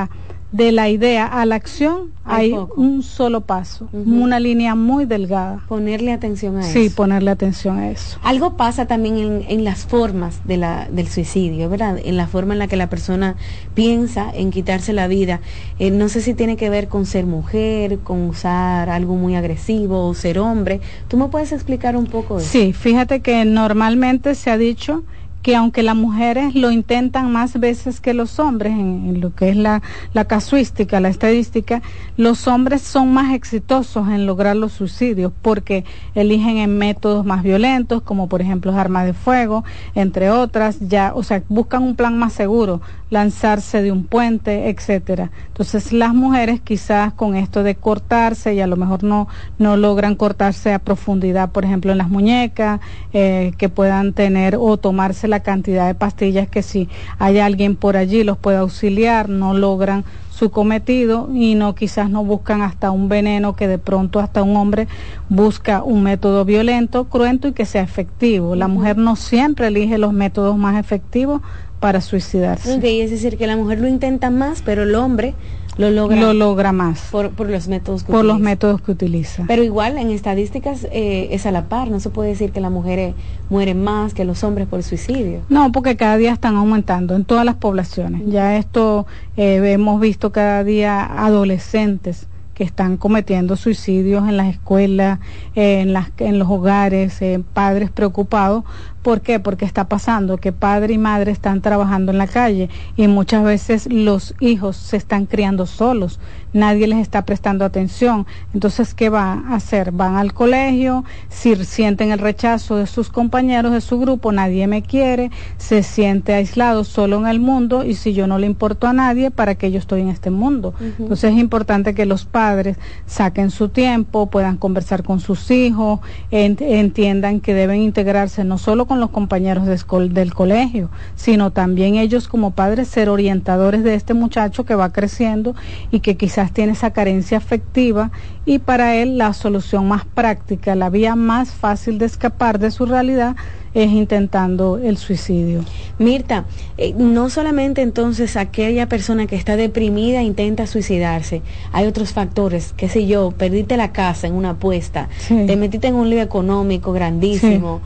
de la idea a la acción hay un solo paso, una línea muy delgada. Ponerle atención a eso. Sí, ponerle atención a eso. Algo pasa también en las formas del suicidio, ¿verdad? En la forma en la que la persona piensa en quitarse la vida. No sé si tiene que ver con ser mujer, con usar algo muy agresivo o ser hombre. ¿Tú me puedes explicar un poco de eso? Sí, fíjate que normalmente se ha dicho que aunque las mujeres lo intentan más veces que los hombres, en lo que es la casuística, la estadística, los hombres son más exitosos en lograr los suicidios porque eligen en métodos más violentos, como por ejemplo armas de fuego, entre otras, buscan un plan más seguro, lanzarse de un puente, etcétera. Entonces las mujeres quizás con esto de cortarse, y a lo mejor no logran cortarse a profundidad, por ejemplo en las muñecas, que puedan tener o tomarse la cantidad de pastillas que si hay alguien por allí los pueda auxiliar, no logran su cometido y quizás no buscan hasta un veneno, que de pronto hasta un hombre busca un método violento, cruento y que sea efectivo. La mujer no siempre elige los métodos más efectivos para suicidarse. Okay, es decir, que la mujer lo intenta más, pero el hombre lo logra más por los métodos que los métodos que utiliza. Pero igual en estadísticas es a la par, no se puede decir que las mujeres mueren más que los hombres por suicidio. No, porque cada día están aumentando en todas las poblaciones. Ya esto hemos visto cada día adolescentes que están cometiendo suicidios en las escuelas, en los hogares, padres preocupados. ¿Por qué? Porque está pasando que padre y madre están trabajando en la calle y muchas veces los hijos se están criando solos, nadie les está prestando atención. Entonces, ¿qué van a hacer? Van al colegio, si sienten el rechazo de sus compañeros, de su grupo, nadie me quiere, se siente aislado, solo en el mundo, y si yo no le importo a nadie, ¿para qué yo estoy en este mundo? Entonces es importante que los padres saquen su tiempo, puedan conversar con sus hijos, entiendan que deben integrarse no solo con los compañeros del colegio, sino también ellos como padres ser orientadores de este muchacho que va creciendo y que quizás tiene esa carencia afectiva, y para él la solución más práctica, la vía más fácil de escapar de su realidad es intentando el suicidio. Mirta, no solamente entonces aquella persona que está deprimida intenta suicidarse, hay otros factores, qué sé yo, perdiste la casa en una apuesta, te metiste en un lío económico grandísimo,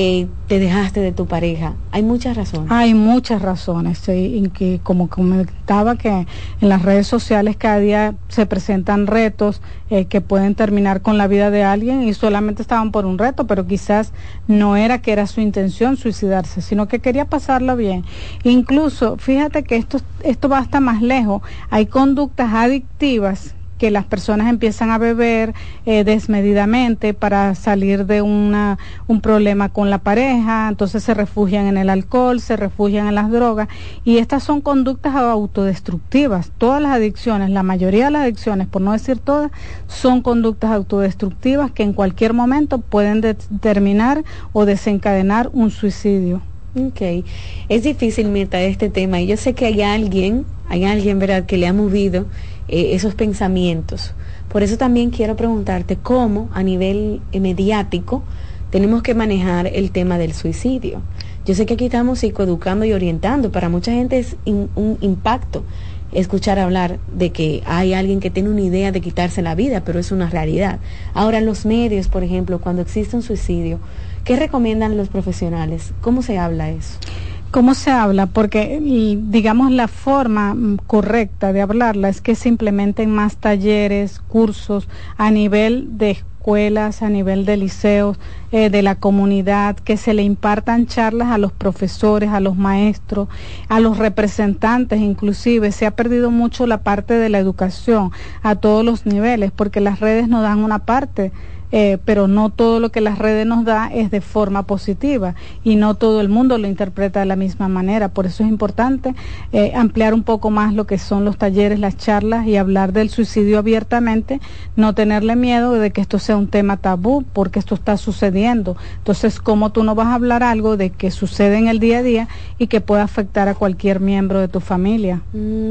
te dejaste de tu pareja, hay muchas razones. Hay muchas razones, y que como comentaba que en las redes sociales cada día se presentan retos que pueden terminar con la vida de alguien y solamente estaban por un reto, pero quizás no era que era su intención suicidarse, sino que quería pasarlo bien. Incluso, fíjate que esto va hasta más lejos, hay conductas adictivas que las personas empiezan a beber desmedidamente para salir de un problema con la pareja, entonces se refugian en el alcohol, se refugian en las drogas, y estas son conductas autodestructivas. Todas las adicciones, la mayoría de las adicciones, por no decir todas, son conductas autodestructivas que en cualquier momento pueden determinar o desencadenar un suicidio. Okay. Es difícil, Mirta, este tema, y yo sé que hay alguien, ¿verdad?, que le ha movido esos pensamientos. Por eso también quiero preguntarte cómo a nivel mediático tenemos que manejar el tema del suicidio. Yo sé que aquí estamos psicoeducando y orientando, para mucha gente es un impacto escuchar hablar de que hay alguien que tiene una idea de quitarse la vida, pero es una realidad. Ahora, los medios, por ejemplo, cuando existe un suicidio, ¿qué recomiendan los profesionales? ¿Cómo se habla eso? ¿Cómo se habla? Porque, digamos, la forma correcta de hablarla es que se implementen más talleres, cursos a nivel de escuelas, a nivel de liceos, de la comunidad, que se le impartan charlas a los profesores, a los maestros, a los representantes. Inclusive se ha perdido mucho la parte de la educación a todos los niveles, porque las redes nos dan una parte, pero no todo lo que las redes nos da es de forma positiva y no todo el mundo lo interpreta de la misma manera. Por eso es importante ampliar un poco más lo que son los talleres, las charlas, y hablar del suicidio abiertamente, no tenerle miedo de que esto sea un tema tabú, porque esto está sucediendo. Entonces, ¿cómo tú no vas a hablar algo de que sucede en el día a día y que pueda afectar a cualquier miembro de tu familia?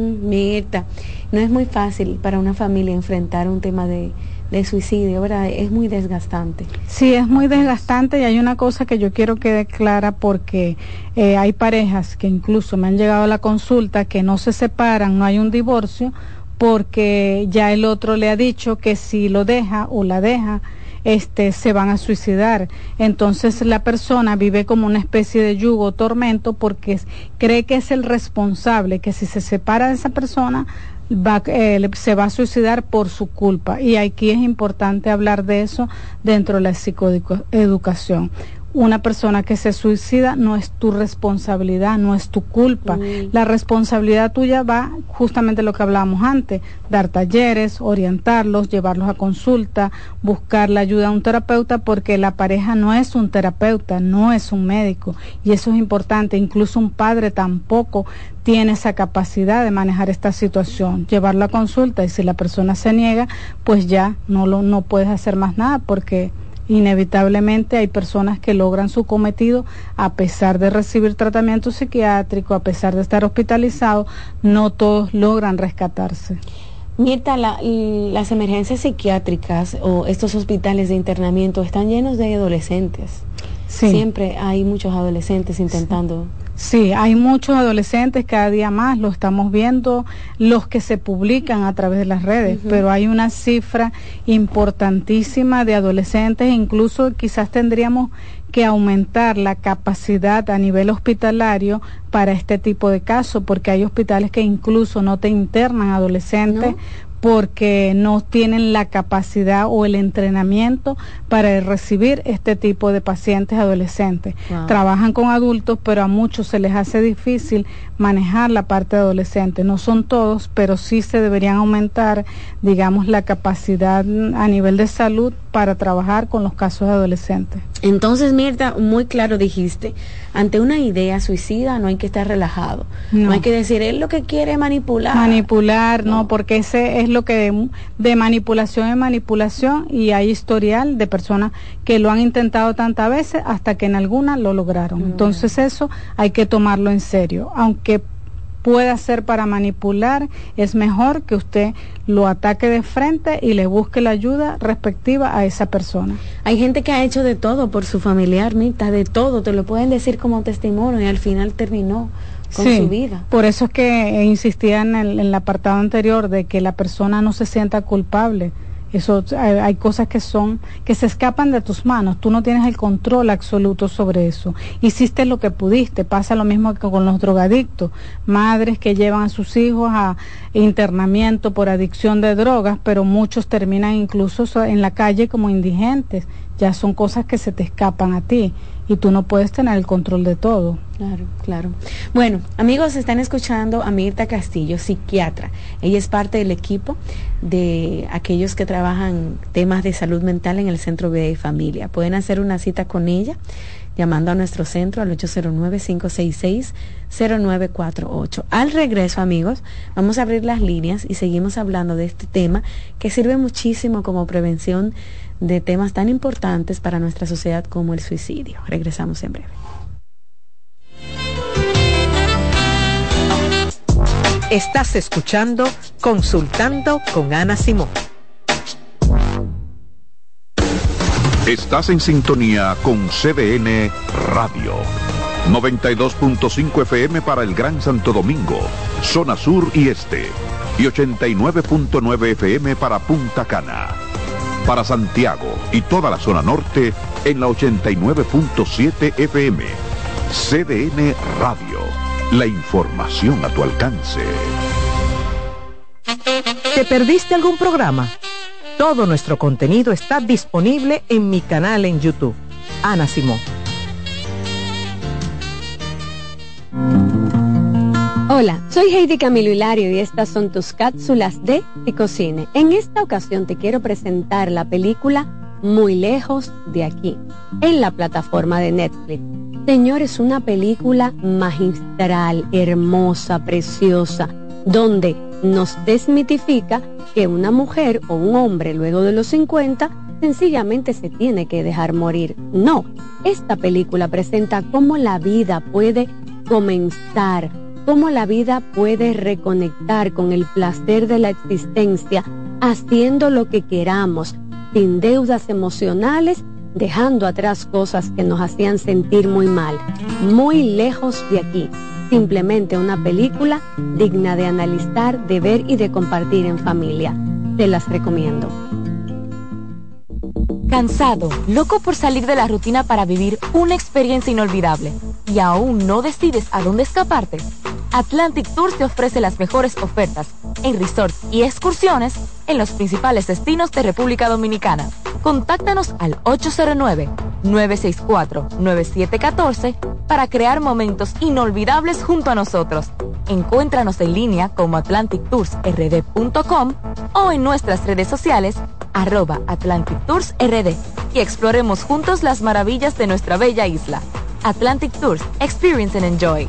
Mirta, no es muy fácil para una familia enfrentar un tema de suicidio, ¿verdad? Es muy desgastante. Sí, es muy desgastante, y hay una cosa que yo quiero que quede clara, porque hay parejas que incluso me han llegado a la consulta que no se separan, no hay un divorcio, porque ya el otro le ha dicho que si lo deja o la deja, se van a suicidar. Entonces la persona vive como una especie de yugo o tormento porque cree que es el responsable, que si se separa de esa persona se va a suicidar por su culpa. Y aquí es importante hablar de eso dentro de la psicoeducación. Una persona que se suicida no es tu responsabilidad, no es tu culpa. La responsabilidad tuya va justamente lo que hablábamos antes, dar talleres, orientarlos, llevarlos a consulta, buscar la ayuda de un terapeuta, porque la pareja no es un terapeuta, no es un médico, y eso es importante. Incluso un padre tampoco tiene esa capacidad de manejar esta situación, llevarlo a consulta, y si la persona se niega, pues ya no puedes hacer más nada, porque inevitablemente hay personas que logran su cometido a pesar de recibir tratamiento psiquiátrico, a pesar de estar hospitalizado, no todos logran rescatarse. Mirta, las emergencias psiquiátricas o estos hospitales de internamiento están llenos de adolescentes. Sí. Siempre hay muchos adolescentes intentando. Sí, hay muchos adolescentes, cada día más lo estamos viendo, los que se publican a través de las redes, pero hay una cifra importantísima de adolescentes, incluso quizás tendríamos que aumentar la capacidad a nivel hospitalario para este tipo de casos, porque hay hospitales que incluso no te internan adolescentes, porque no tienen la capacidad o el entrenamiento para recibir este tipo de pacientes adolescentes. Wow. Trabajan con adultos, pero a muchos se les hace difícil manejar la parte de adolescentes. No son todos, pero sí se deberían aumentar, digamos, la capacidad a nivel de salud para trabajar con los casos de adolescentes. Entonces, Mirta, muy claro dijiste, ante una idea suicida no hay que estar relajado, no hay que decir, él lo que quiere es manipular. Manipular, no, porque ese es lo que de manipulación en manipulación, y hay historial de personas que lo han intentado tantas veces hasta que en alguna lo lograron. Entonces eso hay que tomarlo en serio, aunque pueda ser para manipular, es mejor que usted lo ataque de frente y le busque la ayuda respectiva a esa persona. Hay gente que ha hecho de todo por su familiar, Mirta, de todo, te lo pueden decir como testimonio, y al final terminó con su vida. Por eso es que insistía en el apartado anterior de que la persona no se sienta culpable. Eso, hay cosas que se escapan de tus manos, tú no tienes el control absoluto sobre eso. Hiciste lo que pudiste. Pasa lo mismo que con los drogadictos, madres que llevan a sus hijos a internamiento por adicción de drogas, pero muchos terminan incluso en la calle como indigentes. Ya son cosas que se te escapan a ti y tú no puedes tener el control de todo. Claro, claro. Bueno, amigos, están escuchando a Mirta Castillo, psiquiatra. Ella es parte del equipo de aquellos que trabajan temas de salud mental en el Centro Vida y Familia. Pueden hacer una cita con ella llamando a nuestro centro al 809-566-0948. Al regreso, amigos, vamos a abrir las líneas y seguimos hablando de este tema que sirve muchísimo como prevención de temas tan importantes para nuestra sociedad como el suicidio. Regresamos en breve. Estás escuchando Consultando con Ana Simón. Estás en sintonía con CDN Radio. 92.5 FM para el Gran Santo Domingo, zona sur y este. Y 89.9 FM para Punta Cana. Para Santiago y toda la zona norte en la 89.7 FM. CDN Radio. La información a tu alcance. ¿Te perdiste algún programa? Todo nuestro contenido está disponible en mi canal en YouTube, Ana Simón. Hola, soy Heidi Camilo Hilario y estas son tus cápsulas de Psicocine. En esta ocasión te quiero presentar la película Muy lejos de aquí, en la plataforma de Netflix. Señores, una película magistral, hermosa, preciosa, donde nos desmitifica que una mujer o un hombre luego de los 50 sencillamente se tiene que dejar morir. No, esta película presenta cómo la vida puede comenzar, cómo la vida puede reconectar con el placer de la existencia, haciendo lo que queramos, sin deudas emocionales, dejando atrás cosas que nos hacían sentir muy mal. Muy lejos de aquí. simplemente una película digna de analizar, de ver y de compartir en familia. Te las recomiendo. ¿Cansado, loco por salir de la rutina para vivir una experiencia inolvidable y aún no decides a dónde escaparte? Atlantic Tours te ofrece las mejores ofertas en resorts y excursiones en los principales destinos de República Dominicana. Contáctanos al 809-964-9714 para crear momentos inolvidables junto a nosotros. Encuéntranos en línea como atlantictoursrd.com o en nuestras redes sociales @AtlanticToursRD y exploremos juntos las maravillas de nuestra bella isla. Atlantic Tours, experience and enjoy.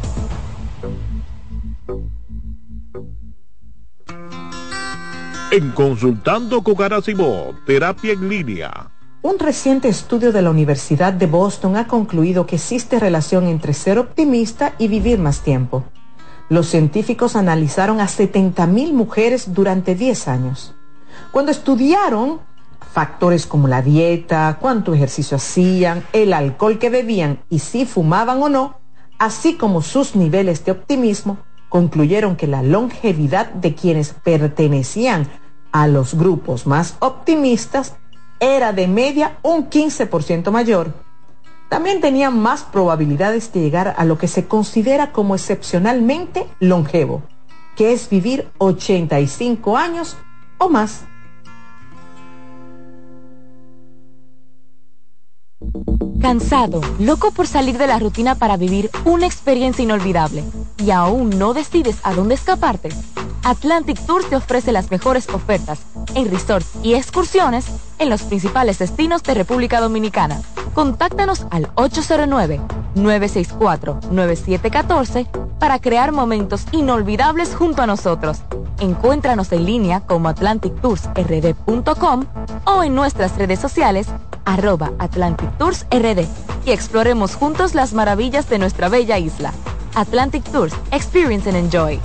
En Consultando con Ana Simó, terapia en línea. Un reciente estudio de la Universidad de Boston ha concluido que existe relación entre ser optimista y vivir más tiempo. Los científicos analizaron a 70,000 mujeres durante 10 años. Cuando estudiaron factores como la dieta, cuánto ejercicio hacían, el alcohol que bebían y si fumaban o no, así como sus niveles de optimismo, concluyeron que la longevidad de quienes pertenecían a los grupos más optimistas era de media un 15% mayor. También tenían más probabilidades de llegar a lo que se considera como excepcionalmente longevo, que es vivir 85 años o más. ¿Cansado, loco por salir de la rutina para vivir una experiencia inolvidable y aún no decides a dónde escaparte? Atlantic Tours te ofrece las mejores ofertas en resorts y excursiones en los principales destinos de República Dominicana. Contáctanos al 809-964-9714 para crear momentos inolvidables junto a nosotros. Encuéntranos en línea como atlantictoursrd.com o en nuestras redes sociales @AtlanticToursRD y exploremos juntos las maravillas de nuestra bella isla. Atlantic Tours, experience and enjoy.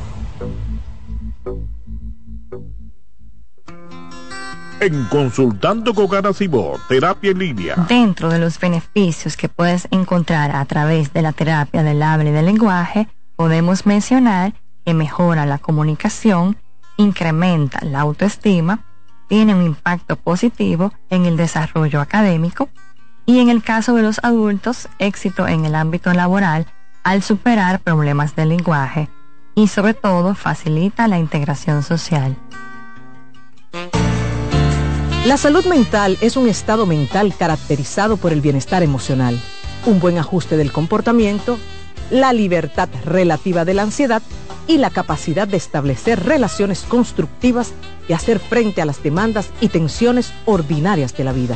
En Consultando con Ana Simó, terapia en línea. Dentro de los beneficios que puedes encontrar a través de la terapia del habla y del lenguaje, podemos mencionar que mejora la comunicación, incrementa la autoestima, tiene un impacto positivo en el desarrollo académico y en el caso de los adultos, éxito en el ámbito laboral al superar problemas del lenguaje y sobre todo facilita la integración social. La salud mental es un estado mental caracterizado por el bienestar emocional, un buen ajuste del comportamiento, la libertad relativa de la ansiedad y la capacidad de establecer relaciones constructivas y hacer frente a las demandas y tensiones ordinarias de la vida.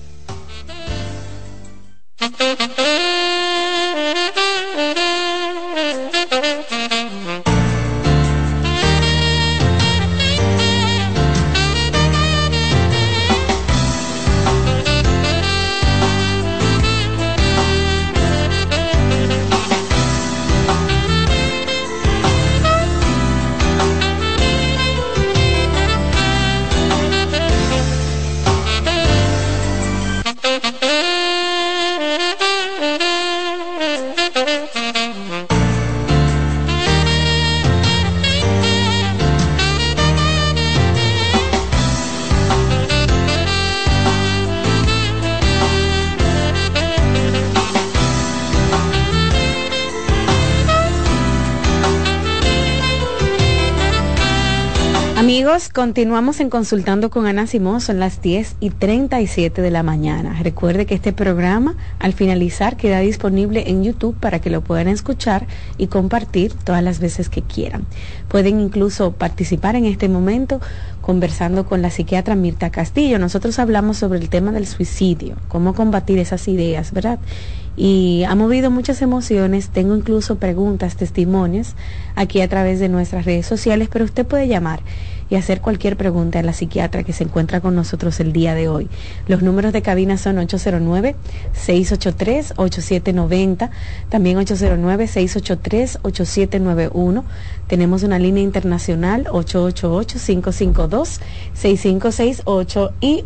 Amigos, continuamos en Consultando con Ana Simón, son las 10:37 de la mañana. Recuerde que este programa, al finalizar, queda disponible en YouTube para que lo puedan escuchar y compartir todas las veces que quieran. Pueden incluso participar en este momento conversando con la psiquiatra Mirta Castillo. Nosotros hablamos sobre el tema del suicidio, cómo combatir esas ideas, ¿verdad? Y ha movido muchas emociones. Tengo incluso preguntas, testimonios aquí a través de nuestras redes sociales, pero usted puede llamar y hacer cualquier pregunta a la psiquiatra que se encuentra con nosotros el día de hoy. Los números de cabina son 809-683-8790, también 809-683-8791. Tenemos una línea internacional 888-552-6568 y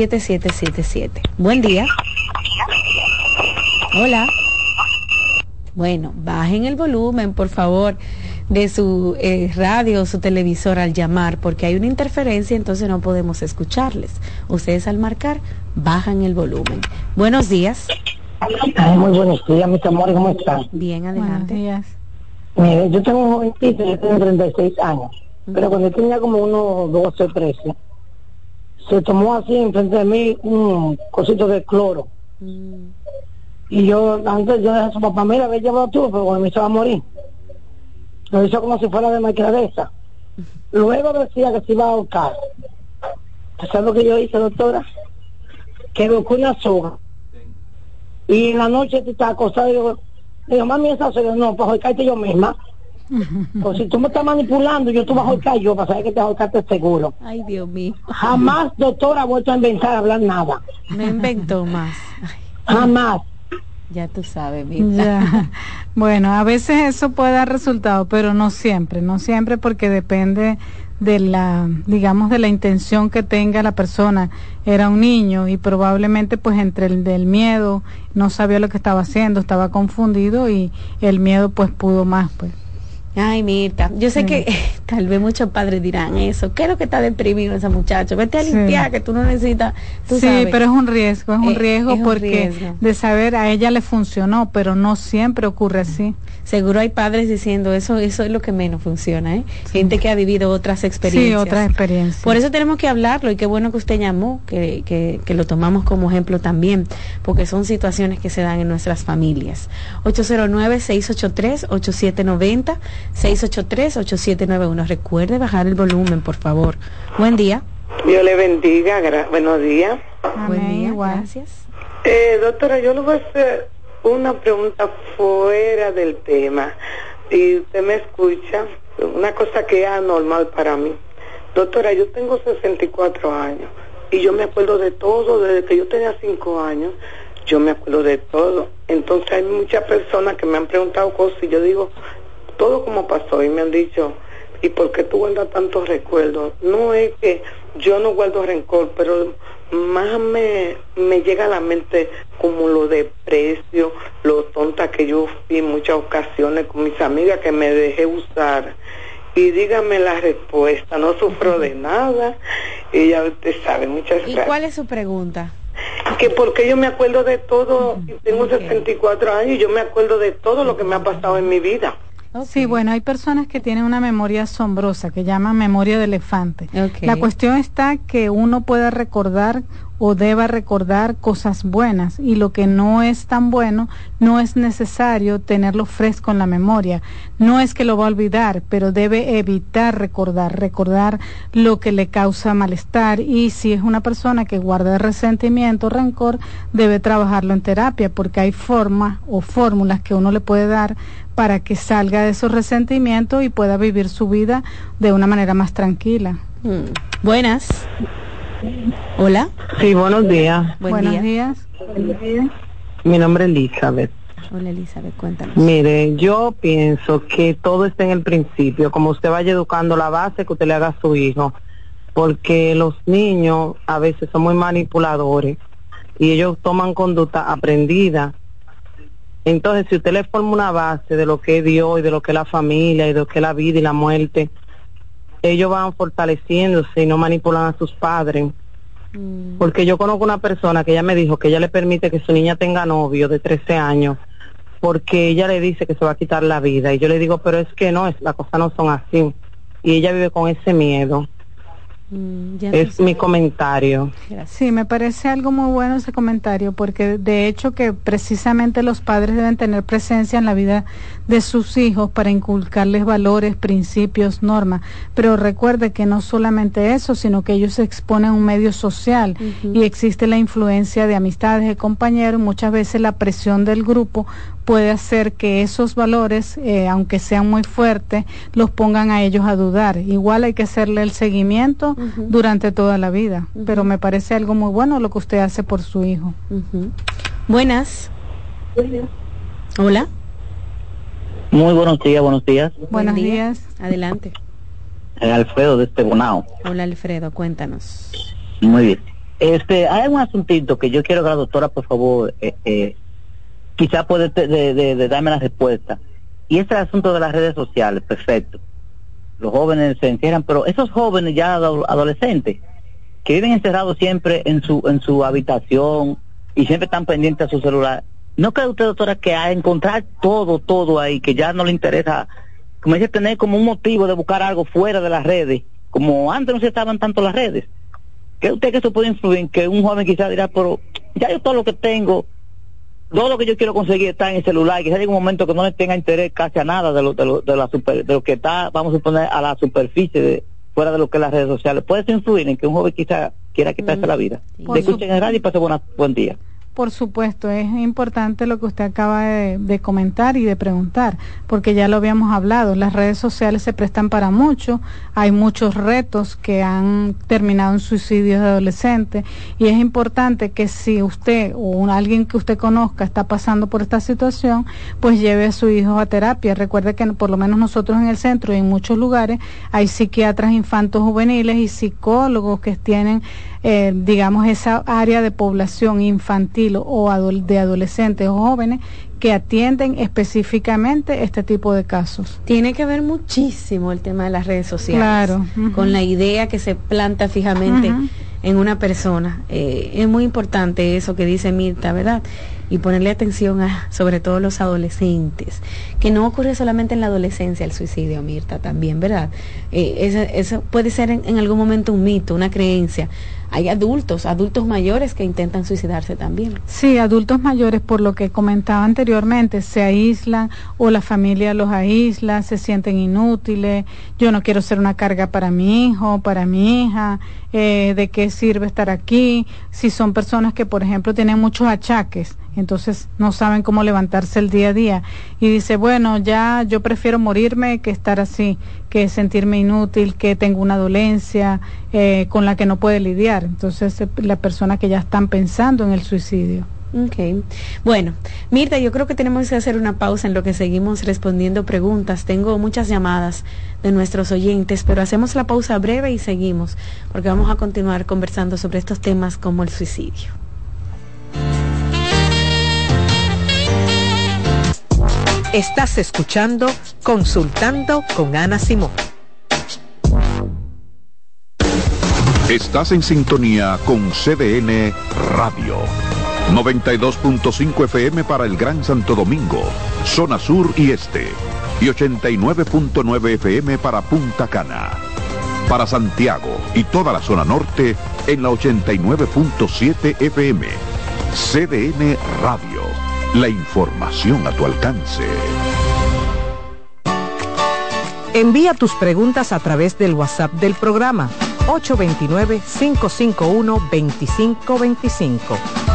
809-200-7777. Buen día. Hola. Bueno, bajen el volumen, por favor, de su radio o su televisor al llamar, porque hay una interferencia, entonces no podemos escucharles. Ustedes al marcar, bajan el volumen. Buenos días. Muy buenos días, mis amores, ¿cómo están? Bien, adelante. Buenos días. Mire, yo tengo un jovencito, yo tengo 36 años, pero cuando tenía como unos 12, 13, se tomó así enfrente de mí un cosito de cloro. Y yo, antes yo dejé a su papá, mira, había llevado tú, pero cuando me hizo a morir. Lo hizo como si fuera de maquinadeza. Luego decía que se iba a ahorcar. ¿Sabes lo que yo hice, doctora? Que buscó una soga. Y en la noche tú estás acostada y digo, mami, esa soga, no, para ahorcarte yo misma. Pues si tú me estás manipulando, yo te voy a ahorcar yo, para saber que te ahorcaste seguro. Ay, Dios mío. Jamás, doctora, ha vuelto a inventar, hablar nada. No inventó más. Jamás. Ya tú sabes, Mirta. Bueno, a veces eso puede dar resultado, pero no siempre, porque depende de la, digamos, de la intención que tenga la persona. Era un niño y probablemente pues entre el del miedo no sabía lo que estaba haciendo, estaba confundido y el miedo pues pudo más, pues. Ay, Mirta, yo sé que tal vez muchos padres dirán eso. ¿Qué es lo que está deprimido esa muchacha? Vete a limpiar, que tú no necesitas. Tú sabes. Pero es un riesgo, porque de saber a ella le funcionó, pero no siempre ocurre así. Seguro hay padres diciendo eso es lo que menos funciona, ¿eh? Sí. Gente que ha vivido otras experiencias. Sí, otras experiencias. Por eso tenemos que hablarlo y qué bueno que usted llamó, que lo tomamos como ejemplo también, porque son situaciones que se dan en nuestras familias. 809-683-8790. 683-8791. Recuerde bajar el volumen, por favor. Buen día. Dios le bendiga. Buenos días. Buen día, gracias. Doctora, yo le voy a hacer una pregunta fuera del tema. Y usted me escucha. Una cosa que es anormal para mí. Doctora, yo tengo 64 años. Y yo me acuerdo de todo. Desde que yo tenía 5 años, yo me acuerdo de todo. Entonces hay muchas personas que me han preguntado cosas y yo digo, todo como pasó, y me han dicho, ¿y por qué tú guardas tantos recuerdos? No es que yo no guardo rencor, pero más me llega a la mente como lo desprecio, lo tonta que yo fui en muchas ocasiones con mis amigas que me dejé usar. Y dígame la respuesta, no sufro de nada, y ya usted sabe, muchas gracias. ¿Y cuál es su pregunta? Que porque yo me acuerdo de todo, y tengo 64 años y yo me acuerdo de todo lo que me ha pasado en mi vida. Okay. Sí, bueno, hay personas que tienen una memoria asombrosa, que llaman memoria de elefante. Okay. La cuestión está que uno pueda recordar o deba recordar cosas buenas, y lo que no es tan bueno no es necesario tenerlo fresco en la memoria. No es que lo va a olvidar, pero debe evitar recordar lo que le causa malestar, y si es una persona que guarda resentimiento, rencor, debe trabajarlo en terapia, porque hay formas o fórmulas que uno le puede dar para que salga de esos resentimientos y pueda vivir su vida de una manera más tranquila. Buenas. Hola. Sí, buenos días. Buenos días. Mi nombre es Elizabeth. Hola, Elizabeth, cuéntanos. Mire, yo pienso que todo está en el principio, como usted vaya educando la base que usted le haga a su hijo, porque los niños a veces son muy manipuladores y ellos toman conducta aprendida. Entonces, si usted le forma una base de lo que es Dios y de lo que es la familia y de lo que es la vida y la muerte, ellos van fortaleciéndose y no manipulan a sus padres. Porque yo conozco una persona que ella me dijo que ella le permite que su niña tenga novio de 13 años porque ella le dice que se va a quitar la vida. Y yo le digo, pero es que no, las cosas no son así. Y ella vive con ese miedo. Es mi comentario. Sí, me parece algo muy bueno ese comentario, porque de hecho que precisamente los padres deben tener presencia en la vida de sus hijos para inculcarles valores, principios, normas, pero recuerde que no solamente eso, sino que ellos se exponen a un medio social y existe la influencia de amistades, de compañeros, muchas veces la presión del grupo puede hacer que esos valores, aunque sean muy fuertes, los pongan a ellos a dudar. Igual hay que hacerle el seguimiento durante toda la vida, pero me parece algo muy bueno lo que usted hace por su hijo. Buenas. Hola. Muy buenos días, buenos días. Buenos días. Adelante. Alfredo de Bonao. Hola, Alfredo, cuéntanos. Muy bien. Hay un asuntito que yo quiero que la doctora, por favor, quizá puede de darme la respuesta. Y este asunto de las redes sociales, perfecto. Los jóvenes se encierran, pero esos jóvenes ya adolescentes, que viven encerrados siempre en su habitación y siempre están pendientes a su celular, ¿no cree usted, doctora, que a encontrar todo ahí, que ya no le interesa, como dice, tener como un motivo de buscar algo fuera de las redes, como antes no se estaban tanto las redes? ¿Cree usted que eso puede influir en que un joven quizás dirá, pero ya yo todo lo que tengo, todo lo que yo quiero conseguir está en el celular, y quizás llegue un momento que no le tenga interés casi a nada de lo que está, vamos a suponer, a la superficie fuera de lo que es las redes sociales? ¿Puede eso influir en que un joven quizá quiera quitarse la vida? Le escuchen en radio y pase buen día. Por supuesto, es importante lo que usted acaba de comentar y de preguntar, porque ya lo habíamos hablado, las redes sociales se prestan para mucho, hay muchos retos que han terminado en suicidios de adolescentes, y es importante que si usted o alguien que usted conozca está pasando por esta situación, pues lleve a su hijo a terapia. Recuerde que por lo menos nosotros en el centro y en muchos lugares hay psiquiatras infantos juveniles y psicólogos que tienen digamos, esa área de población infantil o de adolescentes o jóvenes que atienden específicamente este tipo de casos. Tiene que ver muchísimo el tema de las redes sociales, claro, con la idea que se planta fijamente en una persona. Es muy importante eso que dice Mirta, ¿verdad? Y ponerle atención a, sobre todo, los adolescentes, que no ocurre solamente en la adolescencia el suicidio, Mirta, también, ¿verdad? Eso puede ser en algún momento un mito, una creencia. Hay adultos mayores que intentan suicidarse también. Sí, adultos mayores, por lo que comentaba anteriormente, se aíslan o la familia los aísla, se sienten inútiles, yo no quiero ser una carga para mi hijo, para mi hija, ¿de qué sirve estar aquí? Si son personas que, por ejemplo, tienen muchos achaques, entonces no saben cómo levantarse el día a día y dice, bueno, ya yo prefiero morirme que estar así, que sentirme inútil, que tengo una dolencia con la que no puede lidiar. Entonces la persona que ya están pensando en el suicidio. Okay. Bueno, Mirta, yo creo que tenemos que hacer una pausa en lo que seguimos respondiendo preguntas. Tengo muchas llamadas de nuestros oyentes, pero hacemos la pausa breve y seguimos, porque vamos a continuar conversando sobre estos temas como el suicidio. Estás escuchando Consultando con Ana Simón. Estás en sintonía con CDN Radio. 92.5 FM para el Gran Santo Domingo, zona sur y este. Y 89.9 FM para Punta Cana. Para Santiago y toda la zona norte en la 89.7 FM. CDN Radio. La información a tu alcance. Envía tus preguntas a través del WhatsApp del programa 829-551-2525.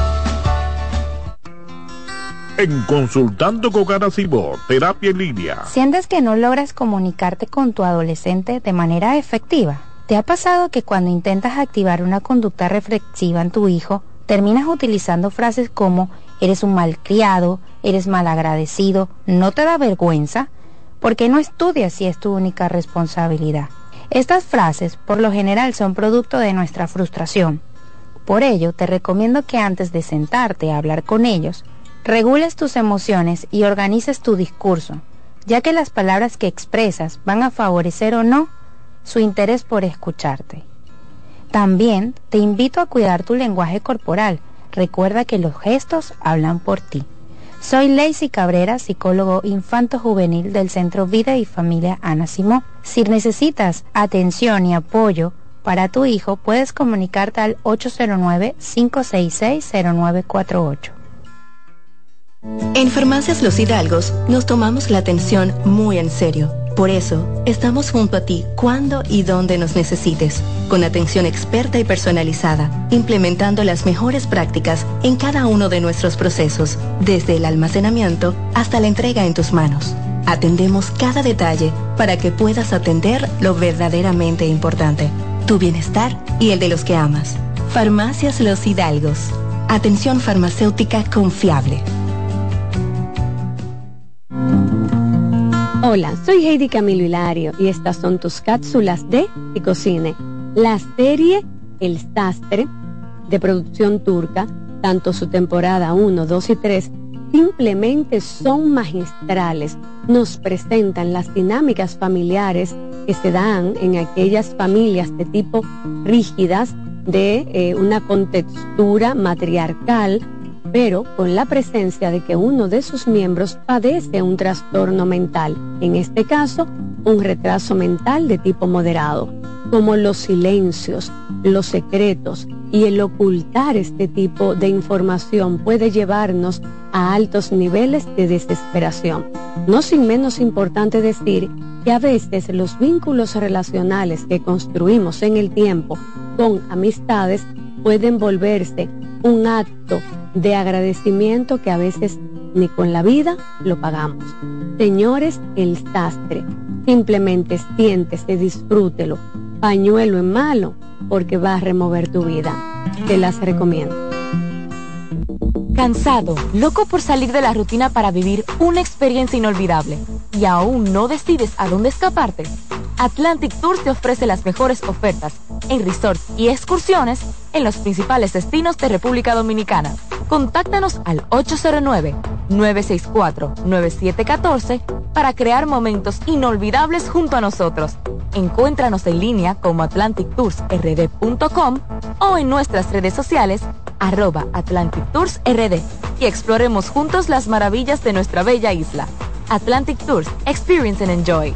En Consultando con Ana Simón, terapia en línea. ¿Sientes que no logras comunicarte con tu adolescente de manera efectiva? ¿Te ha pasado que cuando intentas activar una conducta reflexiva en tu hijo, terminas utilizando frases como eres un malcriado, eres malagradecido, no te da vergüenza? ¿Por qué no estudias si es tu única responsabilidad? Estas frases, por lo general, son producto de nuestra frustración. Por ello, te recomiendo que antes de sentarte a hablar con ellos, regules tus emociones y organices tu discurso, ya que las palabras que expresas van a favorecer o no su interés por escucharte. También te invito a cuidar tu lenguaje corporal. Recuerda que los gestos hablan por ti. Soy Lacey Cabrera, psicólogo infanto-juvenil del Centro Vida y Familia Ana Simón. Si necesitas atención y apoyo para tu hijo, puedes comunicarte al 809-566-0948. En Farmacias Los Hidalgos nos tomamos la atención muy en serio. Por eso, estamos junto a ti cuando y donde nos necesites, con atención experta y personalizada, implementando las mejores prácticas en cada uno de nuestros procesos, desde el almacenamiento hasta la entrega en tus manos. Atendemos cada detalle para que puedas atender lo verdaderamente importante, tu bienestar y el de los que amas. Farmacias Los Hidalgos. Atención farmacéutica confiable. Hola, soy Heidi Camilo Hilario y estas son tus cápsulas de Psicocine. La serie El Sastre, de producción turca, tanto su temporada 1, 2 y 3, simplemente son magistrales. Nos presentan las dinámicas familiares que se dan en aquellas familias de tipo rígidas, de una contextura matriarcal, pero con la presencia de que uno de sus miembros padece un trastorno mental, en este caso, un retraso mental de tipo moderado, como los silencios, los secretos y el ocultar este tipo de información puede llevarnos a altos niveles de desesperación. No sin menos importante decir que a veces los vínculos relacionales que construimos en el tiempo con amistades pueden volverse un acto de agradecimiento que a veces ni con la vida lo pagamos. Señores, el sastre, simplemente siéntese, disfrútelo, pañuelo en mano, porque va a remover tu vida. Te las recomiendo. Cansado, loco por salir de la rutina para vivir una experiencia inolvidable y aún no decides a dónde escaparte. Atlantic Tours te ofrece las mejores ofertas en resorts y excursiones en los principales destinos de República Dominicana. Contáctanos al 809-964-9714 para crear momentos inolvidables junto a nosotros. Encuéntranos en línea como atlantictoursrd.com o en nuestras redes sociales @AtlanticToursRD y exploremos juntos las maravillas de nuestra bella isla. Atlantic Tours, experience and enjoy.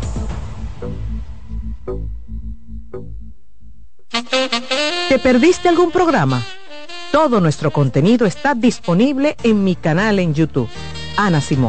¿Te perdiste algún programa? Todo nuestro contenido está disponible en mi canal en YouTube, Ana Simón.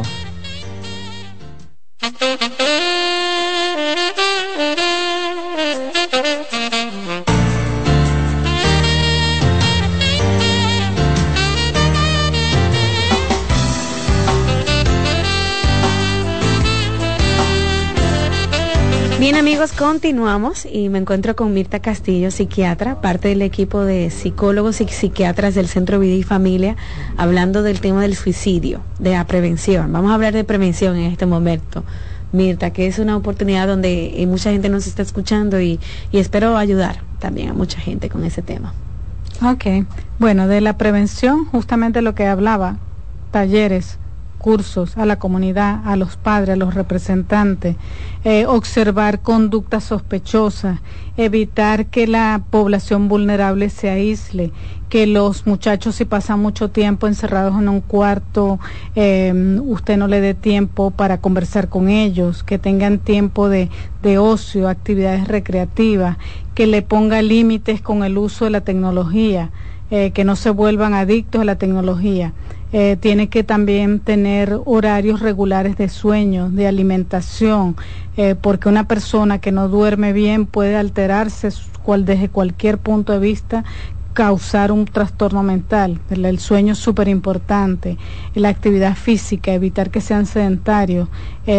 Bien, amigos, continuamos y me encuentro con Mirta Castillo, psiquiatra, parte del equipo de psicólogos y psiquiatras del Centro Vida y Familia, hablando del tema del suicidio, de la prevención. Vamos a hablar de prevención en este momento, Mirta, que es una oportunidad donde mucha gente nos está escuchando y espero ayudar también a mucha gente con ese tema. Ok, bueno, de la prevención, justamente lo que hablaba, talleres, cursos a la comunidad, a los padres, a los representantes, observar conductas sospechosas, evitar que la población vulnerable se aísle, que los muchachos si pasan mucho tiempo encerrados en un cuarto, usted no le dé tiempo para conversar con ellos, que tengan tiempo de ocio, actividades recreativas, que le ponga límites con el uso de la tecnología, que no se vuelvan adictos a la tecnología. Tiene que también tener horarios regulares de sueño, de alimentación, porque una persona que no duerme bien puede alterarse desde cualquier punto de vista, causar un trastorno mental. El sueño es súper importante, la actividad física, evitar que sean sedentarios,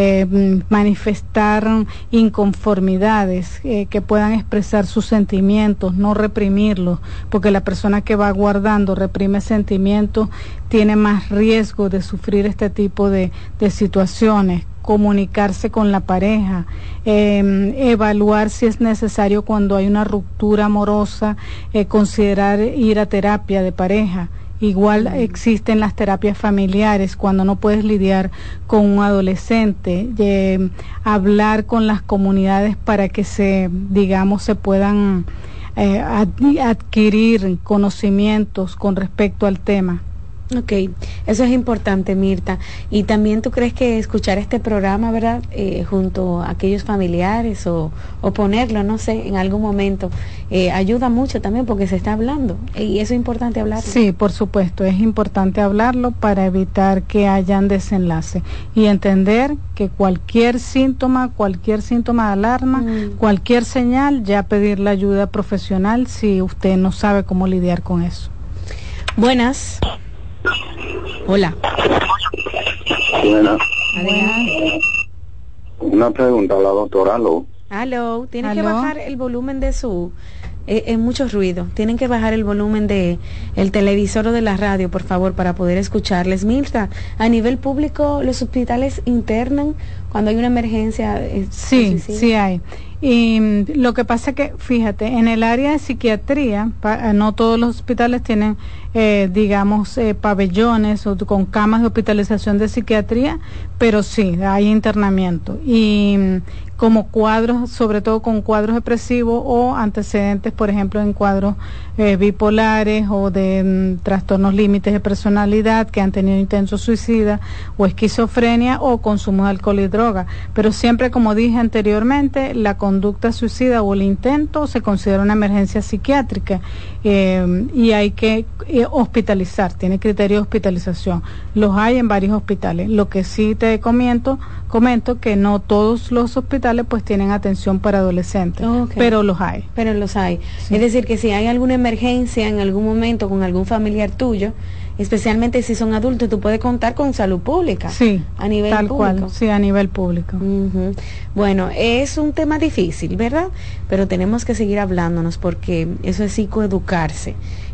manifestar inconformidades, que puedan expresar sus sentimientos, no reprimirlos, porque la persona que va guardando, reprime sentimientos, tiene más riesgo de sufrir este tipo de situaciones. Comunicarse con la pareja, evaluar si es necesario cuando hay una ruptura amorosa, considerar ir a terapia de pareja. Igual existen las terapias familiares cuando no puedes lidiar con un adolescente, hablar con las comunidades para que se puedan adquirir conocimientos con respecto al tema. Ok, eso es importante, Mirta. Y también tú crees que escuchar este programa, ¿verdad? Junto a aquellos familiares o ponerlo, no sé, en algún momento, ayuda mucho también porque se está hablando. Y eso es importante hablarlo. Sí, por supuesto, es importante hablarlo para evitar que hayan desenlace. Y entender que cualquier síntoma de alarma, cualquier señal, ya pedir la ayuda profesional si usted no sabe cómo lidiar con eso. Buenas. Hola. Buenas. Adelante. Una pregunta a la doctora. Aló. Tiene que bajar el volumen de su... es mucho ruido. Tienen que bajar el volumen de el televisor o de la radio, por favor, para poder escucharles. Mirta, a nivel público, ¿los hospitales internan cuando hay una emergencia. Sí hay. Y lo que pasa que, fíjate, en el área de psiquiatría, no todos los hospitales tienen, pabellones o con camas de hospitalización de psiquiatría, pero sí, hay internamiento. Y como cuadros, sobre todo con cuadros depresivos o antecedentes, por ejemplo, en cuadros bipolares o de trastornos límites de personalidad que han tenido intentos suicidas o esquizofrenia o consumo de alcohol y droga. Pero siempre, como dije anteriormente, la conducta suicida o el intento se considera una emergencia psiquiátrica y hay que hospitalizar, tiene criterio de hospitalización. Los hay en varios hospitales. Lo que sí te comento que no todos los hospitales pues tienen atención para adolescentes, pero los hay. Sí. Es decir, que si hay alguna emergencia en algún momento con algún familiar tuyo, especialmente si son adultos, tú puedes contar con salud pública. Sí, a nivel tal público. Cual, sí, a nivel público. Bueno, es un tema difícil, ¿verdad? Pero tenemos que seguir hablándonos porque eso es psicoeducarse.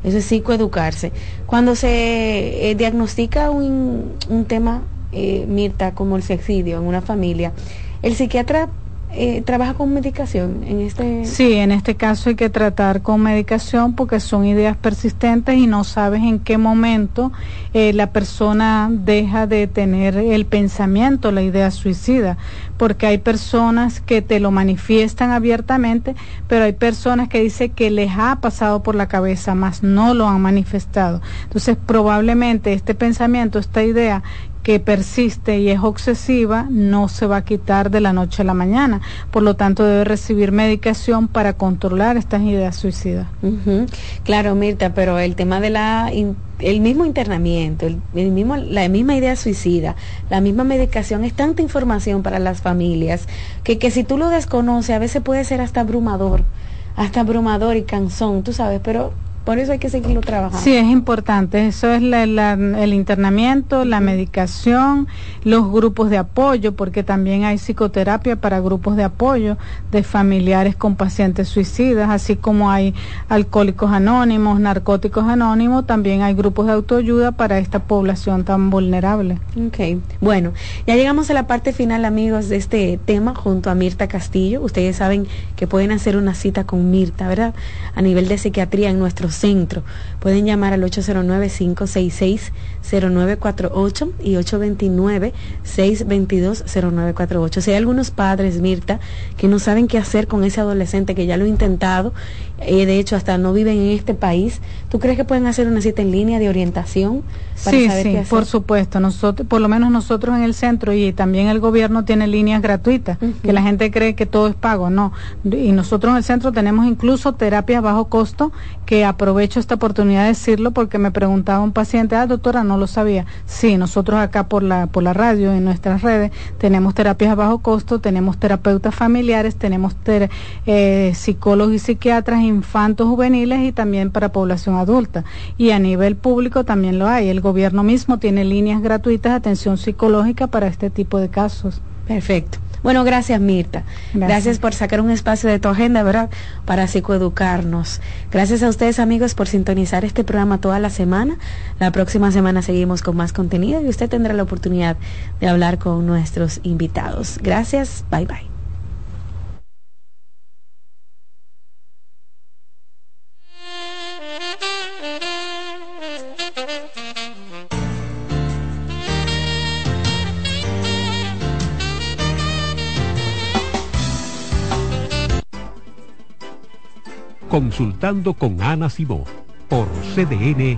Cuando se diagnostica un tema, Mirta, como el suicidio en una familia, el psiquiatra ¿trabaja con medicación en este? Sí, en este caso hay que tratar con medicación porque son ideas persistentes y no sabes en qué momento la persona deja de tener el pensamiento, la idea suicida, porque hay personas que te lo manifiestan abiertamente, pero hay personas que dicen que les ha pasado por la cabeza, mas no lo han manifestado. Entonces, probablemente este pensamiento, esta idea que persiste y es obsesiva, no se va a quitar de la noche a la mañana. Por lo tanto, debe recibir medicación para controlar estas ideas suicidas. Claro, Mirta, pero el tema de el mismo internamiento, la misma idea suicida, la misma medicación, es tanta información para las familias que si tú lo desconoces, a veces puede ser hasta abrumador y cansón, tú sabes, pero por eso hay que seguirlo trabajando. Sí, es importante. Eso es el internamiento, la medicación, los grupos de apoyo, porque también hay psicoterapia para grupos de apoyo de familiares con pacientes suicidas, así como hay alcohólicos anónimos, narcóticos anónimos, también hay grupos de autoayuda para esta población tan vulnerable. Bueno, ya llegamos a la parte final, amigos, de este tema junto a Mirta Castillo. Ustedes saben que pueden hacer una cita con Mirta, ¿verdad? A nivel de psiquiatría en nuestro centro. Pueden llamar al 809-566-0948 y 829-622-0948. Si hay algunos padres, Mirta, que no saben qué hacer con ese adolescente que ya lo ha intentado, de hecho hasta no viven en este país, ¿tú crees que pueden hacer una cita en línea de orientación para saber qué hacer? Por supuesto. Nosotros, por lo menos nosotros en el centro, y también el gobierno tiene líneas gratuitas, que la gente cree que todo es pago, no. Y nosotros en el centro tenemos incluso terapias bajo costo, que aprovecho esta oportunidad de decirlo porque me preguntaba un paciente, doctora, no lo sabía. Sí, nosotros acá por la radio, en nuestras redes, tenemos terapias a bajo costo, tenemos terapeutas familiares, tenemos psicólogos y psiquiatras infantos juveniles y también para población adulta. Y a nivel público también lo hay. El gobierno mismo tiene líneas gratuitas de atención psicológica para este tipo de casos. Perfecto. Bueno, gracias, Mirta. Gracias por sacar un espacio de tu agenda, ¿verdad?, para psicoeducarnos. Gracias a ustedes, amigos, por sintonizar este programa toda la semana. La próxima semana seguimos con más contenido y usted tendrá la oportunidad de hablar con nuestros invitados. Gracias. Bye, bye. Consultando con Ana Simó por CDN.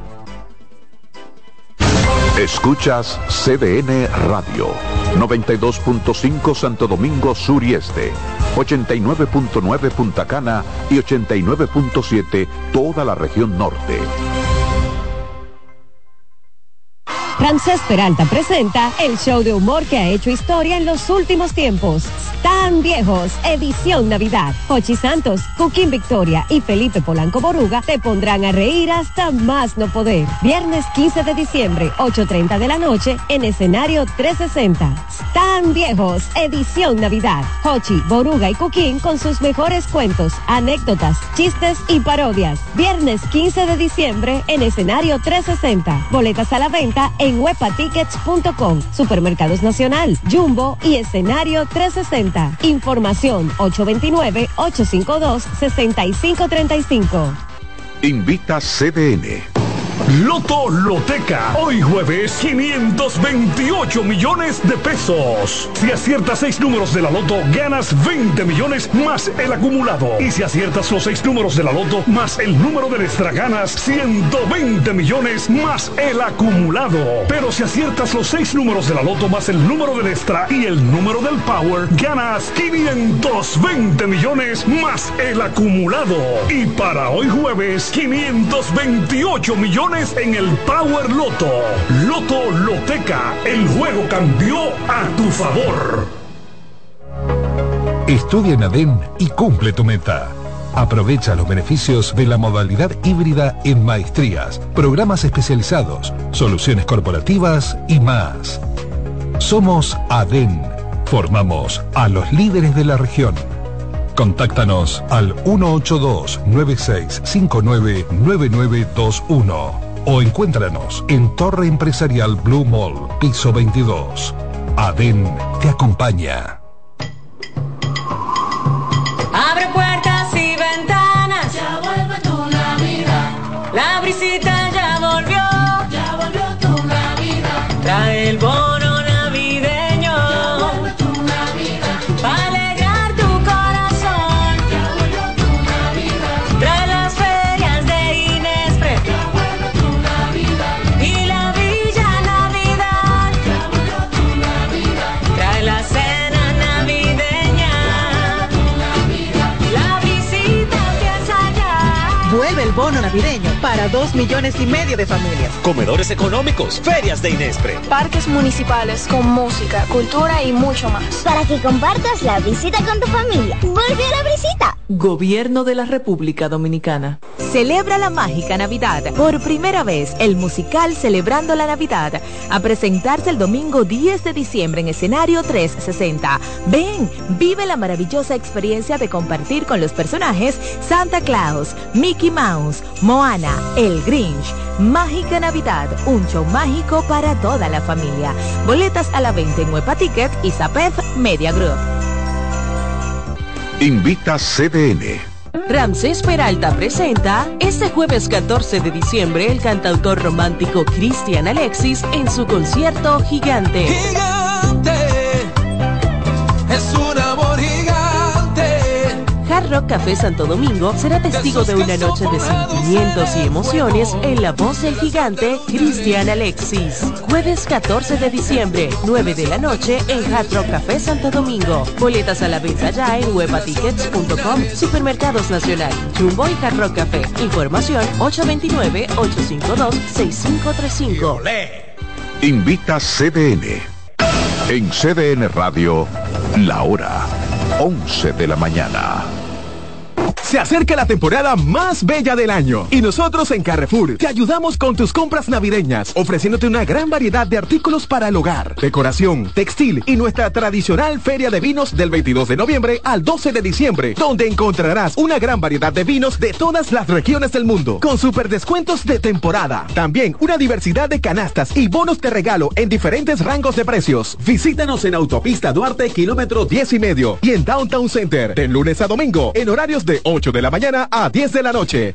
Escuchas CDN Radio, 92.5 Santo Domingo Sur y Este, 89.9 Punta Cana y 89.7 toda la región norte. Ramsés Peralta presenta el show de humor que ha hecho historia en los últimos tiempos. Tan Viejos, edición Navidad. Jochi Santos, Cooking Victoria y Felipe Polanco Boruga te pondrán a reír hasta más no poder. Viernes 15 de diciembre, 8:30 de la noche, en escenario 360. Tan Viejos, edición Navidad. Jochi, Boruga y Cooking con sus mejores cuentos, anécdotas, chistes y parodias. Viernes 15 de diciembre, en escenario 360. Boletas a la venta en en webatickets.com, Supermercados Nacional, Jumbo y Escenario 360. Información 829-852-6535. Invita CDN. Loto Loteca, hoy jueves 528 millones de pesos. Si aciertas 6 números de la Loto, ganas 20 millones más el acumulado. Y si aciertas los 6 números de la Loto más el número del extra, ganas 120 millones más el acumulado. Pero si aciertas los 6 números de la Loto más el número del extra y el número del Power, ganas 520 millones más el acumulado. Y para hoy jueves, 528 millones en el Power Loto. Loto Loteca, el juego cambió a tu favor. Estudia en ADEN y cumple tu meta. Aprovecha los beneficios de la modalidad híbrida en maestrías, programas especializados, soluciones corporativas y más. Somos ADEN. Formamos a los líderes de la región. Contáctanos al 182-9659-9921 o encuéntranos en Torre Empresarial Blue Mall, piso 22. ADEN te acompaña. Abre puertas y ventanas, ya vuelve tu Navidad. La brisita ya volvió tu Navidad. Trae el bono navideño, ya vuelve tu Navidad. Para alegrar tu corazón, ya volvió tu Navidad. Trae las ferias de Inespre, ya vuelve tu Navidad. Y la Villa Navidad, ya volvió tu Navidad. Trae la cena navideña, la visita empieza ya. Vuelve el bono navideño para 2,5 millones de familias. Comedores económicos, ferias de Inespre. Parques municipales con música, cultura y mucho más. Para que compartas la visita con tu familia. ¡Vuelve a la visita! Gobierno de la República Dominicana. Celebra la mágica Navidad. Por primera vez, el musical Celebrando la Navidad, a presentarse el domingo 10 de diciembre en Escenario 360. Ven, vive la maravillosa experiencia de compartir con los personajes Santa Claus, Mickey Mouse, Moana, El Grinch. Mágica Navidad, un show mágico para toda la familia. Boletas a la venta en Huepa Ticket y Zapef Media Group. Invita CDN. Ramsés Peralta presenta este jueves 14 de diciembre el cantautor romántico Cristian Alexis en su concierto Gigante. Gigante, es un amor gigante. Hard Rock Café Santo Domingo será testigo de una noche de sentimientos y emociones en la voz del gigante Cristian Alexis. Jueves 14 de diciembre, 9 de la noche en Hard Rock Café Santo Domingo. Boletas a la venta ya en webatickets.com, Supermercados Nacional, Jumbo y Hard Rock Café. Información 829-852-6535. Invita CDN. En CDN Radio, la hora 11 de la mañana. Se acerca la temporada más bella del año y nosotros en Carrefour te ayudamos con tus compras navideñas, ofreciéndote una gran variedad de artículos para el hogar, decoración, textil y nuestra tradicional feria de vinos del 22 de noviembre al 12 de diciembre, donde encontrarás una gran variedad de vinos de todas las regiones del mundo, con super descuentos de temporada. También una diversidad de canastas y bonos de regalo en diferentes rangos de precios. Visítanos en Autopista Duarte, kilómetro 10,5 y en Downtown Center, de lunes a domingo, en horarios de 8 de la mañana a 10 de la noche.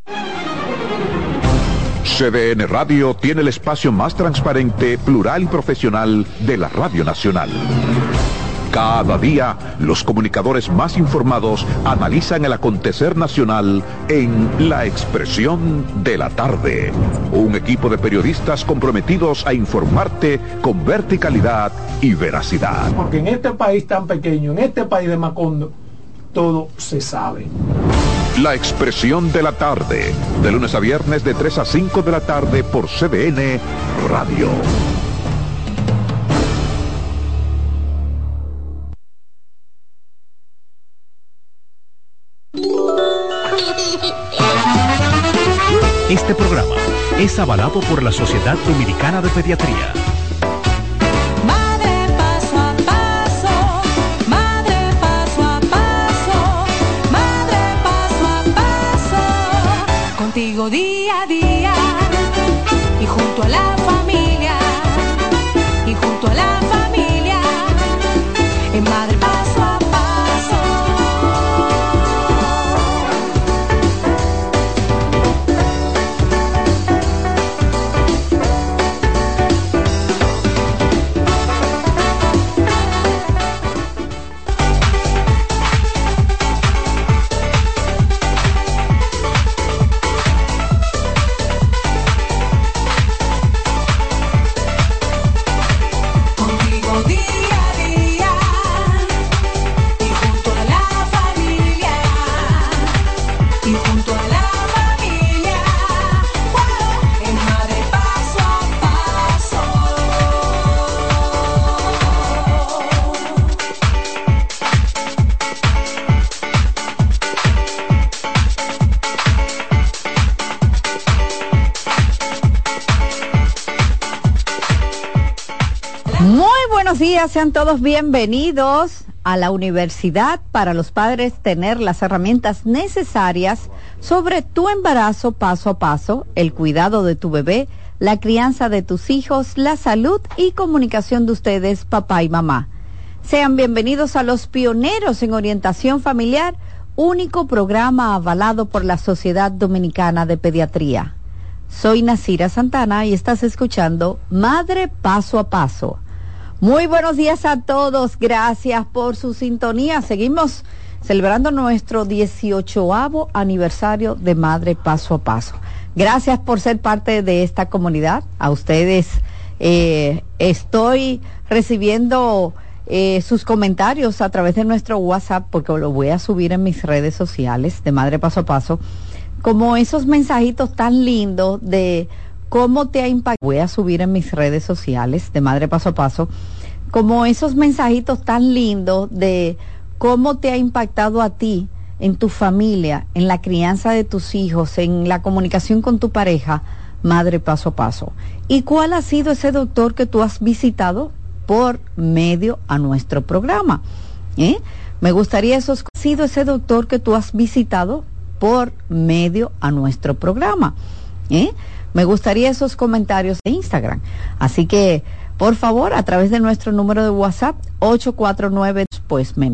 CDN Radio tiene el espacio más transparente, plural y profesional de la Radio Nacional. Cada día, los comunicadores más informados analizan el acontecer nacional en La Expresión de la Tarde. Un equipo de periodistas comprometidos a informarte con verticalidad y veracidad. Porque en este país tan pequeño, en este país de Macondo, todo se sabe. La Expresión de la Tarde, de lunes a viernes de 3 a 5 de la tarde por CDN Radio. Este programa es avalado por la Sociedad Dominicana de Pediatría. Madre paso a paso, madre paso a paso, madre paso a paso, contigo día a día y junto a la familia. buenos días, sean todos bienvenidos a la universidad para los padres tener las herramientas necesarias sobre tu embarazo paso a paso, el cuidado de tu bebé, la crianza de tus hijos, la salud y comunicación de ustedes, papá y mamá. Sean bienvenidos a los pioneros en orientación familiar, único programa avalado por la Sociedad Dominicana de Pediatría. Soy Nasira Santana y estás escuchando Madre Paso a Paso. Muy buenos días a todos, gracias por su sintonía. Seguimos celebrando nuestro 18º aniversario de Madre Paso a Paso. Gracias por ser parte de esta comunidad. A ustedes estoy recibiendo sus comentarios a través de nuestro WhatsApp, porque lo voy a subir en mis redes sociales de Madre Paso a Paso, como esos mensajitos tan lindos de cómo te ha impactado. Voy a subir en mis redes sociales de Madre Paso a Paso, como esos mensajitos tan lindos de cómo te ha impactado a ti, en tu familia, en la crianza de tus hijos, en la comunicación con tu pareja, Madre Paso a Paso. ¿Y cuál ha sido ese doctor que tú has visitado por medio a nuestro programa? Me gustaría sido ese doctor que tú has visitado por medio a nuestro programa. Me gustaría esos comentarios de Instagram. Así que, por favor, a través de nuestro número de WhatsApp, 849, pues me